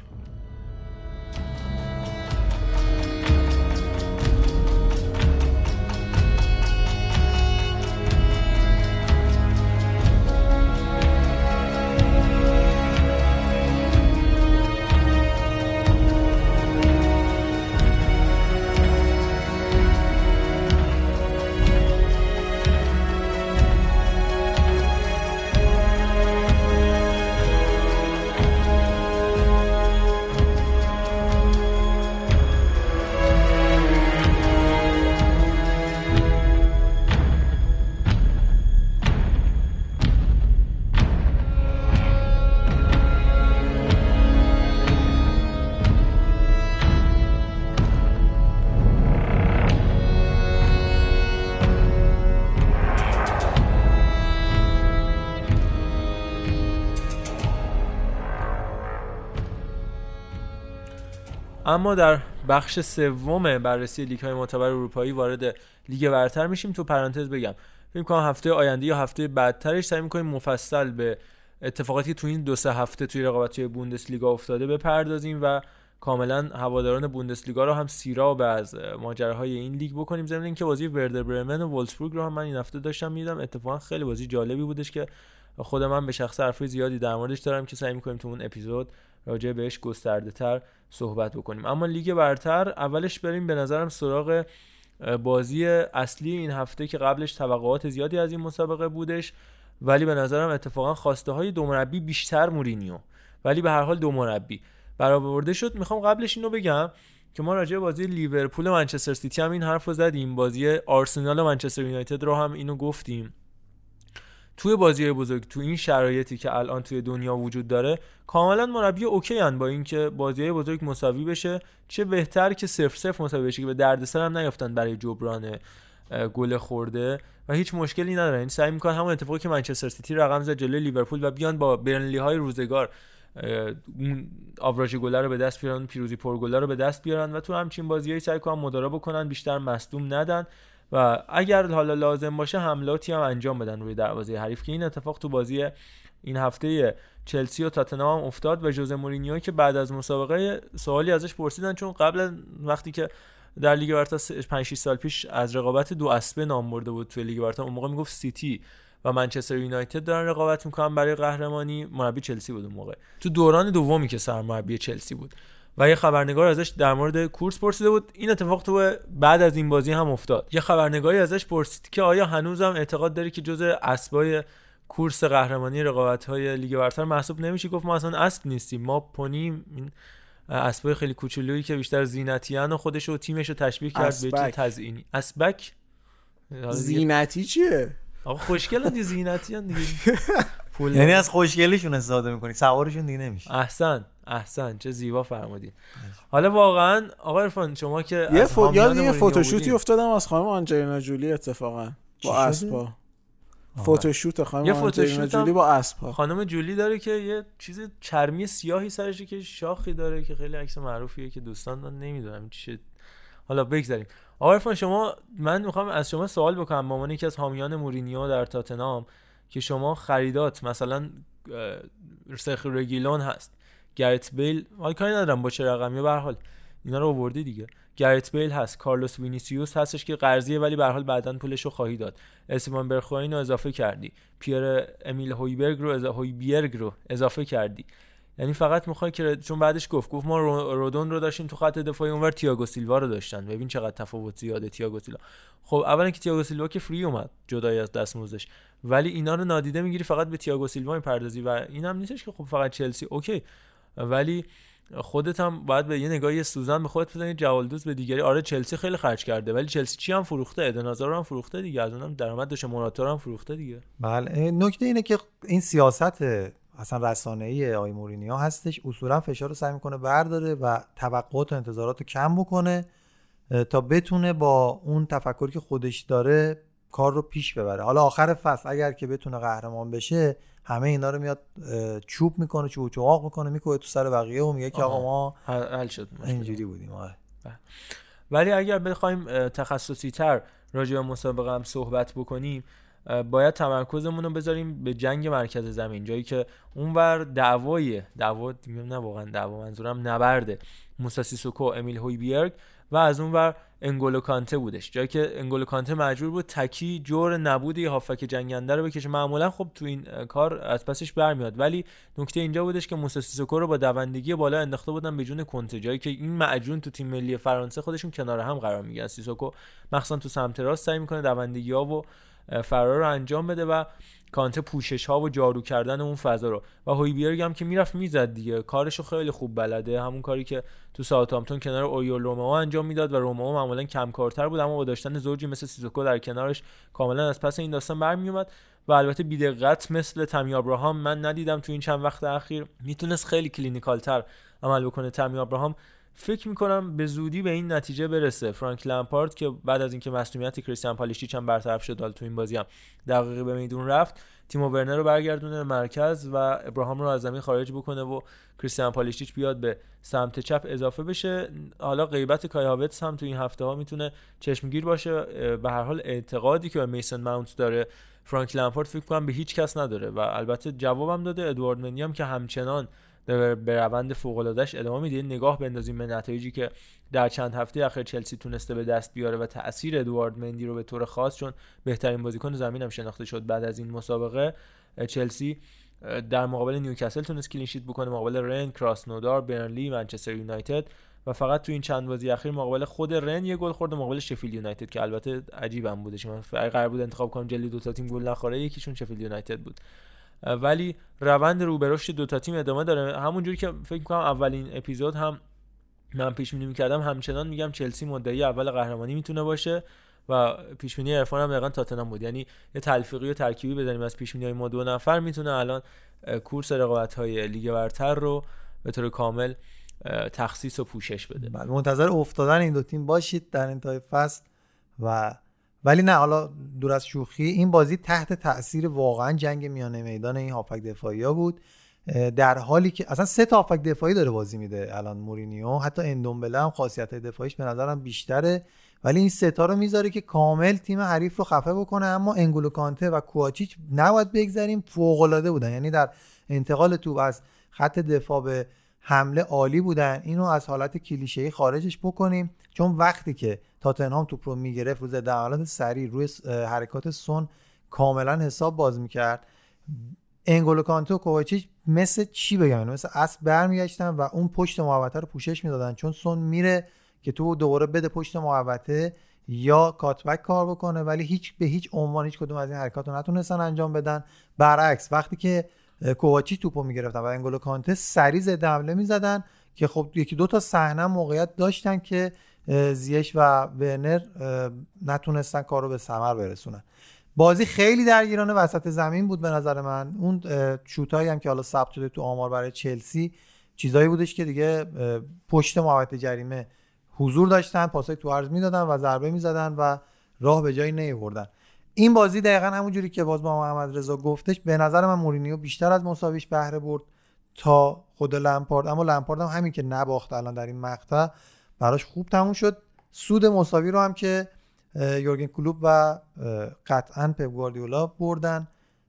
اما در بخش سوم بررسی لیگ‌های معتبر اروپایی وارد لیگ برتر میشیم. تو پرانتز بگم فکر کنم هفته آینده یا هفته بعدترش سعی می‌کنیم مفصل به اتفاقاتی که تو این 2-3 هفته توی رقابت‌های بوندسلیگا افتاده بپردازیم و کاملا هواداران بوندسلیگا رو هم سیراب از ماجراهای این لیگ بکنیم. ضمن اینکه بازی وردر برمن و وولفسبورگ رو هم من این هفته داشتم می‌دیدم، اتفاقا خیلی بازی جالبی بودش که و خود من به شخص حرفای زیادی در موردش دارم که سعی می‌کنیم تو اون اپیزود راجع بهش گسترده‌تر صحبت بکنیم. اما لیگ برتر اولش بریم به نظرم سراغ بازی اصلی این هفته که قبلش توقعات زیادی از این مسابقه بودش، ولی به نظرم اتفاقا خواسته های دو مربی بیشتر مورینیو، ولی به هر حال دو مربی برآورده شد. میخوام قبلش اینو بگم که ما راجع به بازی لیورپول و منچستر سیتی هم این حرفو زدیم، بازی آرسنال و منچستر یونایتد رو هم اینو گفتیم. توی بازی‌های بزرگ تو این شرایطی که الان توی دنیا وجود داره کاملا مربی اوکی ان با اینکه بازی‌های بزرگ مساوی بشه، چه بهتر که 0-0 مساوی بشه که به دردسر هم نیافتن برای جبران گل خورده و هیچ مشکلی ندارن. این سعی می‌کنن همون اتفاقی که منچستر سیتی رقم زد جلوی لیورپول و بیان با برنلی‌های روزگار اون آوراژ گلر رو به دست بیارن، پیروزی پرگلر رو به دست بیارن و تو همچین بازیایی سعی کنن مدارا بکنن، بیشتر مصدوم ندن و اگر حالا لازم باشه حملاتی هم انجام بدن روی دروازه حریف، که این اتفاق تو بازی این هفته چلسی و تاتنهام هم افتاد و ژوزه مورینیو که بعد از مسابقه سوالی ازش پرسیدن، چون قبل وقتی که در لیگ برتر 5-6 سال پیش از رقابت دو اسبه نام برده بود توی لیگ برتر، اون موقع میگفت سیتی و منچستر یونایتد دارن رقابت میکنن برای قهرمانی، مربی چلسی بود اون موقع تو دوران دومی که سرمربی چلسی بود و یه خبرنگار ازش در مورد کورس پرسیده بود. این اتفاق تو بعد از این بازی هم افتاد. یه خبرنگاری ازش پرسید که آیا هنوزم اعتقاد داری که جزء اسبای کورس قهرمانی رقابت‌های لیگ برتر محسوب نمیشه؟ گفت ما اصلا اسب نیستیم، ما پونیم، این اسبای خیلی کوچولویی که بیشتر زینتیان و خودش و تیمش رو تشبیه کرد به چیز تزیینی. اسبک زینتی چیه؟ آقا خوشگلن دیگه، زینتیان دیگه. یعنی از خوشگلیشون استفاده می‌کنی، سوارشون دیگه نمیشه. احسن چه زیبا فرمودین. حالا واقعا آقا عرفان شما که یه فوتوشوتی افتادم از خانم آنجلینا جولی اتفاقا با اسبا. فوتوشوت خانم آنجلینا جولی با اسبا. خانم جولی داره که یه چیز چرمی سیاهی سرشه که شاخی داره که خیلی عکس معروفیه که دوستان نمیدونم چیه. حالا بگذاریم. آقا عرفان شما، من میخوام از شما سوال بکنم به عنوان یکی از حامیان مورینیو در تاتنهام که شما خریدات مثلا سرخیو رگیلون هست، گرت بیل، حالا کاری ندارم با چه رقمی، به هر حال اینا رو آوردی دیگه، گرت بیل هست، کارلوس وینیسیوس هستش که قرضیه ولی به هر حال بعداً پولشو خواهی داد، استیفان برخواین رو اضافه کردی، پیر امیل هویبرگ رو اضافه کردی. یعنی فقط میخوای که چون بعدش گفت ما رودون رو داشتیم تو خط دفاعی، اونور تییاگو سیلوا رو داشتن. ببین چقدر تفاوت زیاده تییاگو سیلوا. خب اولا که تییاگو سیلوا که فری اومد جدای از دستمزدش، ولی اینا رو نادیده میگیری فقط به تییاگو سیلوا میپردازی و اینم نیستش که خب فقط چلسی اوکی، ولی خودت هم باید به یه نگاهی سوزن به خودت بزنی، جوالدوز به دیگری. آره چلسی خیلی خرج کرده ولی چلسی چی هم فروخته، ادن هازارد هم فروخته دیگه، از اونم درآمد داشته، موراتا هم فروخته دیگه. بله نکته اینه که این سیاست اصلا رسانه‌ای آقای مورینیو هستش، اصولا فشار رو سعی میکنه برداره و توقعات و انتظارات رو کم بکنه تا بتونه با اون تفکری که خودش داره کار رو پیش ببره. حالا آخر فصل اگر که بتونه قهرمان بشه همه اینا رو میاد چوب میکنه، چوب چواق میکنه، میکنه تو سر بقیه و میگه که آقا ما حل شد اینجوری بودیم. ولی اگر بخوایم تخصصی تر راجع به مسابقه هم صحبت بکنیم، باید تمرکزمون رو بذاریم به جنگ مرکز زمین، جایی که اونور دعوا نه واقعا دعوا، منظورم نبرده موسی سیسوکو، امیل هویبرگ و از اونور انگولو کانته بودش، جایی که انگولو کانته مجبور بود تکی جور نبودی هافک جنگنده رو بکشه. معمولا خب تو این کار از پسش برمیاد، ولی نکته اینجا بودش که موسی سیسوکو رو با دوندگی بالا انداخته بودن به جون کنته، جایی که این معجون تو تیم ملی فرانسه خودشون کنار هم قرار میگیرن. سیسوکو مخصوصا تو سمت راست سعی میکنه دوندگی‌ها و فرار رو انجام بده و کانته پوشش ها و جارو کردن اون فضا رو، و هویبرگ هم که میرفت میزد دیگه، کارشو خیلی خوب بلده، همون کاری که تو ساوثهامپتون کنار اوریول رومئو انجام میداد و رومئو معمولا کم کارتر بود اما با داشتن زوجی مثل سیسوکو در کنارش کاملا از پس این داستان برمی اومد. و البته بی‌دقت مثل تامی ابراهام من ندیدم تو این چند وقت اخیر، میتونست خیلی کلینیکال تر عمل بکنه. تامی ابراهام فکر میکنم به زودی به این نتیجه برسه. فرانک لمپارد که بعد از اینکه مصونیت کریستیان پالیشیچ هم برطرف شد تو این بازی هم دقیقه به میدون رفت، تیمو ورنر رو برگردونه مرکز و ابراهام رو از زمین خارج بکنه و کریستیان پالیشیچ بیاد به سمت چپ اضافه بشه. حالا غیبت کای هاورتز هم تو این هفته ها میتونه چشمگیر باشه. به هر حال اعتقادی که به میسن ماونت داره فرانک لمپارد فکر کنم به هیچ کس نداره و البته جوابم داده. ادوارد مندی هم که همچنان به روند فوق‌العاده‌اش ادامه میده. نگاه بندازیم به نتایجی که در چند هفته اخیر چلسی تونسته به دست بیاره و تأثیر ادوارد مندی رو به طور خاص، چون بهترین بازیکن زمین هم شناخته شد بعد از این مسابقه، چلسی در مقابل نیوکاسل تونست کلین شیت بکنه، مقابل رن، کراسنودار، برنلی، منچستر یونایتد و فقط تو این چند بازی اخیر مقابل خود رن یه گل خورده، مقابل شفیلد یونایتد که البته عجیبم بودش، من قرار بود انتخاب کنم جلوی دو تا تیم گل نخوره، یکیشون شفیلد یونایتد بود. ولی روند رو به رشد دو تا تیم ادامه داره. همونجوری که فکر می‌کنم اولین اپیزود هم من پیش بینی می‌کردم، همچنان میگم چلسی مدعی اول قهرمانی میتونه باشه و پیش بینی عرفان هم دقیقاً تاتنهام بود. یعنی یه تلفیقی و ترکیبی بزنیم از پیش بینی‌های ما دو نفر میتونه الان کورس رقابت‌های لیگ برتر رو به طور کامل تخصیص و پوشش بده. بله، منتظر افتادن این دو تیم باشید در انتهای فصل. ولی نه، حالا دور از شوخی، این بازی تحت تأثیر واقعا جنگ میانه میدان این هافک دفاعی‌ها بود، در حالی که اصلا 3 تا هافک دفاعی داره بازی میده الان مورینیو، حتی اندومبله هم خاصیت‌های دفاعیش به نظرم بیشتره، ولی این 3 تا رو میذاره که کامل تیم حریف رو خفه بکنه. اما انگولو کانته و کوواچیچ نباید بگذاریم فوق‌العاده بودن، یعنی در انتقال توپ از خط دفاع به حمله عالی بودن. اینو از حالت کلیشه‌ای خارجش بکنیم، چون وقتی که تاتنهام توپ رو میگرفت روز در حالت سریع روی حرکات سون کاملا حساب باز میکرد، انگولو کانته و کوواچیچ مثل چی بگم، مثل اسب برمیگشتن و اون پشت محوطه رو پوشش میدادن، چون سون میره که تو دوباره بده پشت محوطه یا کاتبک کار بکنه، ولی به هیچ عنوان هیچ کدوم از این حرکات رو نتونستن انجام بدن. برعکس وقتی که کوواچیچ توپو میگرفتن و انگولو کانته سریع ضد حمله میزدن که خب یکی دو تا صحنه موقعیت داشتن که زیش و ورنر نتونستن کارو به ثمر برسونن. بازی خیلی درگیرانه وسط زمین بود به نظر من. اون شوتایی هم که حالا ثبت شده تو آمار برای چلسی چیزایی بودش که دیگه پشت محوطه جریمه حضور داشتن، پاسای تو عرض میدادن و ضربه میزدن و راه به جایی نمیبردن. این بازی دقیقاً همونجوری که باز با محمد رضا گفتش، به نظر من مورینیو بیشتر از مساویش بهره برد تا خود لمپارد، اما لمپارد هم همین که نباخت الان در این مقطع براش خوب تموم شد. سود مساوی رو هم که یورگن کلوپ و قطعاً پپ گواردیولا بردن.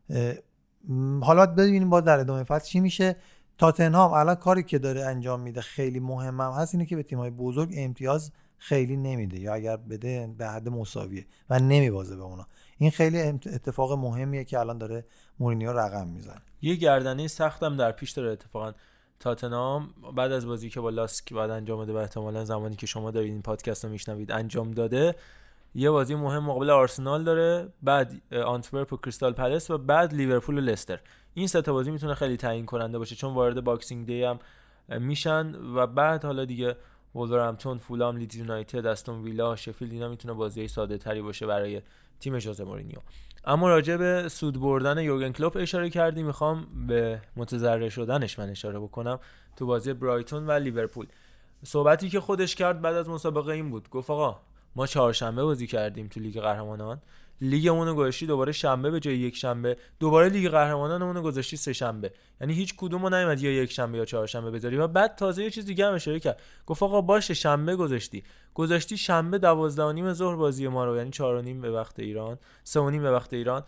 حالا ببینیم باز در ادامه فصل چی میشه. تاتنهام الان کاری که داره انجام میده خیلی مهمم هست، اینه که به تیم‌های بزرگ امتیاز خیلی نمیده، یا اگر بده در حد مساویه و نمیبازه به اونا. این خیلی اتفاق مهمیه که الان داره مورینیو رقم میزنه. یه گردنه سختم در پیش داره اتفاقا تاتنهام بعد از بازی که با لاسک بعد انجام داده و احتمالاً زمانی که شما دارید این پادکست رو میشنوید انجام داده، یه بازی مهم مقابل آرسنال داره، بعد آنتورپ و کریستال پالاس و بعد لیورپول و لستر. این سه تا بازی میتونه خیلی تعیین کننده باشه چون وارد باکسینگ دی هم میشن و بعد حالا دیگه وولورهمپتون، فولام، لیدز یونایتد، استون ویلا، شفیلد، اینا میتونه بازی ساده تری باشه برای تیم ژوزه مورینیو. اما راجع به سود بردن یورگن کلوپ اشاره کردی، میخوام به متضرر شدنش من اشاره بکنم تو بازی برایتون و لیورپول. صحبتی که خودش کرد بعد از مسابقه این بود، گفت آقا ما چهارشنبه بازی کردیم تو لیگ قهرمانان، لیگمون رو گذاشتی دوباره شنبه به جای یک شنبه، دوباره لیگ قهرمانانمون رو گذاشتی سه شنبه، یعنی هیچ کدومو نیومد یا یک شنبه یا چهارشنبه بذاری. و بعد تازه یه چیز دیگه هم اشاره کرد، گفت آقا باشه شنبه گذاشتی شنبه 12:30 ظهر بازی ما رو، یعنی 4:30 به وقت ایران، 3:30 به وقت ایران.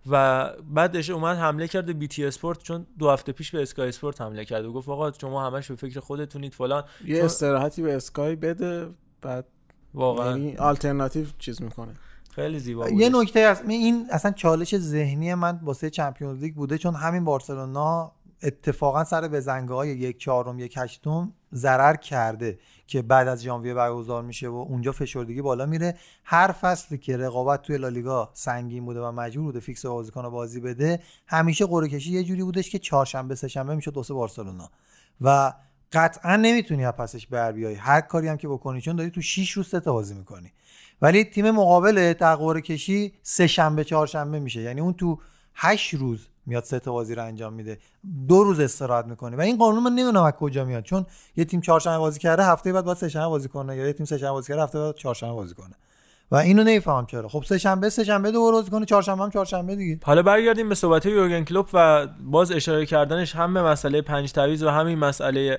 و بعدش اومد حمله کرد بی تی اسپورت، چون 2 هفته پیش به اسکای اسپورت حمله کرد و گفت آقا شما همش به فکر خودتونید فلان، یه استراحتی به اسکای بده. بعد واقعا یعنی آلترناتیو چیز میکنه. خیلی زیبا بود. یه نکته هست، این اصلا چالش ذهنی من واسه چمپیونز لیگ بوده، چون همین بارسلونا اتفاقا سر بزنگاهای 1/4 1/8 ضرر کرده که بعد از ژانویه برگزار میشه و اونجا فشردگی بالا میره. هر فصلی که رقابت توی لالیگا سنگین بوده و مجبور بوده فیکس بازیکن بازی بده، همیشه قرعه کشی یه جوری بودش که چهارشنبه سه شنبه میشد واسه بارسلونا و قطعا نمیتونی از پسش بر بیای هر کاری هم که بکنی، چون داری تو 6 روز 3 تا بازی میکنی. ولی تیم مقابل در قرعه کشی سه شنبه چهارشنبه میشه، یعنی اون تو 8 روز میاد 3 تا بازی رو انجام میده، 2 روز استراحت میکنه. و این قانون من نمیدونم از کجا میاد، چون یه تیم چهارشنبه بازی کرده هفته بعد باید سه شنبه بازی کنه، یا یه تیم سه شنبه بازی کرده هفته بعد چهارشنبه بازی کنه و اینو نمیفهم چرا. خب سه شنبه دوباره بازی کنه، چهارشنبه هم چهارشنبه دیگه. حالا برگردیم به صحبت یورگن کلوپ و باز اشاره کردنش هم به مسئله 5 تعویض و همین مسئله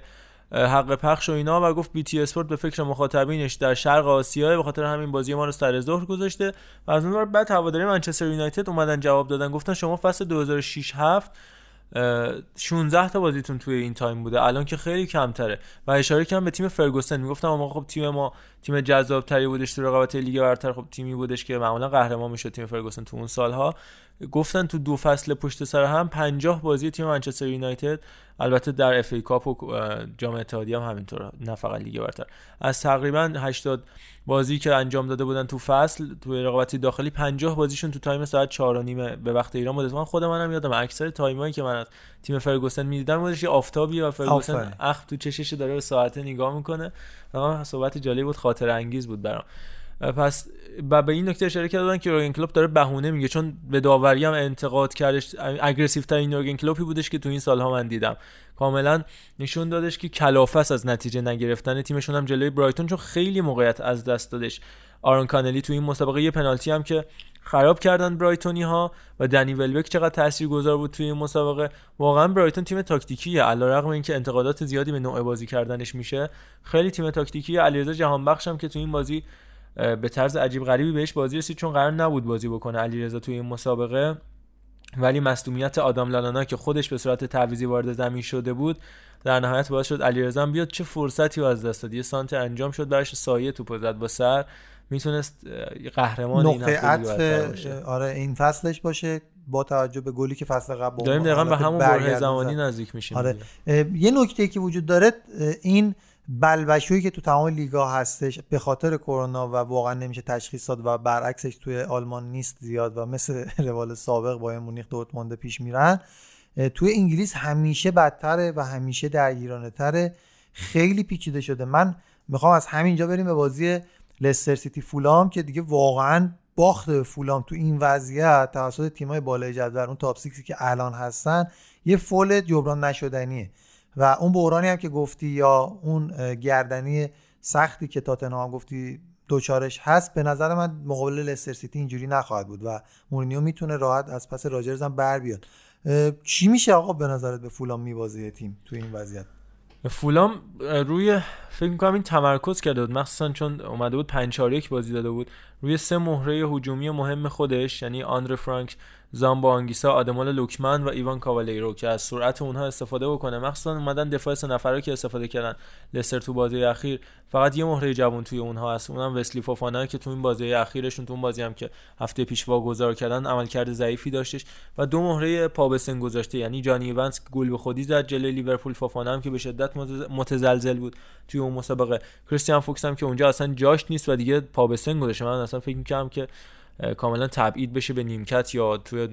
حق پخش و اینا، و گفت بی تی اسپورت به فکر مخاطبینش در شرق آسیا به خاطر همین بازی ما رو سر ظهر گذاشته. و از اون ور بعد هواداری منچستر یونایتد اومدن جواب دادن، گفتن شما فصل 2006-7 16 تا بازیتون توی این تایم بوده، الان که خیلی کمتره. و اشاره کردن به تیم فرگوسن، میگفتم آقا خب تیم ما تیم جذاب‌تری بودش تو رقابت لیگ برتر. خب تیمی بودش که معمولا قهرمان میشد تیم فرگوسن تو اون سالها. گفتن تو 2 فصل پشت سر هم 50 بازی تیم منچستر یونایتد، البته در اف ای کاپ و جام اتحادیه هم همینطور، نه فقط لیگ برتر، از تقریبا 80 بازی که انجام داده بودن تو فصل تو رقابت داخلی 50 بازیشون تو تایم ساعت 4:30 به وقت ایران بود. من خود منم یادم اکثر تایمایی که من از تیم فرگوسن می‌دیدم بودش یه آفتابی و فرگوسن اخ تو چشش داره به ساعت نگاه میکنه. واقعا صحبت جالبی بود، خاطره انگیز بود برام. پس به این نکته اشاره کردن که یورگن کلوپ داره بهونه میگه، چون به داوری هم انتقاد کردش، اگریسیو ترین یورگن کلوپی بودش که تو این سالها من دیدم. کاملا نشون دادش که کلافه است از نتیجه نگرفتن تیمشون هم جلوی برایتون، چون خیلی موقعیت از دست دادش. آرون کانلی تو این مسابقه یه پنالتی هم که خراب کردن برایتونی ها و دنی ولبک چقدر تاثیرگذار بود توی این مسابقه. واقعا برایتون تیم تاکتیکیه، علیرغم اینکه انتقادات زیادی به نوع بازی کردنش میشه، خیلی تیم تاکتیکیه. علیرضا جهانبخش هم که تو این بازی به طرز عجیب غریبی بهش بازی رسید، چون قرار نبود بازی بکنه علیرضا توی این مسابقه، ولی مصدومیت آدام لالانا که خودش به صورت تعویضی وارد زمین شده بود در نهایت باعث شد علیرضا هم بیاد. چه فرصتی از دست داد، یه سانتر انجام شد براش، سایه توپو زد با سر، میتونست قهرمان این هفته باشه. آره این فصلش باشه، با توجه به گلی که فصل قبل داریم دقیقاً به همون بره زمانی نزدیک میشیم. آره یه نکته که وجود داره، این بلبشویی که تو تمام لیگا هستش به خاطر کرونا و واقعا نمیشه تشخیص داد و برعکسش توی آلمان نیست زیاد و مثل روال سابق بایر مونیخ دورتموند پیش میرن، توی انگلیس همیشه بدتره و همیشه درگیرانه تره، خیلی پیچیده شده. من میخوام از همینجا بریم به بازی لستر سیتی فولام که دیگه واقعا باخت فولام تو این وضعیت توسط تیم‌های بالای جدول، اون تاپ 6 که الان هستن، یه فول جبران نشدنیه. و اون بحرانی هم که گفتی یا اون گردنی سختی که تاتنهام گفتی دوچارش هست، به نظر من مقابل لستر سیتی اینجوری نخواهد بود و مورینیو میتونه راحت از پس راجرز هم بر بیاد. چی میشه آقا به نظرت به فولام میبازه تیم تو این وضعیت؟ فولام روی فکر می‌کنم این تمرکز کرده بود، مخصوصا چون اومده بود 5-4-1 بازی داده بود، روی 3 مهره هجومی مهم خودش، یعنی آندره فرانک، زامبا آنگیسا، آدمال لوکمن و ایوان کاوالیرو که از سرعت اونها استفاده بکنه. مخصوصا اومدن دفاع 3 نفره که استفاده کردن لستر تو بازی اخیر، فقط یه مهره جوان توی اونها هست، اونم وسلی فوفانا که تو این بازی اخیرشون، تو اون بازی هم که هفته پیش واگذار کردن، عملکرد ضعیفی داشتش، و 2 مهره پا به سن گذاشته، یعنی جانی ایونز گل به خودی زد جلوی لیورپول، فوفانا هم که به شدت متزلزل بود توی اون مسابقه، کریستیان فوکس هم که اونجا اصلا جاش نیست و دیگه پا به سن گذاشته. من اصلا فکر می‌کردم که کاملا تبعید بشه به نیمکت یا توی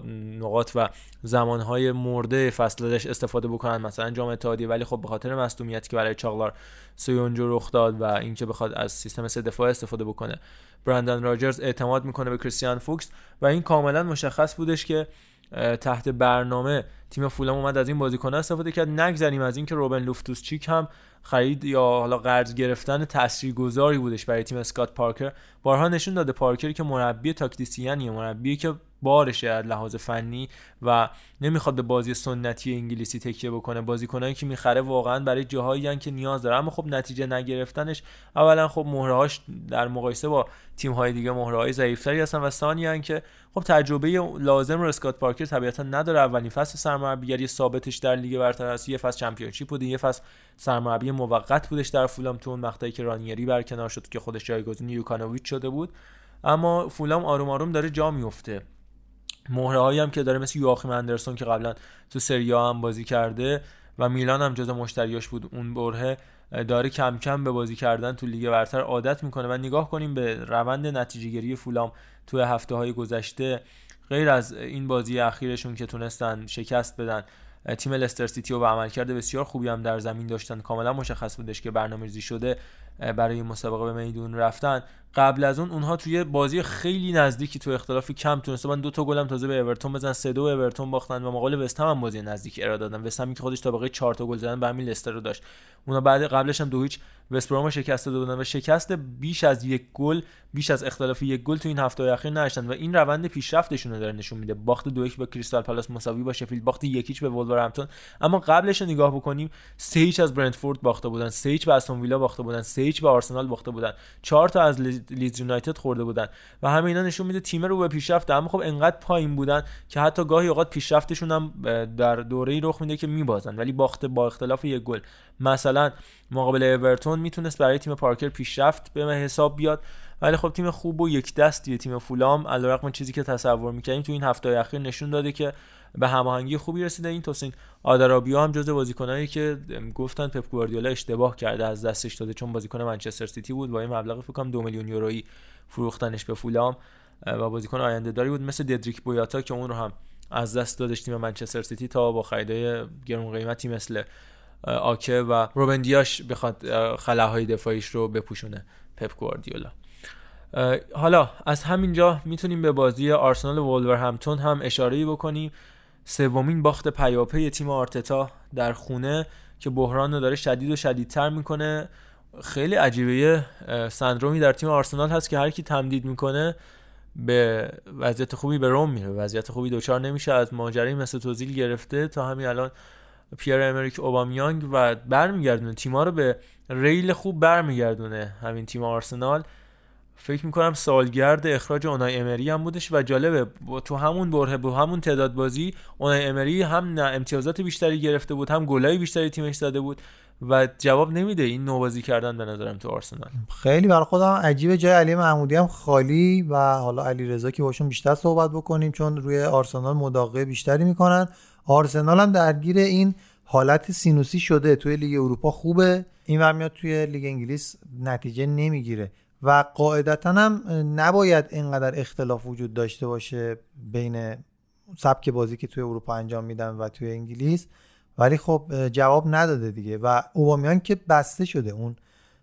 نقاط و زمانهای مرده فصلش استفاده بکنن، مثلا جام اتحادیه، ولی خب به خاطر مصدومیتی که برای چاغلار سویونجو رخ داد و اینکه بخواد از سیستم 3 دفاع استفاده بکنه، برندن راجرز اعتماد میکنه به کریستیان فوکس و این کاملا مشخص بودش که تحت برنامه تیم فولام اومد از این بازیکن استفاده کرد. نگذریم از اینکه روبن لوفتوس چیک هم خرید یا حالا قرض گرفتن تاثیرگذاری بودش برای تیم اسکات پارکر. بارها نشون داده پارکر که مربی تاکتیسیانیه، مربی که بارشه از لحاظ فنی و نمیخواد به بازی سنتی انگلیسی تکیه بکنه، بازیکنایی که میخره واقعا برای جاهایی ان که نیاز داره، اما خب نتیجه نگرفتنش اولا خب مهرهاش در مقایسه با تیم‌های دیگه مهرهای ضعیف‌تری هستن و ثانیاً که خب تجربه لازم رو اسکات پارکر طبیعتا نداره. اولین فصل سرمربیگری ثابتش در لیگ برتر است، یه فصل چمپیونشیپ بود، یه فصل سرمربی موقت بودش در فولام تو اون مقطعی که رانیری برکنار شد که خودش جایگزین یوکانوویچ شده بود. اما فولام آروم آروم داره جا میفته. مهرهایی هم که داره مثل یواخیم اندرسون که قبلا تو سری آ هم بازی کرده و میلان هم جزو مشتریاش بود، اون بره داره کم کم به بازی کردن تو لیگ برتر عادت میکنه. و نگاه کنیم به روند نتیجه‌گیری فولام توی هفته‌های گذشته، غیر از این بازی اخیرشون که تونستن شکست بدن تیم لستر سیتی و با عملکرد بسیار خوبی هم در زمین داشتن، کاملا مشخص بودش که برنامه‌ریزی شده برای مسابقه به میدون رفتن. قبل از اونها توی بازی خیلی نزدیکی تو اختلافی کم تونستن 2 تا گل هم تازه به اورتون بزنن، 3-2 اورتون باختن و مقابل وست هم بازی نزدیک ارائه دادن. وست هم که خودش تا واقعا 4 تا گل زدن به همین لستر رو داشت. اونا بعد قبلش هم 2-0 وست بروم شکست دادن و شکست بیش از 1 گل، بیش از اختلاف 1 گل تو این هفته اخیر نداشتن و این روند پیشرفتشون رو داره نشون میده. باخت 2-1 با کریستال پالاس، مساوی با شفیلد، باخت 1-0 به وولورهمپتون. اما قبلش رو نگاه بکنیم 3-0 از برنتفورد باخته بودن، 3-0 به استون ویلا باخته بودن، 3-0 3-0 به آرسنال باخته بودن، 4 تا از لیدز یونایتد خورده بودن و همه اینا نشون میده تیم رو به پیشرفت، اما خب انقدر پایین بودن که حتی گاهی اوقات پیشرفتشون هم در دوره‌ای رخ میده که میبازن ولی باخته با اختلاف یک گل. مثلا مقابل اورتون میتونست برای تیم پارکر پیشرفت به حساب بیاد، ولی خب تیم خوب و یک دستیه تیم فولام، علیرغم چیزی که تصور می‌کردیم تو این هفته‌های اخیر نشون داده که به هماهنگی خوبی رسیده. این توسین آدرابیو هم جزو بازیکنایی که گفتن پپ گواردیولا اشتباه کرده از دستش داده، چون بازیکن منچستر سیتی بود، با این مبلغ فکر کنم 2 میلیون یورویی فروختنش به فولام و بازیکن آینده داری بود، مثل ددریک بویاتا که اون رو هم از دست دادش تیم منچستر سیتی تا با خریدای گران قیمتی مثل آکه و روبن دیاش بخواد خلاهای دفاعیش رو بپوشونه پپ گواردیولا. حالا از همینجا میتونیم به بازی آرسنال و وولورهمپتون هم اشاره‌ای بکنیم. سومین باخت پیاپی تیم آرتتا در خونه که بحران رو داره شدید و شدیدتر میکنه. خیلی عجیبه، سندرومی در تیم آرسنال هست که هر کی تمدید میکنه به وضعیت خوبی به روم میره، وضعیت خوبی دوچار نمیشه. از ماجرای مثل توزیل گرفته تا همین الان پیر امریک اوبامیانگ و برمیگردونه تیم‌ها رو به ریل خوب برمیگردونه. همین تیم آرسنال فکر میکنم سالگرد اخراج اونای امری هم بودش و جالبه تو همون بره با همون تعداد بازی اونای امری هم امتیازات بیشتری گرفته بود، هم گلای بیشتری تیمش زده بود و جواب نمیده این نوبازی کردن به نظرم تو آرسنال. خیلی برای خودم عجیبه، جای علی محمودی هم خالی و حالا علیرضا که باشون بیشتر صحبت بکنیم چون روی آرسنال مداقه بیشتری میکنن. آرسنال هم درگیر این حالت سینوسی شده، توی لیگ اروپا خوبه، اینور میاد توی لیگ انگلیس نتیجه نمیگیره و قاعدتا هم نباید اینقدر اختلاف وجود داشته باشه بین سبک بازی که توی اروپا انجام میدن و توی انگلیس، ولی خب جواب نداده دیگه و اوبامیانگ که بسته شده، اون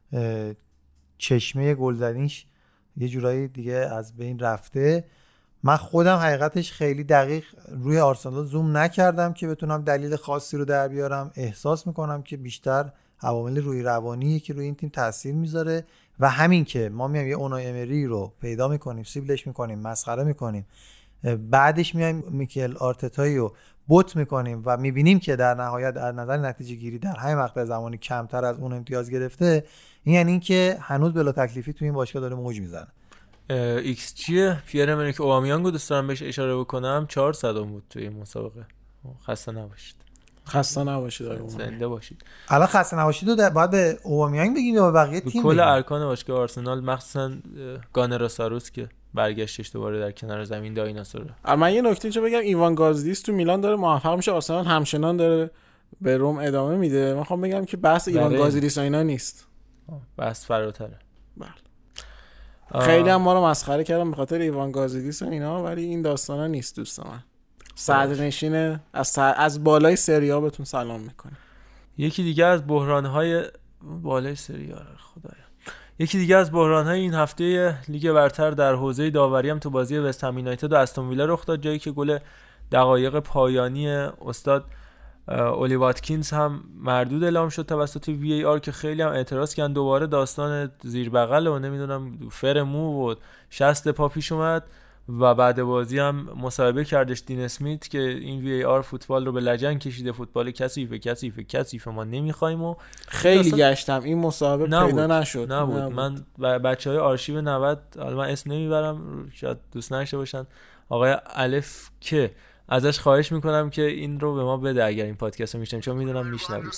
چشمه گلزنیش یه جورایی دیگه از بین رفته. من خودم حقیقتش خیلی دقیق روی آرسنال زوم نکردم که بتونم دلیل خاصی رو در بیارم. احساس میکنم که بیشتر عوامل روی روانیه که روی این تیم تاثیر میذاره و همین که ما میایم یه اونای امری رو پیدا میکنیم، سیبلش میکنیم، مسخره میکنیم، بعدش میایم میکل آرتتایی رو بوت میکنیم و میبینیم که در نهایت از نظر نتیجه گیری در همین مقطع زمانی کمتر از اون امتیاز گرفته، این یعنی این که هنوز بلا تکلیفی توی این باشگاه داره موج میزنه. ایکس جی پیر امریک اوبامیانگ رو دوست دارم بهش اشاره بکنم، 400 بود توی مسابقه. خسته نباشید. خسته نباشید، زنده باشید. الان خسته نباشید رو باید به اوبامیانگ بگیم یا به بقیه تیم؟ کل ارکان باشگاه آرسنال، مخصوصا گانراساروس که برگشتش دوباره در کنار زمین دایناسور. من یه نکته چه بگم، ایوان گازدیس تو میلان داره موفق میشه، آرسنال همچنان داره به روم ادامه میده. من میخوام بگم که بحث ایوان گازدیس اینا نیست، بحث فراتره. بله. خیلی هم ما رو مسخره کردن به خاطر ایوان گازدیس اینا، ولی این داستانا نیست دوست من. صدرنشین از بالای سری آ بهتون سلام میکنه. یکی دیگه از بحران‌های بالای سری آ، خدایا، یکی دیگه از بحران‌های این هفته لیگ برتر در حوزه داوری هم تو بازی وست هم یونایتد و استون ویلا رخ داد، جایی که گل دقایق پایانی استاد اولی واتکینز هم مردود اعلام شد توسط وی ای آر که خیلی هم اعتراض کردن. دوباره داستان زیر بغل و نمیدونم فر مو و شست پا پیش اومد و بعد بازی هم مصاحبه کردش دین اسمیت که این وی ای آر فوتبال رو به لجن کشیده، فوتبال کثیف ما نمیخوایم و خیلی گشتم این مصاحبه پیدا نشد. من بچهای آرشیو 90 حالا من اسم نمیبرم شاید دوست نشه باشن، آقای الف که ازش خواهش میکنم که این رو به ما بده اگر این پادکست رو میشنم، چون میدونم میشنوید.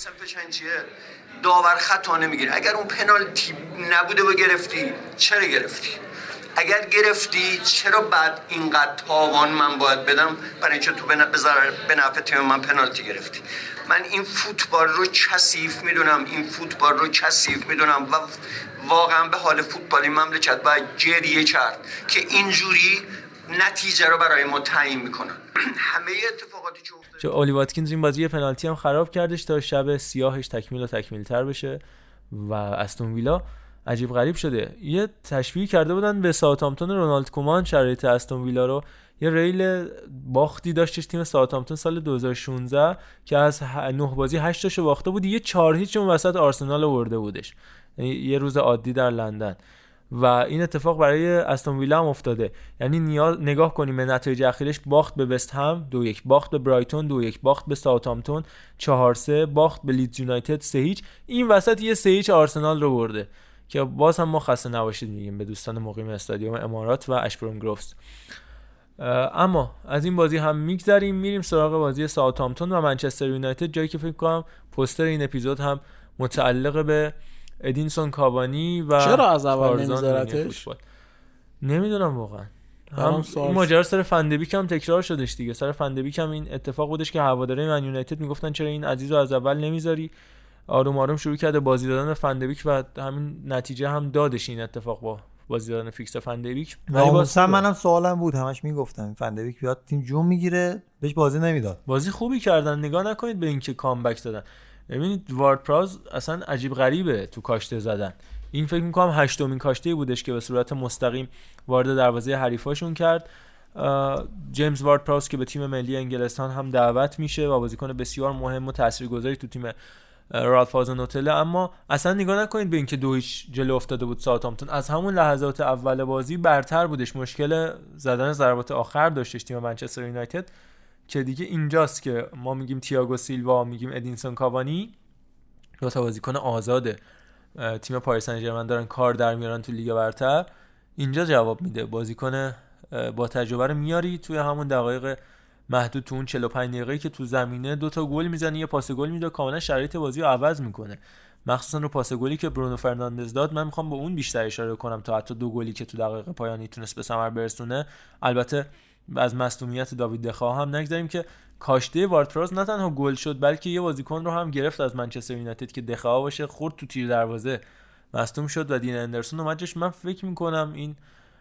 داور خطا نمیگیره. اگر اون پنالتی نبوده و گرفتی چرا گرفتی؟ اگر گرفتی چرا بعد اینقدر تاوان من باید بدم برای اینکه تو به نفع تیم من پنالتی گرفتی؟ من این فوتبال رو کثیف میدونم و واقعا به حال فوتبالی مملکت باید گریه کرد که اینجوری نتیجه رو برای ما تعیین میکنن. همه اتفاقاتی که افتاد، اولی واتکینز این بازی پنالتی هم خراب کردش تا شب سیاهش تکمیل تر بشه و استون ویلا عجیب غریب شده. یه تشبیه کرده بودن به ساوثهامپتون رونالد کومان شرایط استون ویلا رو، یه ریل باختی داشتش تیم ساوثهامپتون سال 2016 که از 9 بازی 8 تاشو باخته بود، یه 4-0 اون وسط آرسنال آورده بودش، یعنی یه روز عادی در لندن و این اتفاق برای استون ویلا هم افتاده. یعنی نگاه کنیم به نتایج اخیرش، باخت به وست هم 2-1، باخت به برایتون 2-1، باخت به ساوثهامپتون 4-3، باخت به لیدز یونایتد 3-0، این وسط یه 3-0 آرسنال رو برده. که باز هم ما خسته نباشید میگیم به دوستان مقیم استادیوم امارات و اشبورن گروفز. اما از این بازی هم میگذریم، میریم سراغ بازی ساوثهامپتون و منچستر یونایتد، جایی که فکر کنم پوستر این اپیزود هم متعلق به ادینسون کاوانی و چرا از اول نمیذارتش؟ نمیدونم واقعا. هم این ماجرا سر فندبیک هم تکرار شدش دیگه. سر فندبیک هم این اتفاق بودش که هواداره من یونایتد میگفتن چرا این عزیزو از اول نمیذاری. آروم آروم شروع کرده بازی دادن فندبیک و همین نتیجه هم دادش این اتفاق با بازی دادن فیکس فندبیک. ولی واسه منم سوالم بود، همش میگفتم فندبیک بیاد تیم جون میگیره، بهش بازی نمیداد. بازی خوبی کردن، نگاه نکنید به اینکه کامبک دادن. ببینید وارد پراز اصلا عجیب غریبه تو کاشته زدن. این فکر می‌کنم هشتمین کاشته‌ای بودش که به صورت مستقیم وارد دروازه حریفاشون کرد. جیمز وارد پراوس که به تیم ملی انگلستان هم دعوت میشه و بازیکن بسیار مهم و تاثیرگذاری تو تیم رالف هازنوتل، اما اصلا نگاه نکنید به اینکه 2-0 جلو افتاده بود ساوثهامپتون. از همون لحظات اول بازی برتر بودش. مشکل زدن ضربات آخر داشتش تیم منچستر یونایتد که دیگه اینجاست که ما میگیم تییاگو سیلوا، میگیم ادینسون کاوانی، دو تا بازیکن آزاده تیم پاریس سن ژرمن دارن کار در میارن تو لیگ برتر. اینجا جواب میده. بازیکن با تجربه رو میاری توی همون دقایق محدود، تو اون 45 دقیقه‌ای که تو زمینه 2 تا گل میزنه، یه پاس گل میده، کاملا شرایط بازی رو عوض میکنه. مخصوصا رو پاس گلی که برونو فرناندز داد، من میخوام به اون بیشتر اشاره کنم تا حتی 2 گلی که تو دقایق پایانی تونست به ثمر برسونه. البته از مصدومیت داوید دخا هم نگذاریم که کاشته وارد پراز نه تنها گل شد بلکه یه بازیکن رو هم گرفت از منچستر یونایتد که دخا باشه، خورد تو تیر دروازه، مصدوم شد و دین اندرسون اومد جاش. من فکر میکنم این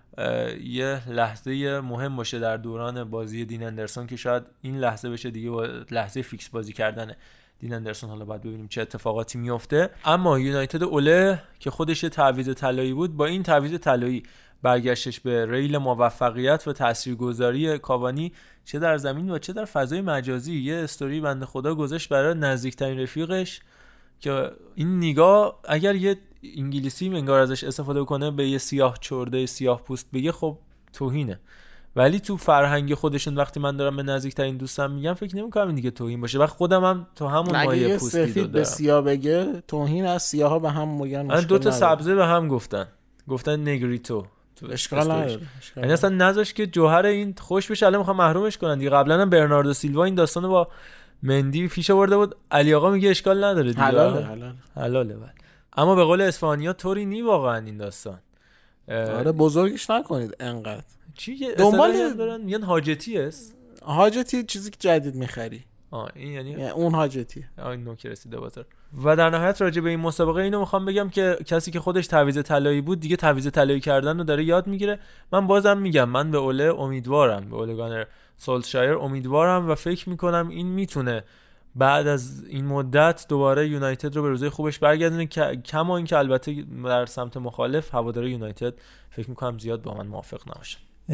یه لحظه مهم باشه در دوران بازی دین اندرسون که شاید این لحظه بشه دیگه لحظه فیکس بازی کردن دین اندرسون. حالا باید ببینیم چه اتفاقاتی میفته. اما یونایتد اوله که خودش تعویض طلایی بود، با این تعویض طلایی برگشتش به ریل موفقیت و تاثیرگذاری کاوانی، چه در زمین و چه در فضای مجازی. یه استوری بنده خدا گذاشت برای نزدیکترین رفیقش که این نگاه اگر یه انگلیسی انگار ازش استفاده کنه به یه سیاه چرده سیاه پوست بگه خب توهینه، ولی تو فرهنگ خودشون وقتی من دارم به نزدیکترین دوستم میگم فکر نمی‌کنم این دیگه توهین باشه و خودم هم تو همون مایه پوستی دارم. سفید به سیاه بگه توهین است، سیاها به هم میگن. 2 تا سبزه به هم گفتن نگریتو. اشکال نداره. یعنی اصلا نذاش که جوهر این خوش بشه. الان میخوام محرومش کنن دیگه. قبلا هم برناردو سیلوا این داستانو با مندی پیش آورده بود، علی آقا میگه اشکال نداره دیگه، حلاله. اما به قول اسپانیا طوری نی واقعا این داستان. آره بزرگش نکنید انقدر. چی دنبال دارن میگن حاجتی است. حاجتی چیزی که جدید میخری. این یعنی اون حاجتی. این نوک رسیده بازار. و در نهایت راجع به این مسابقه اینو میخوام بگم که کسی که خودش تعویض طلایی بود دیگه تعویض طلایی کردن رو داره یاد میگیره. من بازم میگم من به اوله امیدوارم، به اول گانر سولشایر امیدوارم و فکر میکنم این میتونه بعد از این مدت دوباره یونایتد رو به روزای خوبش برگردونه، کما این که البته در سمت مخالف هواداری یونایتد فکر میکنم زیاد با من موافق نباشن.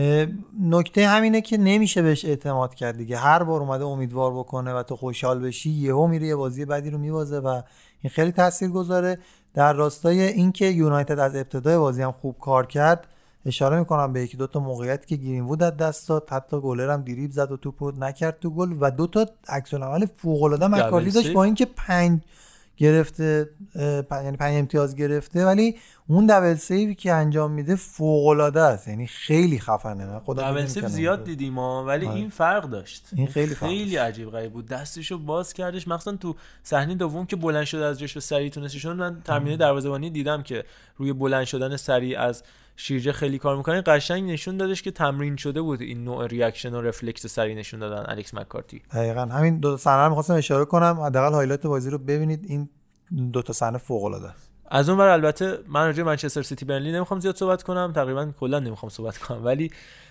نکته همینه که نمیشه بهش اعتماد کرد دیگه. هر بار اومده امیدوار بکنه و تو خوشحال بشی، یهو میره یه بازی بعدی رو میوازه و این خیلی تاثیرگذاره. در راستای اینکه یونایتد از ابتدای بازی هم خوب کار کرد، اشاره میکنم به 1-2 تا موقعیت که گرین‌وود از دست داد، حتی گلر هم دریبل زد و توپو نکرد تو گل و 2 تا عکس العمل فوق العاده مکارتی داشت با اینکه 5 گرفته، یعنی 5 امتیاز گرفته، ولی اون دبل سیوی که انجام میده فوق العاده است، یعنی خیلی خفنه. من خودم دبل سیو زیاد دیدیم ما، ولی این فرق داشت. این خیلی عجیب غریب بود. دستشو باز کردش، مخصوصا تو صحنه دوم که بلند شد از جاش و سریع تونستشون. من تمرین دروازه‌بانی دیدم که روی بلند شدن سریع از شیرجه خیلی کار میکنه. قشنگ نشون دادش که تمرین شده بود این نوع ریاکشن و رفلکس سریع نشون دادن الکس مکارتی. دقیقاً همین 2 تا صحنه رو می‌خواستم اشاره کنم، حداقل هایلایت بازی رو ببینید. این 2 تا صحنه فوق العاده است. از اون ور البته من راجع به منچستر سیتی برنلی نمیخوام زیاد صحبت کنم، تقریبا کلا نمیخوام صحبت کنم، ولی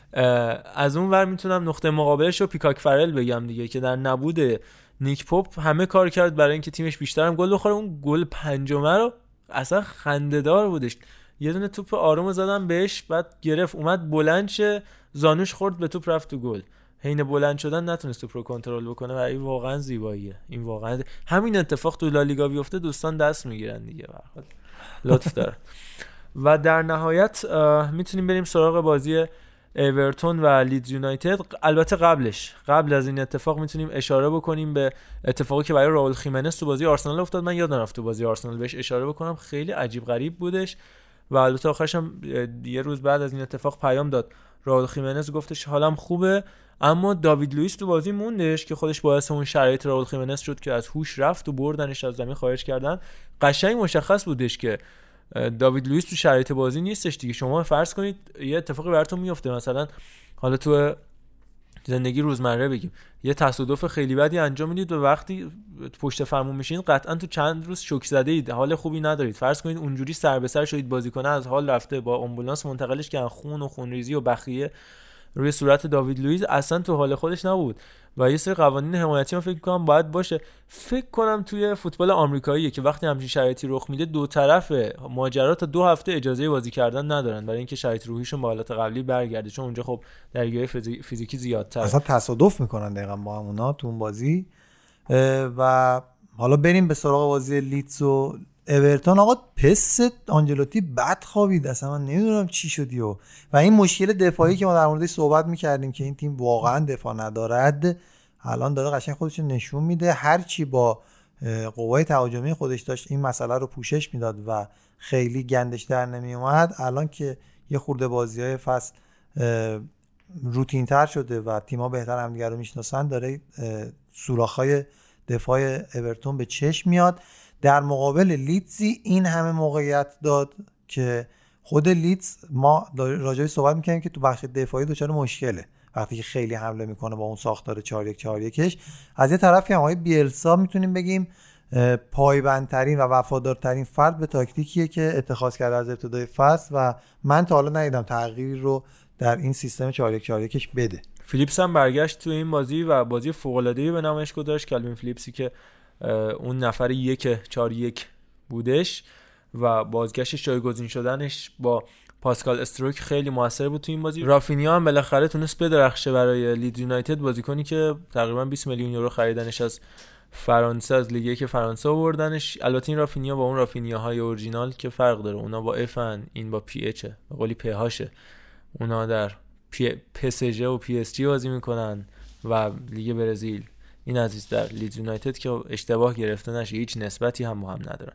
از اون ور میتونم نقطه مقابلش رو پیکاک فرل بگم دیگه که در نبود نیک پاپ همه کار کرد برای اینکه تیمش بیشتر هم گل بخوره. اون گل پنجمه رو اصلا خنده‌دار بودش. یه دونه توپ آرومو زدم بهش، بعد گرفت اومد بلند شه، زانوش خورد به توپ رفت تو گل. حین بلند شدن نتونست توپ رو کنترل بکنه و این واقعا زیباییه. این واقعا همین اتفاق تو لالیگا بیفته دوستان دست میگیرن دیگه، به لطف داره. و در نهایت میتونیم بریم سراغ بازی اورتون و لیدز یونایتد. البته قبل از این اتفاق میتونیم اشاره بکنیم به اتفاقی که برای راول خیمنز تو بازی آرسنال افتاد. من یادم رفت تو بازی آرسنال بهش اشاره بکنم، خیلی عجیب غریب بودش و البته آخرش هم یه روز بعد از این اتفاق پیام داد راول خیمنز، گفتش حالم خوبه، اما داوید لوئیس تو بازی موندش که خودش باعث اون شرایط راول خیمنز شد که از هوش رفت و بردنش از زمین خارج کردن. قشنگ مشخص بودش که داوید لوئیس تو شرایط بازی نیستش دیگه. شما فرض کنید یه اتفاقی براتون میفته، مثلا حالا تو زندگی روزمره بگیم یه تصادف خیلی بدی انجام میدید و وقتی پشت فرمون میشین قطعا تو چند روز شوک زده اید، حال خوبی ندارید. فرض کنید اونجوری سر به سر شدید، بازیکن از حال رفته، با آمبولانس منتقلش کردن، خون و خونریزی و بخیه روی صورت داوید لوئیس، اصلا تو حال خودش نبود و یه سری قوانین حمایتی من فکر کنم باید باشه. فکر کنم توی فوتبال آمریکاییه که وقتی همچین شرایطی رخ میده دو طرف ماجرا تا 2 هفته اجازه بازی کردن ندارن برای اینکه شرایط روحیشون به حالت قبلی برگرده، چون اونجا خب درگیری فیزیکی زیادتره. اصلا تصادف میکنن دقیقاً با همونا تو اون بازی. و حالا بریم به سراغ بازی لیدز و اورتون. آقا پس آنجلوتی بد خوابید، اصلا من نمیدونم چی شدی و این مشکل دفاعی که ما در موردش صحبت میکردیم که این تیم واقعا دفاع ندارد، الان داره قشنگ خودش نشون میده. هر چی با قوای تهاجمی خودش داشت این مسئله رو پوشش میداد و خیلی گندش در نمی اومد، الان که یه خورده بازی‌های فصل روتین تر شده و تیم‌ها بهتر همدیگه رو میشناسن، داره سوراخ‌های دفاع اورتون به چشم میاد. در مقابل لیدزی این همه موقعیت داد که خود لیدز ما راجعش صحبت می‌کنیم که تو بخش دفاعی دچار مشکله وقتی که خیلی حمله میکنه با اون ساختار 4-1-4-1ش. از یه طرفی هم آقای بیلسا میتونیم بگیم پایبندترین و وفادارترین فرد به تاکتیکیه که اتخاذ کرده از ابتدای فصل و من تا حالا ندیدم تغییری رو در این سیستم 4-1-4-1ش بده. فیلیپس هم برگشت تو این بازی و بازی فوق‌العاده‌ای به نمایش گذاشت. کلوین فیلیپسی که اون نفر 1-4-1 بودش و بازگشتش، جایگزین شدنش با پاسکال استروک خیلی موثر بود تو این بازی. رافینیا هم بالاخره تونست بدرخشه برای لید یونایتد، بازیکنی که تقریبا 20 میلیون یورو خریدنش از فرانسه، از لیگ 1 فرانسه آوردنش. البته این رافینیا با اون رافینیاهای اورجینال که فرق داره، اونا با اف ان، این با پی اچ، به قولی پی هاشه. اونا در پس جی و پی اس جی بازی میکنن و لیگ برزیل. این عزیز در لیدز یونایتد که اشتباه گرفته نشه، هیچ نسبتی هم با هم ندارن.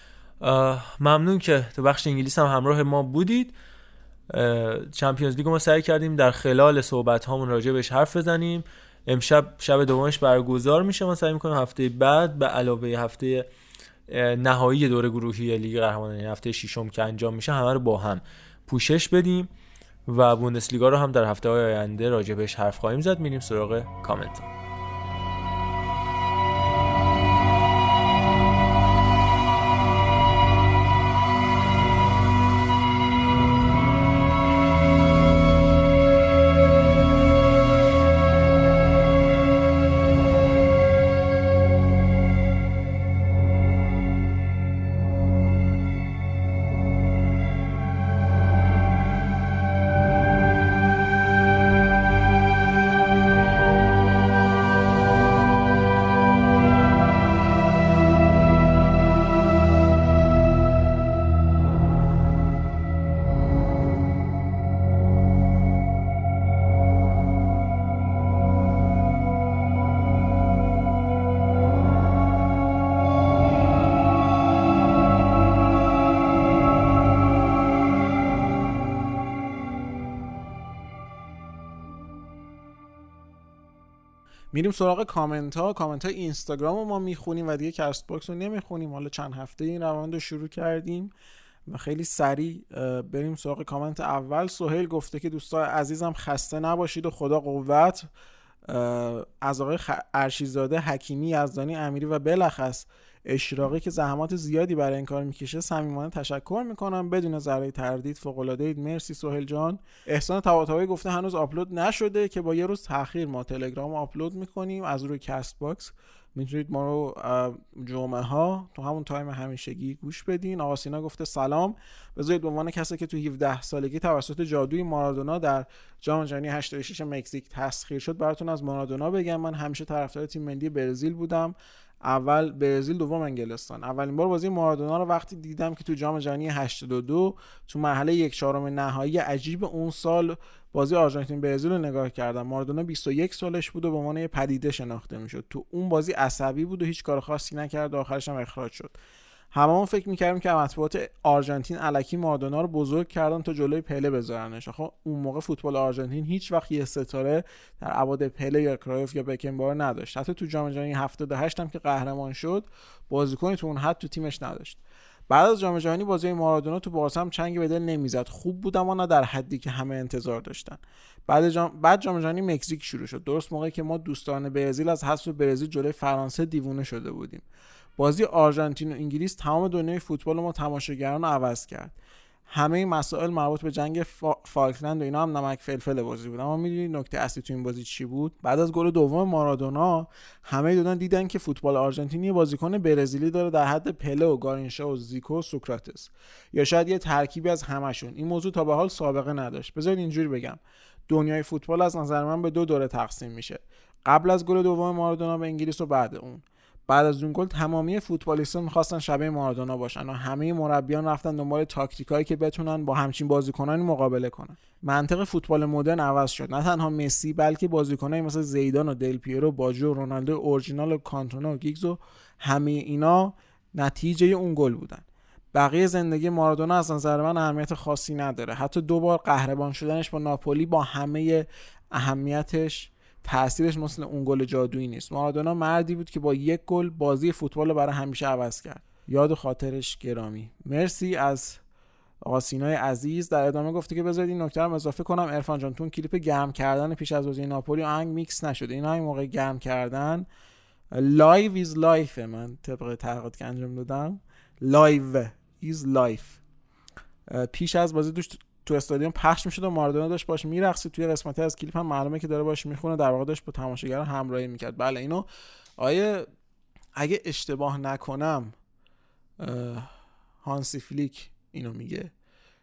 ممنون که تو بخش انگلیس هم همراه ما بودید. چمپیونز لیگ ما سعی کردیم در خلال صحبت هامون راجع بهش حرف بزنیم. امشب شب دومش برگزار میشه. ما سعی میکنیم هفته بعد به علاوه هفته نهایی دور گروهی لیگ قهرمانان، یعنی هفته ششم که انجام میشه، همه رو با هم پوشش بدیم و بوندسلیگا رو هم در هفته‌های آینده راجع بهش حرف خواهیم زد. میریم سراغ کامنت. میریم سراغ کامنت ها اینستاگرام رو ما میخونیم و دیگه کست باکس رو نمیخونیم. حالا چند هفته این روند رو شروع کردیم و خیلی سریع بریم سراغ کامنت اول. سهیل گفته که دوستان عزیزم خسته نباشید و خدا قوت. از آقای ارشیزاده، حکیمی، یزدانی، امیری و بلخص اشراقی که زحمات زیادی برای این کار میکشه صمیمانه تشکر میکنم بدون ذره تردید. فوق‌العاده اید، مرسی سهیل جان. احسان طباطبایی گفته هنوز آپلود نشده که با یه روز تاخیر ما تلگرام آپلود میکنیم از روی کست باکس. میتونید ما رو جمعه ها تو همون تایم همیشگی گوش بدین. آقا سینا گفته سلام، بذارید به عنوان کسی که تو 17 سالگی توسط جادوی مارادونا در جام جهانی 86 مکزیک تسخیر شد براتون از مارادونا بگم. من همیشه طرفدار تیم ملی برزیل بودم، اول برزیل، دوم انگلستان. اولین بار بازی مارادونا رو وقتی دیدم که تو جام جهانی 82 تو مرحله 1/4 نهایی عجیب اون سال بازی آرژانتین برزیل رو نگاه کردم. مارادونا 21 سالش بود و به عنوان یه پدیده شناخته میشد. تو اون بازی عصبی بود و هیچ کار خاصی نکرد و آخرش هم اخراج شد. هممون فکر می‌کردیم که مطبوعات آرژانتین الکی مارادونا رو بزرگ کردن تا جلوی پله بذارنش. آخه اون موقع فوتبال آرژانتین هیچ وقت یه ستاره در ابعاد پله یا کرایف یا بکنبار نداشت. حتی تو جام جهانی 78 هم که قهرمان شد بازیکنی تو اون حد تو تیمش نداشت. بعد از جام جهانی بازی مارادونا تو بارسا هم چنگی به دل نمیزد. خوب بود اما نه در حدی که همه انتظار داشتن. بعد جام جهانی مکزیک شروع شد. درست موقعی که ما دوستان برزیل از حذف برزیل جلوی فرانسه دیوونه شده بودیم. بازی آرژانتین و انگلیس تمام دنیای فوتبال ما تماشاگران رو عوض کرد. همه مسائل مربوط به جنگ فالکلند و اینا هم نمک فلفل بازی بود. اما میدونی نکته اصلی تو این بازی چی بود؟ بعد از گل دوم مارادونا همه دیدن که فوتبال آرژانتین یه بازیکن برزیلی داره در حد پله و گارینشا و زیکو و سوکراتس، یا شاید یه ترکیبی از همشون. این موضوع تا به حال سابقه نداشت. بذارید اینجوری بگم، دنیای فوتبال از نظر من به 2 دوره تقسیم میشه: قبل از گل دوم مارادونا به انگلیس و بعد اون. بعد از اون گل تمامی فوتبالیستان می‌خواستن شبیه مارادونا باشن و همه مربیان رفتن دنبال تاکتیکایی که بتونن با همچین بازیکنانی مقابله کنن. منطق فوتبال مدرن عوض شد. نه تنها مسی بلکه بازیکنایی مثل زیدان و دل پیرو، باجو، رونالدو اورجینال و کانتونا و گیگز و همه اینا نتیجه اون گل بودن. بقیه زندگی مارادونا از نظر من اهمیت خاصی نداره. حتی 2 بار قهرمان شدنش با ناپولی با همه اهمیتش تأثیرش مثل اون گل جادویی نیست. مارادونا مردی بود که با 1 گل بازی فوتبال رو برای همیشه عوض کرد. یاد و خاطرش گرامی. مرسی از آقا سینای عزیز. در ادامه گفته که بذارید این نکته رو اضافه کنم. عرفان جان، تو کلیپ گرم کردن پیش از بازی ناپولی آهنگ میکس نشده. این همین موقع گرم کردن لایو ایز لایف، من طبق تحقیقاتی که انجام دادم لایو ایز لایف پیش از بازی تو استادیوم پخش میشد و مارادونا داشت باش میرقصید. توی قسمتی از کلیپ هم معلومه که داره باش میخونه، در واقع داشت با تماشاگران همراهی میکرد. بله اینو اگه اشتباه نکنم هانسی فلیک اینو میگه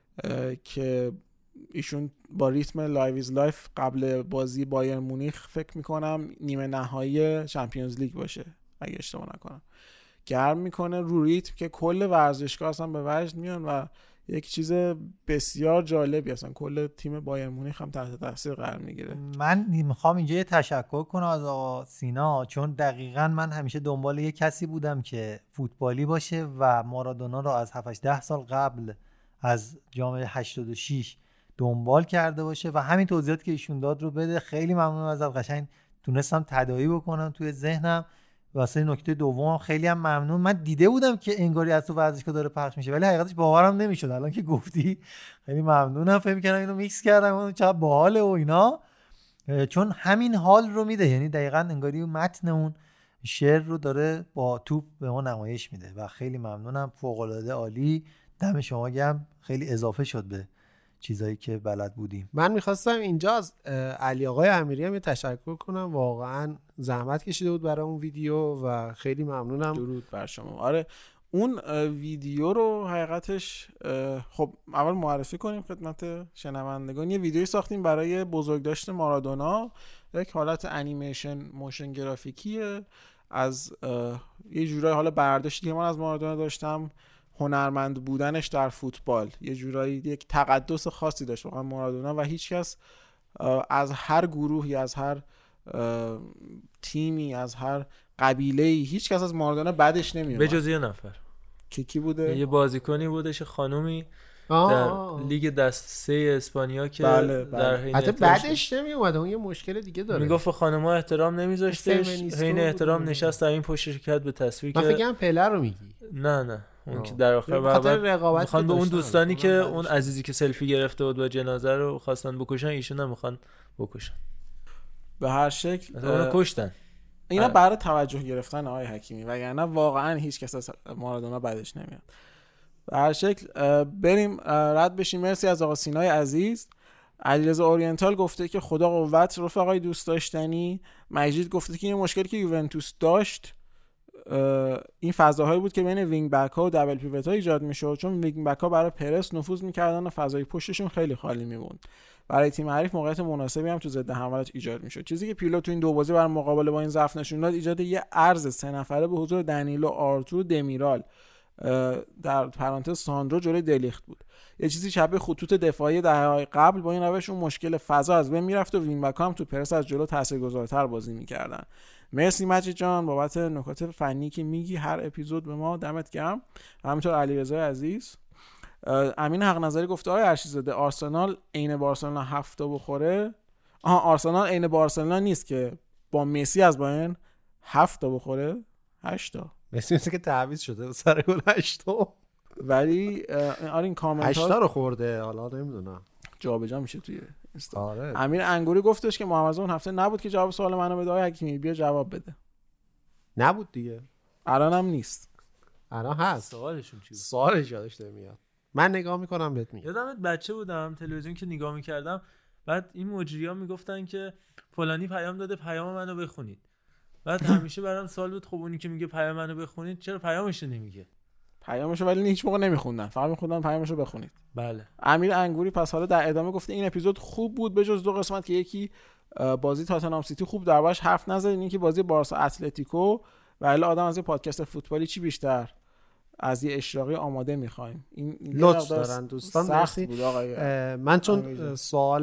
که ایشون با ریتم لایو ایز لایف قبل بازی بایر مونیخ فکر میکنم نیمه نهایی چمپیونز لیگ باشه اگه اشتباه نکنم گرم میکنه رو ریتم که کل ورزشگاه اصلا به وجد میان و یک چیز بسیار جالبی اصلا کل تیم بایر مونیخ هم تحت تاثیر قرار میگیره. من میخوام اینجا یه تشکر کنم از آقا سینا، چون دقیقاً من همیشه دنبال یه کسی بودم که فوتبالی باشه و مارادونا رو از 7-10 سال قبل از جام 86 دنبال کرده باشه و همین توضیحاتی که ایشون داد رو بده. خیلی ممنونم ازت، قشنگ تونستم تداعی بکنم توی ذهنم. واسه نکته دوم خیلی هم ممنون. من دیده بودم که انگاری از تو ورزشگاه داره پخش میشه ولی حقیقتش باورم نمیشد. الان که گفتی خیلی ممنونم، فکر می‌کردم اینو میکس کردم اون چقدر باحاله و اینا، چون همین حال رو میده. یعنی دقیقاً انگاری متن اون شعر رو داره با توپ به ما نمایش میده و خیلی ممنونم. فوق‌العاده عالی، دم شما گرم، خیلی اضافه شد به چیزایی که بلد بودیم. من میخواستم اینجا از علی آقای امیری هم یه تشکر کنم، واقعا زحمت کشیده بود برای اون ویدیو و خیلی ممنونم. درود بر شما. آره اون ویدیو رو حقیقتش خب اول معرفی کنیم خدمت شنوندگان. یه ویدیویی ساختیم برای بزرگداشت مارادونا، یک حالت انیمیشن موشن گرافیکیه از یه جورایی حالا برداشتی که من از مارادونا داشتم، هنرمند بودنش در فوتبال، یه جورایی یک تقدس خاصی داشت واقعا مارادونا و هیچکس از هر گروهی، از هر تیمی، از هر قبیله‌ای، هیچکس از مارادونا بعدش نمیومد به جز یه نفر. کی بوده؟ یه بازیکنی بودش، خانومی در لیگ دسته 3 اسپانیا که در حتی بعدش نمیومد، اون یه مشکل دیگه داره. میگفت خانم‌ها احترام نمیذاشتش، حین احترام نشست در این پشت شرکت به تصویر که من فکرم پله رو میگی. نه اون که در آخر میخوان به اون دوستانی که اون عزیزی که سلفی گرفته بود با جنازه رو خواستن بکشن، ایشون نمیخوان بکشن. به هر شکل اونو کشتن. اینا برای توجه گرفتن آقای حکیمی، وگرنه واقعا هیچ کس از مارادونا بعدش نمیاد. به هر شکل بریم رد بشیم. مرسی از آقا سینای عزیز. علیرضا اورینتال گفته که خدا قوت رفقای دوست داشتنی. مجید گفته که این مشکلی که یوونتوس داشت این فضاهایی بود که بین وینگ بک ها و دبل پیوت ها ایجاد میشد، چون وینگ بک ها برای پرس نفوذ میکردن و فضای پشتشون خیلی خالی میموند. برای تیم حریف موقعیت مناسبی هم تو ضد حملات ایجاد میشد. چیزی که پیرلو تو این دو بازی برای مقابله با این ضعف نشون داد ایجاد یه عرض 3 نفره به حضور دنیلو، آرتور، دمیرال در پرانتز ساندرو جلوی دلیخت بود. یه چیزی شبیه خطوط دفاعی دهه‌های قبل. با این روش اون مشکل فضا از بین میرفت و وینگ بک هم تو پرس از جلو تاثیرگذارتر بازی میکردن. مرسی مجید جان بابت نکات فنی که میگی هر اپیزود به ما، دمت گرم. همینطور علیرضا عزیز. امین حق نظری گفته آقای ارشیزاده آرسنال عین بارسلونا 7 تا بخوره. آرسنال عین بارسلونا نیست که با مسی از بایرن 7 تا بخوره، 8 تا. مسی مثل که تعویض شده سر گل 8 تا، ولی آره این کامنت 8 تا رو خورده، حالا نمیدونم جابجا میشه توی اینستا. آره. امیر انگوری گفتش که محمد اون هفته نبود که جواب سوال منو بده. آقای حکیمی بیا جواب بده. نبود دیگه، الانم نیست. الان هست. سوالشون چی بود؟ سوالش یادش نمیاد. من نگاه میکنم بهت میگم. یادمت بچه بودم تلویزیون که نگاه میکردم، بعد این مجری‌ها میگفتن که فلانی پیام داده پیام منو بخونید. بعد همیشه برام سوال بود خب اونی که میگه پیام منو بخونید چرا پیامش نمیگه؟ پیامشو ولی هیچ موقع نمیخوندن، فقط میخوندن پیامشو بخونید. بله. امیر انگوری پس حالا در ادامه گفته این اپیزود خوب بود بجز 2 قسمت که یکی بازی تاتنهام سیتی خوب دربارش حرف نزدین، این که بازی بارسا اتلتیکو. و الا آدم از یه پادکست فوتبالی چی بیشتر از یه اشراقی آماده میخوایم. این لطف دارن دوستان. مرسی. من چون سوال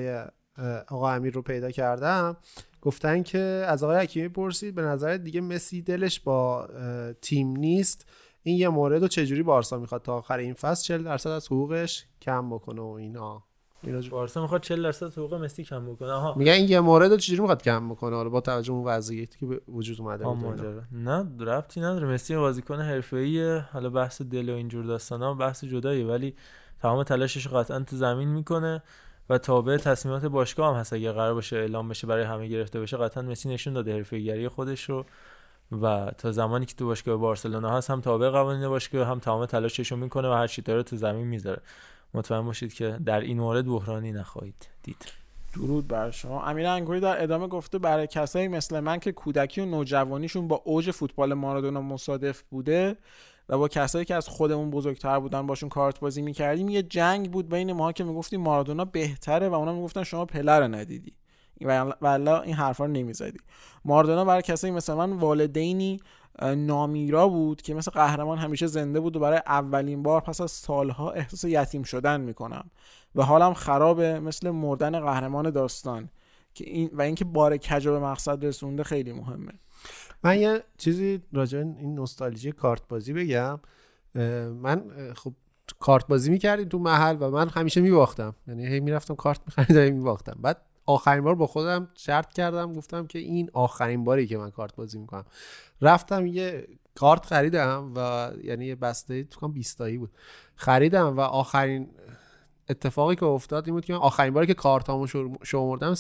آقا امیر رو پیدا کردم، گفتن که از آقای حکیمی پرسید به نظر دیگه مسی دلش با تیم نیست، این یه مورد رو چجوری بارسا میخواد تا آخر این فصل 40% از حقوقش کم بکنه و اینا. بارسا میخواد 40% حقوق مسی کم بکنه. آها میگن این یه مورد رو چجوری میخواد کم بکنه حالا با توجه اون وضعیتی که به وجود اومده بود. نه ربطی نداره، مسی بازیکن حرفه‌ایه، حالا بحث دل و اینجور داستانا بحث جداییه، ولی تمام تلاشش رو قطعا تو زمین میکنه و تابع تصمیمات باشگاه هم هست. اگه قرار باشه اعلام بشه برای همه گرفته بشه، قطعا مسی نشون داده حرفه‌ایگری خودش رو و تا زمانی که تو باشگاه بارسلونا هست هم تابع قوانین باشگاه، هم تمام تلاشش رو میکنه و هر چی داره تو زمین میذاره. مطمئن باشید که در این مورد بحرانی نخواهید دید. درود بر شما. امیر انگوری در ادامه گفته برای کسایی مثل من که کودکی و نوجوانیشون با اوج فوتبال مارادونا مصادف بوده و با کسایی که از خودمون بزرگتر بودن باشون کارت بازی میکردیم، یه جنگ بود بین ما که میگفتیم مارادونا بهتره و اونا میگفتن شما پله رو ندیدی والا این حرفا رو نمیزدی. مارادونا برای کسایی مثل من والدینی نامیرا بود که مثل قهرمان همیشه زنده بود و برای اولین بار پس از سالها احساس یتیم شدن میکنم و حالم خرابه مثل مردن قهرمان داستان که اینکه بار کج به مقصد رسونده خیلی مهمه. من یه چیزی راجع این نوستالژی کارت بازی بگم. من خب کارت بازی میکردیم تو محل و من همیشه میباختم، یعنی هی میرفتم کارت میخریدم میباختم. بعد آخرین بار با خودم شرط کردم، گفتم که این آخرین باری که من کارت بازی میکنم. رفتم یه کارت خریدم و یعنی یه بسته تو کام 20 تایی بود خریدم و آخرین اتفاقی که افتاد این بود که من آخرین باری که کارتامو شمردم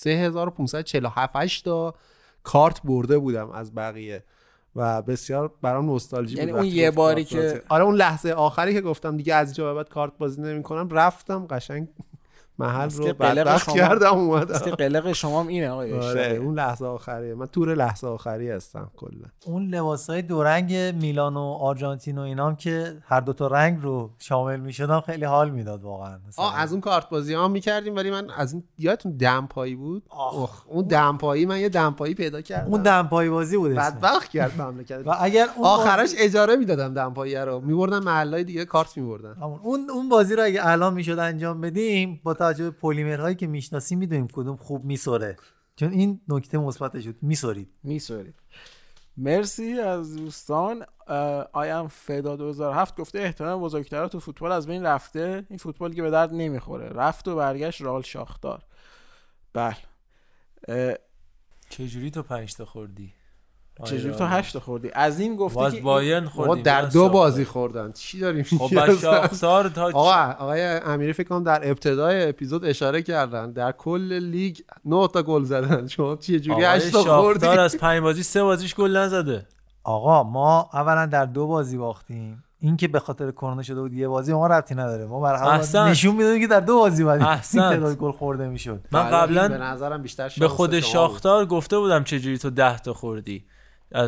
3547 تا کارت برده بودم از بقیه و بسیار برام نوستالژی بود. یعنی اون یه باری که آره اون لحظه آخری که گفتم دیگه از اینجا به بعد کارت بازی نمی‌کنم، رفتم قشنگ محل رو بدبخت کردم اومدم. است که قلق شما اینه آقای آره اون لحظه آخریه، من تور لحظه آخری هستم کلا. اون لباسای دو رنگ میلان و آرژانتین و اینام که هر دو تا رنگ رو شامل میشدم خیلی حال میداد واقعا. از اون کارت بازی ها میکردیم، ولی من از این یادتون دمپایی بود. اون دمپایی من یه دمپایی پیدا کردم، اون دمپایی بازی بود بدبخت کرد مملکت. و اگر آخرش اجاره میدادم دمپایی رو، میبردن محلهای دیگه کارت میبردن. اون بازی رو اگه الان میشد انجام بدیم با توجه به پلیمرهایی که میشناسیم میدونیم کدوم خوب میسوره، چون این نکته مثبتش بود، میسورید. مرسی از دوستان. آیم فدا 2007 گفته احترام بزرگترها تو فوتبال از بین رفته، این فوتبالی که به درد نمیخوره، رفت و برگشت رئال شاختار. بله چجوری تو 5 تا خوردی؟ چجوری تو 8 تا خوردی؟ از این گفته که بایرن خوردیم در 2 بازی خوردن. چی داریم خب شاختار تا آقای امیری فکر کنم در ابتدای اپیزود اشاره کردن در کل لیگ 9 تا گل زدن، شما چه جوری 8 تا خوردی؟ شاختار از 5 بازی 3 بازیش گل نزده. آقا ما اولا در 2 بازی باختیم، این که به خاطر کرونا شده بود یه بازی ما ربطی نداره، ما برای نشون میدادیم که در 2 بازی بعد این تعداد گل خورده میشد. من قبلا به نظرم بیشتر به خود شاختار گفته بودم چه جوری تو 10 تا خوردی از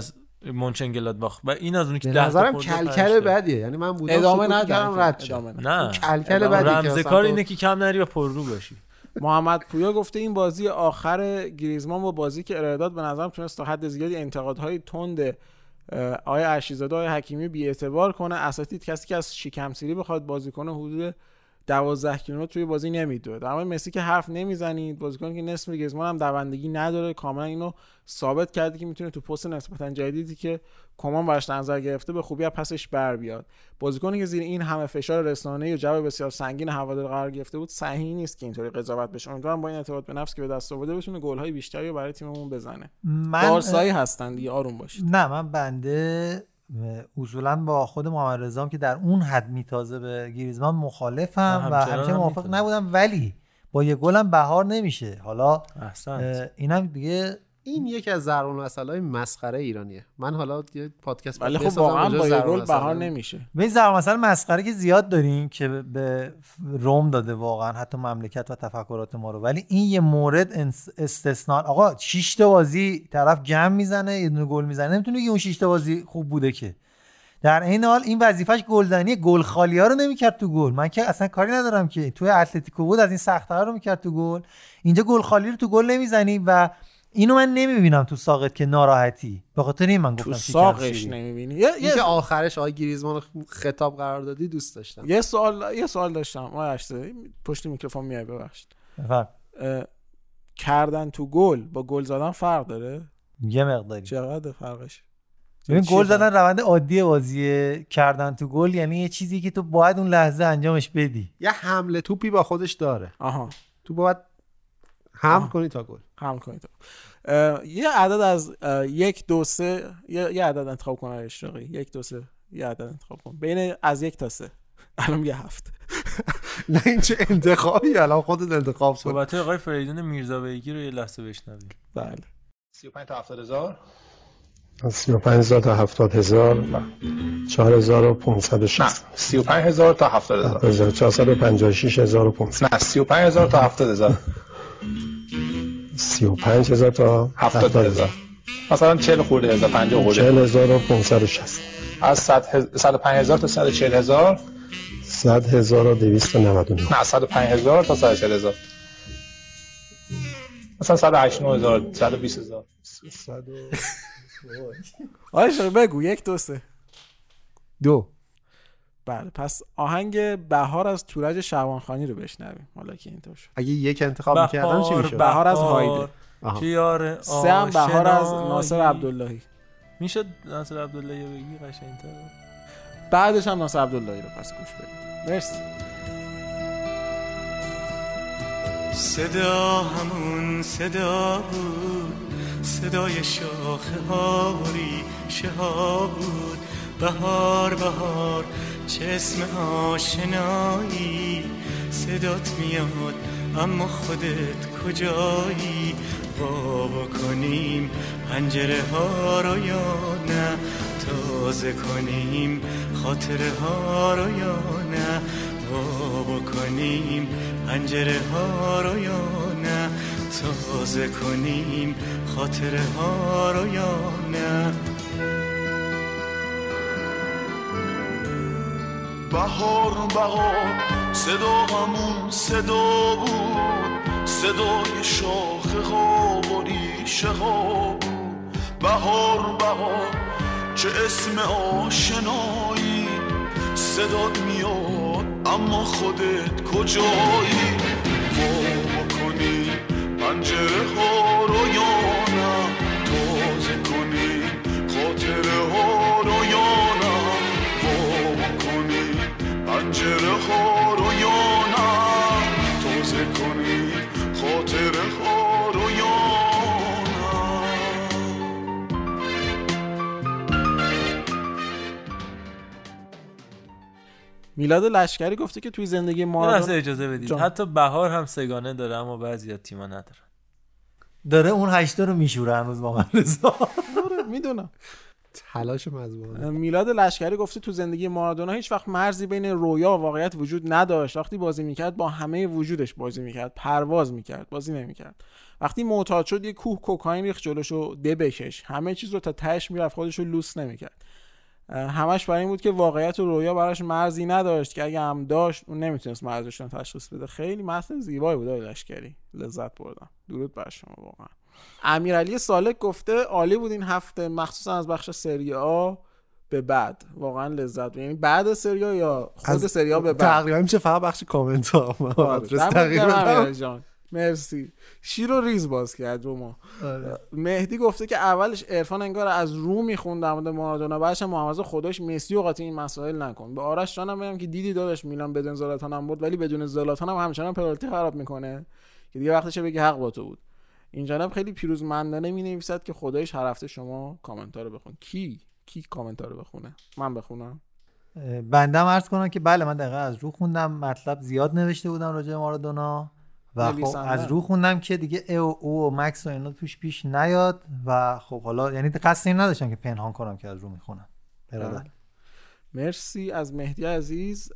مونچنگلادباخ و این از اون که به 10 تا نظرم خورده کلکل بدیه. یعنی من بودم ادامه سکوت ندارم کردم رد شدم. نه کلکل بدیه. رمز کار اینه که کم نری و پررو باشی. محمد پویا گفته این بازی آخر گریزمان با بازی که ارائه داد به نظرم تونست تا حد زیادی انتقادهای تند آقای ارشیزاده آقای حکیمی بی‌اعتبار کنه. اساتید کسی که از شکمسیری بخواد بازی کنه حدود 12 کیلومتر توی بازی نمیدوه. در مورد مسی که حرف نمیزنید، بازیکنی که نصف گریزمان هم دوندگی نداره، کاملا اینو ثابت کرده که میتونه تو پست نسبتا جدیدی که کمان براش نظر گرفته به خوبی از پسش بر بیاد. بازیکنی که زیر این همه فشار رسانه‌ای و جو بسیار سنگین هوادار قرار گرفته بود، صحیح نیست که اینطوری قضاوت بشه. امیدوارم با این اعتماد به نفس که به دست آورده بتونه گل‌های بیشتری رو برای تیممون بزنه. بارسایی هستن دیگه، آروم باشید. نه من بنده اصولا با خود محمد رضا که در اون حد میتازه به گریزمان مخالفم و همیشه موافق نبودم، ولی با یه گلم بهار نمیشه. حالا اینم دیگه این یکی از ضرب‌المثل‌های مسخره ایرانیه. من حالا یه پادکست ولی خب واقعا با یه گل بهار نمیشه. به این ضرب‌المثل مسخره که زیاد داریم که به روم داده واقعا حتی مملکت و تفکرات ما رو، ولی این یه مورد استثناء. آقا 6 تا بازی طرف جمع میزنه یه دونه گل میزنه، نمیتونه بگی اون 6 تا بازی خوب بوده که. در این حال این وظیفش گلزنی، گل خالی‌ها رو نمی‌کرد تو گل. من که اصلا کاری ندارم که توی اتلتیکو بود از این سخت‌ترا رو می‌کرد تو گل، اینجا گل خالی رو تو گل نمیزنی و اینو من نمیبینم تو ساقت که ناراحتی. به خاطر این من گفتم تو ساقش نمیبینی. یه که آخرش آقای گریزمان خطاب قرار دادی دوست داشتم. یه سوال داشتم. آقا پشت میکروفون میای ببخشید. کردن تو گل با گل زدن فرق داره؟ یه مقداری. چقدر فرقش؟ ببین گل زدن روند عادی بازیه، کردن تو گل یعنی یه چیزی که تو باید اون لحظه انجامش بدی. یه حمله توپی با خودش داره. آها. تو باید حمل کنی تا گل. حمل کنی تا یه عدد از 1 2 3 یه عدد انتخاب کن اشتاقی. 1 2 3 یه عدد انتخاب کن بین از 1 تا 3. الان یه 7. نه این چه انتخابی؟ الان خودت انتخاب کن. صحبت آقای فریدون میرزابیگی رو یه لحظه بشنویم. بله. 35 تا 70000 35,000 تا 70,000 4560 35,000 تا 70,000 456,500 نه 35,000 تا 70,000 35,000 تا 70,000 مثلا 40 خورده هزار 50 خورده 40,560 از 105,000 تا 140,000 100,299 نه 105,000 تا 140,000 مثلا 189,000 120,000 آره بگو 1 2 3 2. بله پس آهنگ بهار از تورج شعبانخانی رو بشنویم. حالا که اینطور شد اگه یک انتخاب می‌کردم چی میشد؟ بهار از هایده. چیار 3 هم بهار از ناصر عبداللهی. میشد ناصر عبداللهی بگی قشنگ‌تره. بعدش هم ناصر عبداللهی رو پس گوش بدید. مرسی. صدا همون صدا بود، صدای شاخه ها و ریشه ها بود. بهار بهار چه اسم آشنایی، صدات میاد اما خودت کجایی. وا بکنیم پنجره ها رو یا نه، تازه کنیم خاطره ها رو یا نه. وا بکنیم پنجره ها رو یا نه، تازه کنیم خاطره ها رو یا نه. بهار بهار صدا همون صدا بود، صدای شاخه ها و ریشه ها بود. بهار بهار چه اسم آشنایی، صدات میاد اما خودت کجایی. وا بکنی پنجره ها رو یا نه، تازه کنی خاطره ها رو یا نه. وا بکنی پنجره ها رو یا نه، تازه کنی خاطره ها رو یا نه. میلاد لشکری گفته که توی زندگی ما اجازه بدید حتی بهار هم سگانه داره اما بعضی از تیم‌ها نداره. داره اون 8 رو میشوره هنوز با من رضا. میدونم. تلاش مظلومانه. میلاد لشکری گفته تو زندگی مارادونا هیچ وقت مرزی بین رویا و واقعیت وجود نداشت. وقتی بازی میکرد با همه وجودش بازی میکرد، پرواز میکرد، بازی نمیکرد. وقتی معتاد شد یه کوه کوکائین ریخت جلوشو ده بکش، همه چیز رو تا تهش میرفت، خودشو لوس نمیکرد. همش برای این بود که واقعیت و رویا براش مرزی نداشت که اگه هم داشت اون نمیتونست مرزش رو تشخیص بده. خیلی متن زیبایی بود لشکری، لذت بردم. درود بر شما. واقعا امیرعلی سالک گفته عالی بود این هفته، مخصوصا از بخش سری آ به بعد. واقعا لذت، یعنی بعد سری آ یا خود سری آ به بعد تقریبا میشه فقط بخش کامنت ها. جان مرسی. شیر و ریز باز کرد رو ما. مهدی گفته که اولش عرفان انگار از رو میخوند در مورد مارادونا، بعدش محمد خداش مسی و قاطی این مسائل نکن. به آرش جانم بگم که دیدی داداش میلان بدون زلاتان هم بود، ولی بدون زلاتان هم همچنان پنالتی خراب میکنه که دیگه وقتشه بگی حق با تو بود. این جانب خیلی پیروزمندانه مینویسد که خدایش هر هفته شما کامنتار رو بخون. کی کامنتار رو بخونه؟ من بخونم؟ بندم عرض کنم که بله من دقیقا از رو خوندم، مطلب زیاد نوشته بودم راجع به مارادونا و خب از رو خوندم که دیگه او و مکس و اینا توش پیش نیاد و خب حالا یعنی قصد این نداشتم که پنهان کنم که از رو میخونم. مرسی. از مهدی عزیز.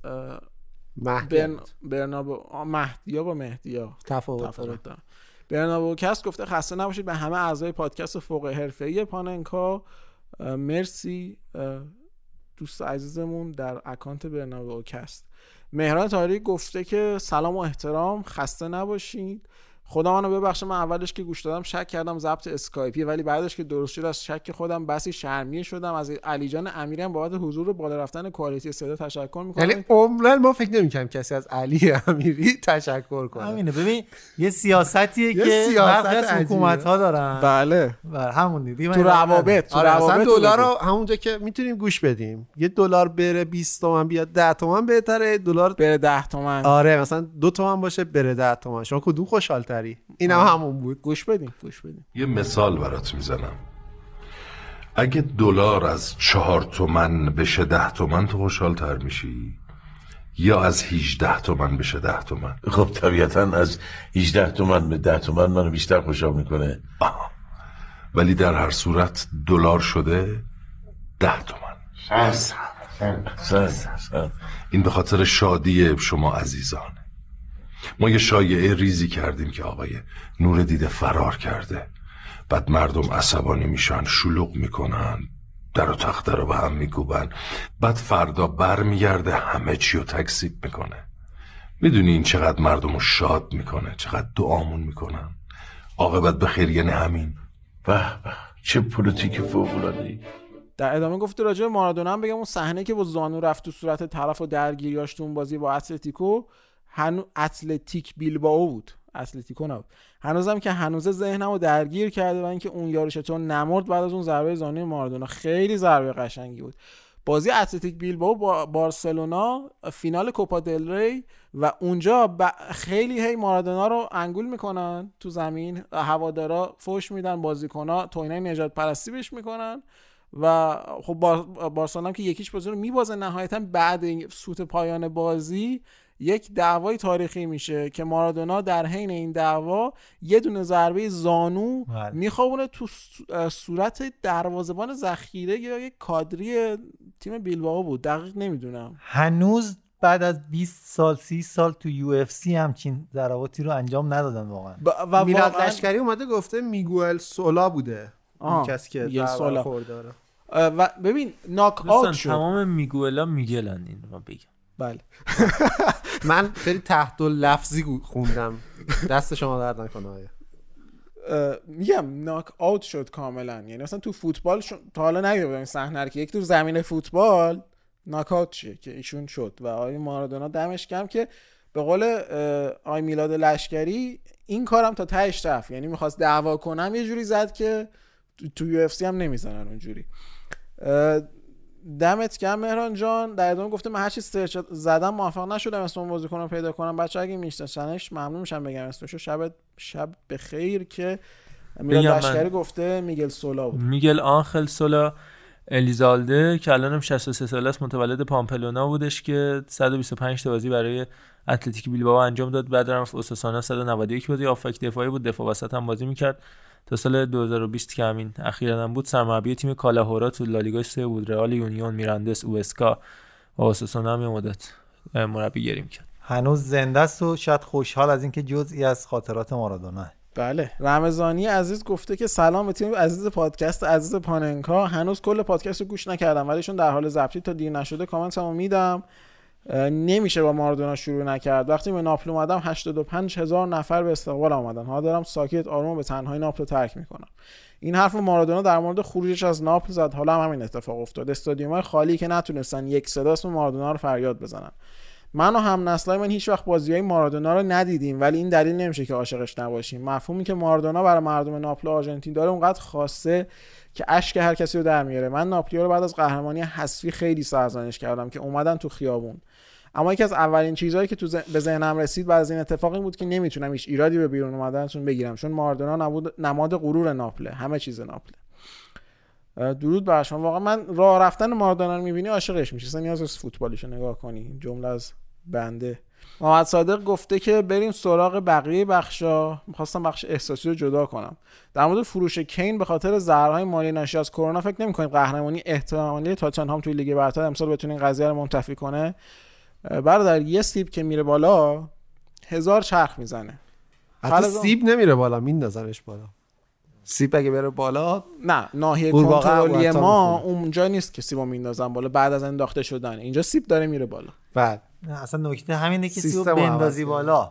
مهدیا با مهدیا تفاوت داره. برنابو کست گفته خسته نباشید به همه اعضای پادکست فوق حرفه‌ای پاننکا. مرسی دوست عزیزمون در اکانت برنابو کست. مهران طاهری گفته که سلام و احترام، خسته نباشید. خدا منو ببخشه، من اولش که گوش دادم شک کردم ضبط اسکایپی، ولی بعدش که درست شد از شک خودم بسی شرمیه شدم. از علی جان امیری هم بابت حضور و بالا رفتن کوالیتی صدا تشکر میکنم. یعنی عمرن ما فکر نمی‌کنیم کسی از علی امیری تشکر کنه. همینه. ببین یه سیاستیه که برخی از حکومت‌ها دارن. بله همون دیگه تو روابط دلار رو همونجا که میتونیم گوش بدیم. یه دلار بره 20 تومن بیاد 10 تومن بهتره، دلار بره 10 تومن. آره مثلا 2 تومن باشه بره 10 تومن. شما کدوم خوشحال‌تری؟ این همون بود. گوش بدیم. یه مثال برات میزنم. اگه دلار از 4 تومن بشه 10 تومن تو خوشحال تر میشی یا از 18 تومن بشه 10 تومن؟ خب طبیعتا از 18 تومن به 10 تومن منو بیشتر خوشحال میکنه. ولی در هر صورت دلار شده 10 تومن. این به خاطر شادی شما عزیزانه. ما یه شایعه ریزی کردیم که آقای نور دیده فرار کرده، بعد مردم عصبانی میشن، شلوغ میکنن، در و تخته رو به هم میکوبن، بعد فردا بر میگرده همه چی رو تکذیب میکنه. میدونی این چقدر مردم رو شاد میکنه، چقدر دعامون میکنن. عاقبت به خیر یعنی همین. به چه پلیتیک فوق‌العاده‌ای. در ادامه گفته راجع به مارادونا هم بگم اون صحنه که با زانو رفت تو صورت طرف و درگیریاش تو اون بازی با اتلتیک بیلبائو بود، اتلتیکو نبود. هنوزم که هنوز ذهنمو درگیر کرده و اینکه اون یارو چطور نمرد بعد از اون ضربه زانوی مارادونا. خیلی ضربه قشنگی بود. بازی اتلتیک بیلبائو با بارسلونا فینال کوپا دل ری و اونجا خیلی هی مارادونا رو انگول میکنن تو زمین، هوادارا فوش میدن، بازیکن‌ها توهینای نجات پرستی بهش میکنن و خب بارسلونا که یکیش بازی رو میبازه. نهایتا بعد سوت پایان بازی یک دعوای تاریخی میشه که مارادونا در حین این دعوا یه دونه ضربه زانو میخوابونه تو صورت دروازه‌بان ذخیره یا یک کادری تیم بیلبائو بود، دقیق نمیدونم. هنوز بعد از 20 سال 30 سال تو UFC همچین ضرباتی رو انجام ندادن واقعا. میلاد لشکری اومده گفته میگوئل سولا بوده اون کسی که ضربه خورده. و ببین ناک آوت شد. تمام میگوئلا میگلن این رو بگم. بله. من خیلی تحت لفظی خوندم، دست شما درد نکنه. میگم ناک آوت شد کاملا. یعنی مثلا تو فوتبال تا حالا ندیده بودم این صحنه رو که یک تو زمین فوتبال ناک آوت شه که ایشون شد و آقای مارادونا دمش گرم که به قول آقای میلاد لشکری این کارم تا تهش رفت. یعنی میخواست دعوا کنم یه جوری زد که تو یو اف سی هم نمیزنن اونجوری. دمت گرم مهران جان. در ادامه گفته من هر چی سرچ زدم موفق نشدم اسم اون بازیکن پیدا کنم. بچه‌ها اگه میشناسنش ممنون میشم بگم اسمشو. شب بخیر. که میلاد لشکری گفته میگل سولا بود. میگل آنخل سولا الیزالده که الانم 63 ساله است، متولد پامپلونا بودش که 125 تا بازی برای اتلتیک بیلبائو انجام داد. بعد رفت اوساسونا 191 بازی، هافک دفاعی بود، دفاع وسط هم بازی میکرد. تا سال 2020 که همین اخیراً هم بود سرمربی تیم کالاهورا تو لالیگا 3 بود، رئال یونیون، میراندس، اوسکا و اوساسونا هم یه مدت مربیگری می‌کرد. هنوز زنده است و شاید خوشحال از اینکه جزئی از خاطرات مارادونا. بله. رمضانی عزیز گفته که سلام به تیم عزیز پادکست عزیز پاننکا. هنوز کل پادکست رو گوش نکردم ولی چون در حال ضبطی تا دیر نشده کامنتمو میدم. نمیشه با مارادونا شروع نکرد. وقتی به ناپل اومدم 85,000 نفر به استقبال اومدن. حالا دارم ساکت آروم به تنهایی ناپل رو ترک میکنم. این حرف مارادونا در مورد خروجش از ناپل زد. حالا هم همین اتفاق افتاد. استادیوم‌های خالی که نتونستن یک صدا اسم مارادونا رو فریاد بزنن. من و هم نسلای من هیچ وقت بازی‌های مارادونا رو ندیدیم ولی این دلیل نمیشه که عاشقش نباشیم. مفهومی که مارادونا برای مردم ناپل و آرژانتین داره اونقدر خاصه که اشک هر کسی رو در میاره. من ناپلی‌ها رو بعد از قهرمانی حذفی خیلی سرزنش کردم که اومدن تو خیابون. اما یکی از اولین چیزهایی که به ذهنم رسید بعد از این اتفاق این بود که نمیتونم هیچ ایرادی به بیرون اومدنشون بگیرم چون مارادونا نماد غرور ناپل، همه چیز ناپل. درود بر شما. واقعا من راه رفتن مارادونا رو می‌بینی عاشقش میشی، اصلا نیاز نیست فوتبالیش رو نگاه کنی. این جمله از بنده. محمد صادق گفته که بریم سراغ بقیه بخشا. می‌خواستم بخش احساسی رو جدا کنم. در مورد فروش کین به خاطر ضررهای مالی ناشی از کرونا فکر نمی‌کنید قهرمانی احتمالی تاتنهام توی لیگ برتر امسال بتونه این قضیه رو منتفی کنه؟ برادر یه سیب که میره بالا 1000 چرخ میزنه. حتی سیب نمیره بالا میندازنش بالا. سیب اگه بره بالا نه، ناحیه کنترلی ما اونجا نیست که سیبو میندازن بالا بعد از انداخته شدن. اینجا سیب داره میره بالا. بعد نه اصلا نکته همینه که سیبو بندازی بالا.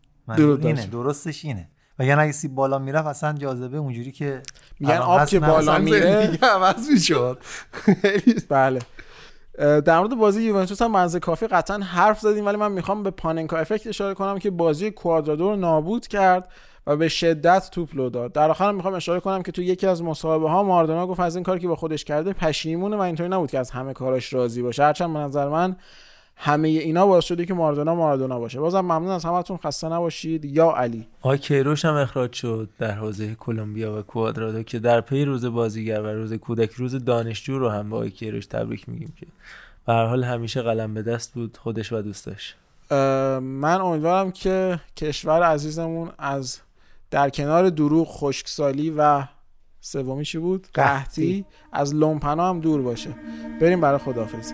درستش اینه. وگرنه اگه سیب بالا میرفت اصلا جاذبه اونجوری که میگن آب که بالا میره دیگه عوض میشد. بله. در مورد بازی یوونتوس هم منزه کافی قطعا حرف زدیم ولی من میخوام به پاننکا افکت اشاره کنم که بازی کوادرادو رو نابود کرد و به شدت توپ لو داد. در آخر میخوام اشاره کنم که تو یکی از مصاحبه ها مارادونا گفت از این کاری که با خودش کرده پشیمونه و اینطوری نبود که از همه کاراش راضی باشه. هرچند به نظر من همه اینا باعث شده که مارادونا باشه. بازم ممنون از همتون، خسته نباشید. یا علی. آقای کیروش هم اخراج شد در حوزه کلمبیا و کوادرادو که در پی روز بازیگر و روز کودک روز دانشجو رو هم با آقای کیروش تبریک میگیم که به هر حال همیشه قلم به دست بود خودش و دوستاش. من امیدوارم که کشور عزیزمون از در کنار دروغ، خشکسالی و سومی چی بود؟ قحطی از لومپنا هم دور باشه. بریم برای خداحافظی.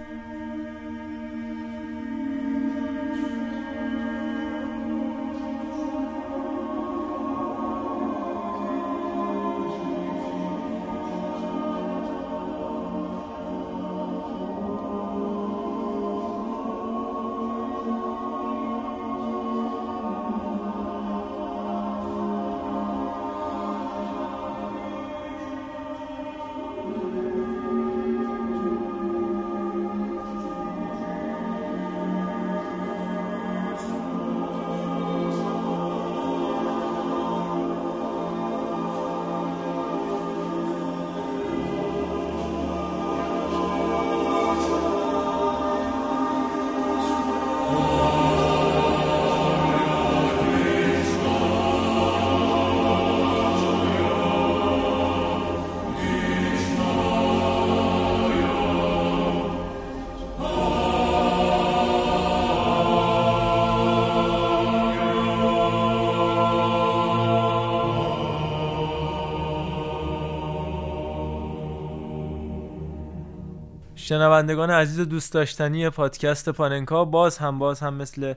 شنوندگان عزیز و دوست داشتنی پادکست پاننکا، باز هم مثل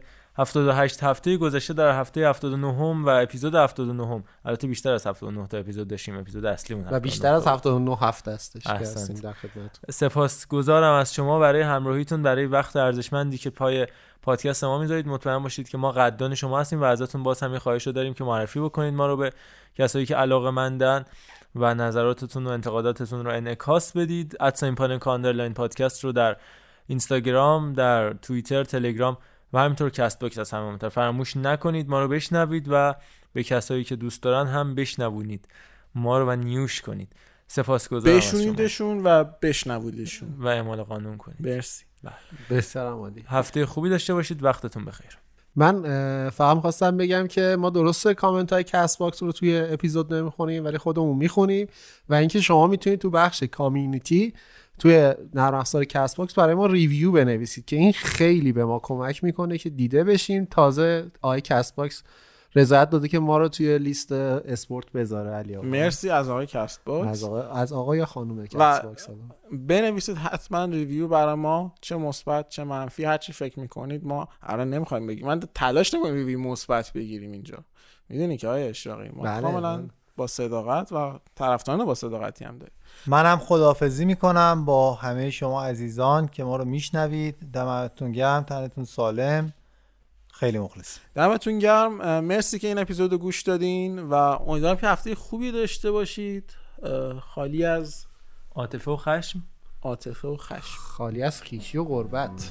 78 هفته گذشته در هفته 79 و اپیزود 79، البته بیشتر از 79 تا اپیزود داشتیم، اپیزود اصلیمون و بیشتر از 79 هفته هستش که هستیم در خدمتتون. سپاسگزارم از شما برای همراهیتون، برای وقت ارزشمندی که پای پادکست ما میذارید. مطمئن باشید که ما قدردان شما هستیم و ازتون باز هم خواهش رو داریم که معرفی بکنید ما رو به کسایی که علاقه‌مندن و نظراتتون و انتقاداتتون رو انعکاس بدید. @پاننکا_ پادکست رو در اینستاگرام، در توییتر، تلگرام و همینطور کست باکس از همه مهمتر فراموش نکنید ما رو بشنوید و به کسایی که دوست دارن هم بشنوونید ما رو و نیوش کنید. سپاسگزارم. بشونیدشون و بشنویدشون و اعمال قانون کنید. مرسی. بسیار عالی. هفته خوبی داشته باشید. وقتتون بخیر. من فقط خواستم بگم که ما درسته کامنت های کست باکس رو توی اپیزود نمیخونیم ولی خودمون میخونیم و اینکه شما میتونید تو بخش کامیونیتی توی نرم افزار کست باکس برای ما ریویو بنویسید که این خیلی به ما کمک میکنه که دیده بشیم. تازه آی کست باکس رضایت داده که ما رو توی لیست اسپورت بذاره. علی آقا مرسی از آقای کست باکس، از آقا یا خانم کست باکس. بنویسید حتما ریویو برای ما، چه مثبت چه منفی، هر چی فکر میکنید. ما الان نمیخوایم بگیم، من تلاش نمیکنم ریویو مثبت بگیریم اینجا، میدونی که آقای اشراقی ما کاملا با صداقت و طرفداران با صداقتی هم داریم. منم خداحافظی میکنم با همه شما عزیزان که ما رو میشنوید. دمتون گرم، تنتون سالم، خیلی مخلص. دمتون گرم، مرسی که این اپیزودو گوش دادین و امیدوارم که هفته خوبی داشته باشید، خالی از عاطفه و خشم، خالی از خویشی و غربت.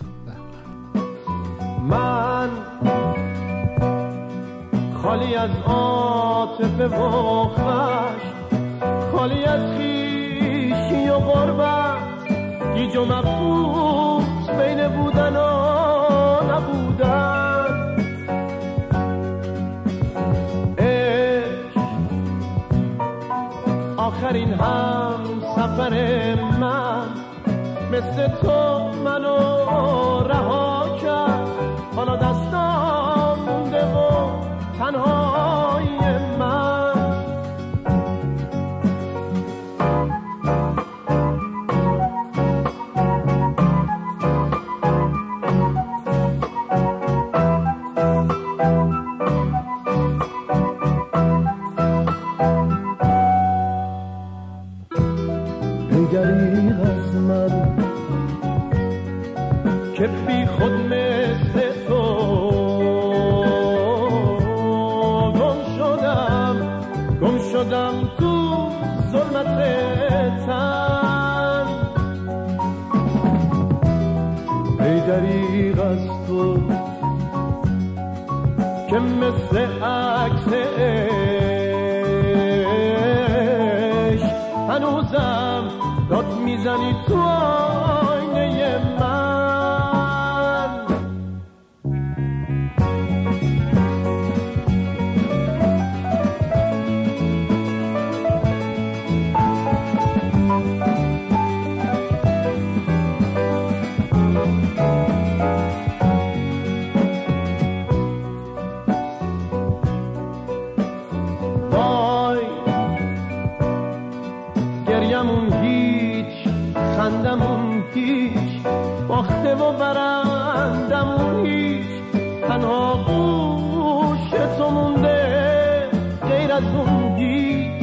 من خالی از عاطفه و خشم، خالی از خویشی و غربت، گیج و مبهوت بین بودن و نبودن. عشق آخرین هم سفر من، مثل تو منو رها کرد، حالا دستام مونده و تنهای من. دریغ از من که بی خود مثل تو گم شدم تو ظلمت تن. ای دریغ از تو که مثل عکس عشق هنوزم داد میزنی تو آینه من. وای گریمون هیچ، خندمون هیچ، باخته و برندمون هیچ، تنها گوش تو مونده غیر از اون هیچ.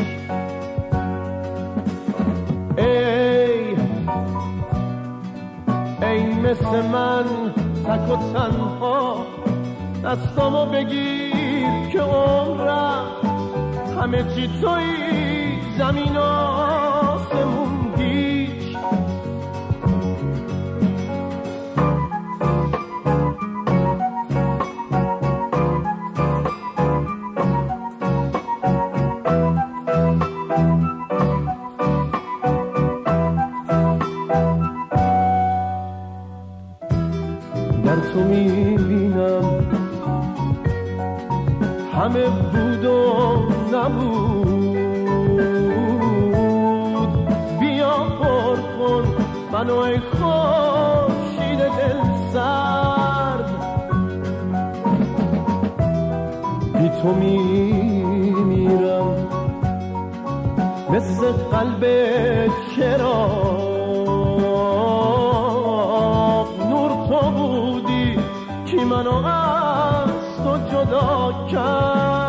ای مثل من تک و تنها، دستامو بگیر که عمرم همه چی توی زمین آسمون هیچ. در تو میبینم همه بود و نبود، بیا پر کن منو ای خورشید دل سرد. بی تو میمیرم مثل قلب چراغ، نور تو بودی که منو از تو جدا کرد.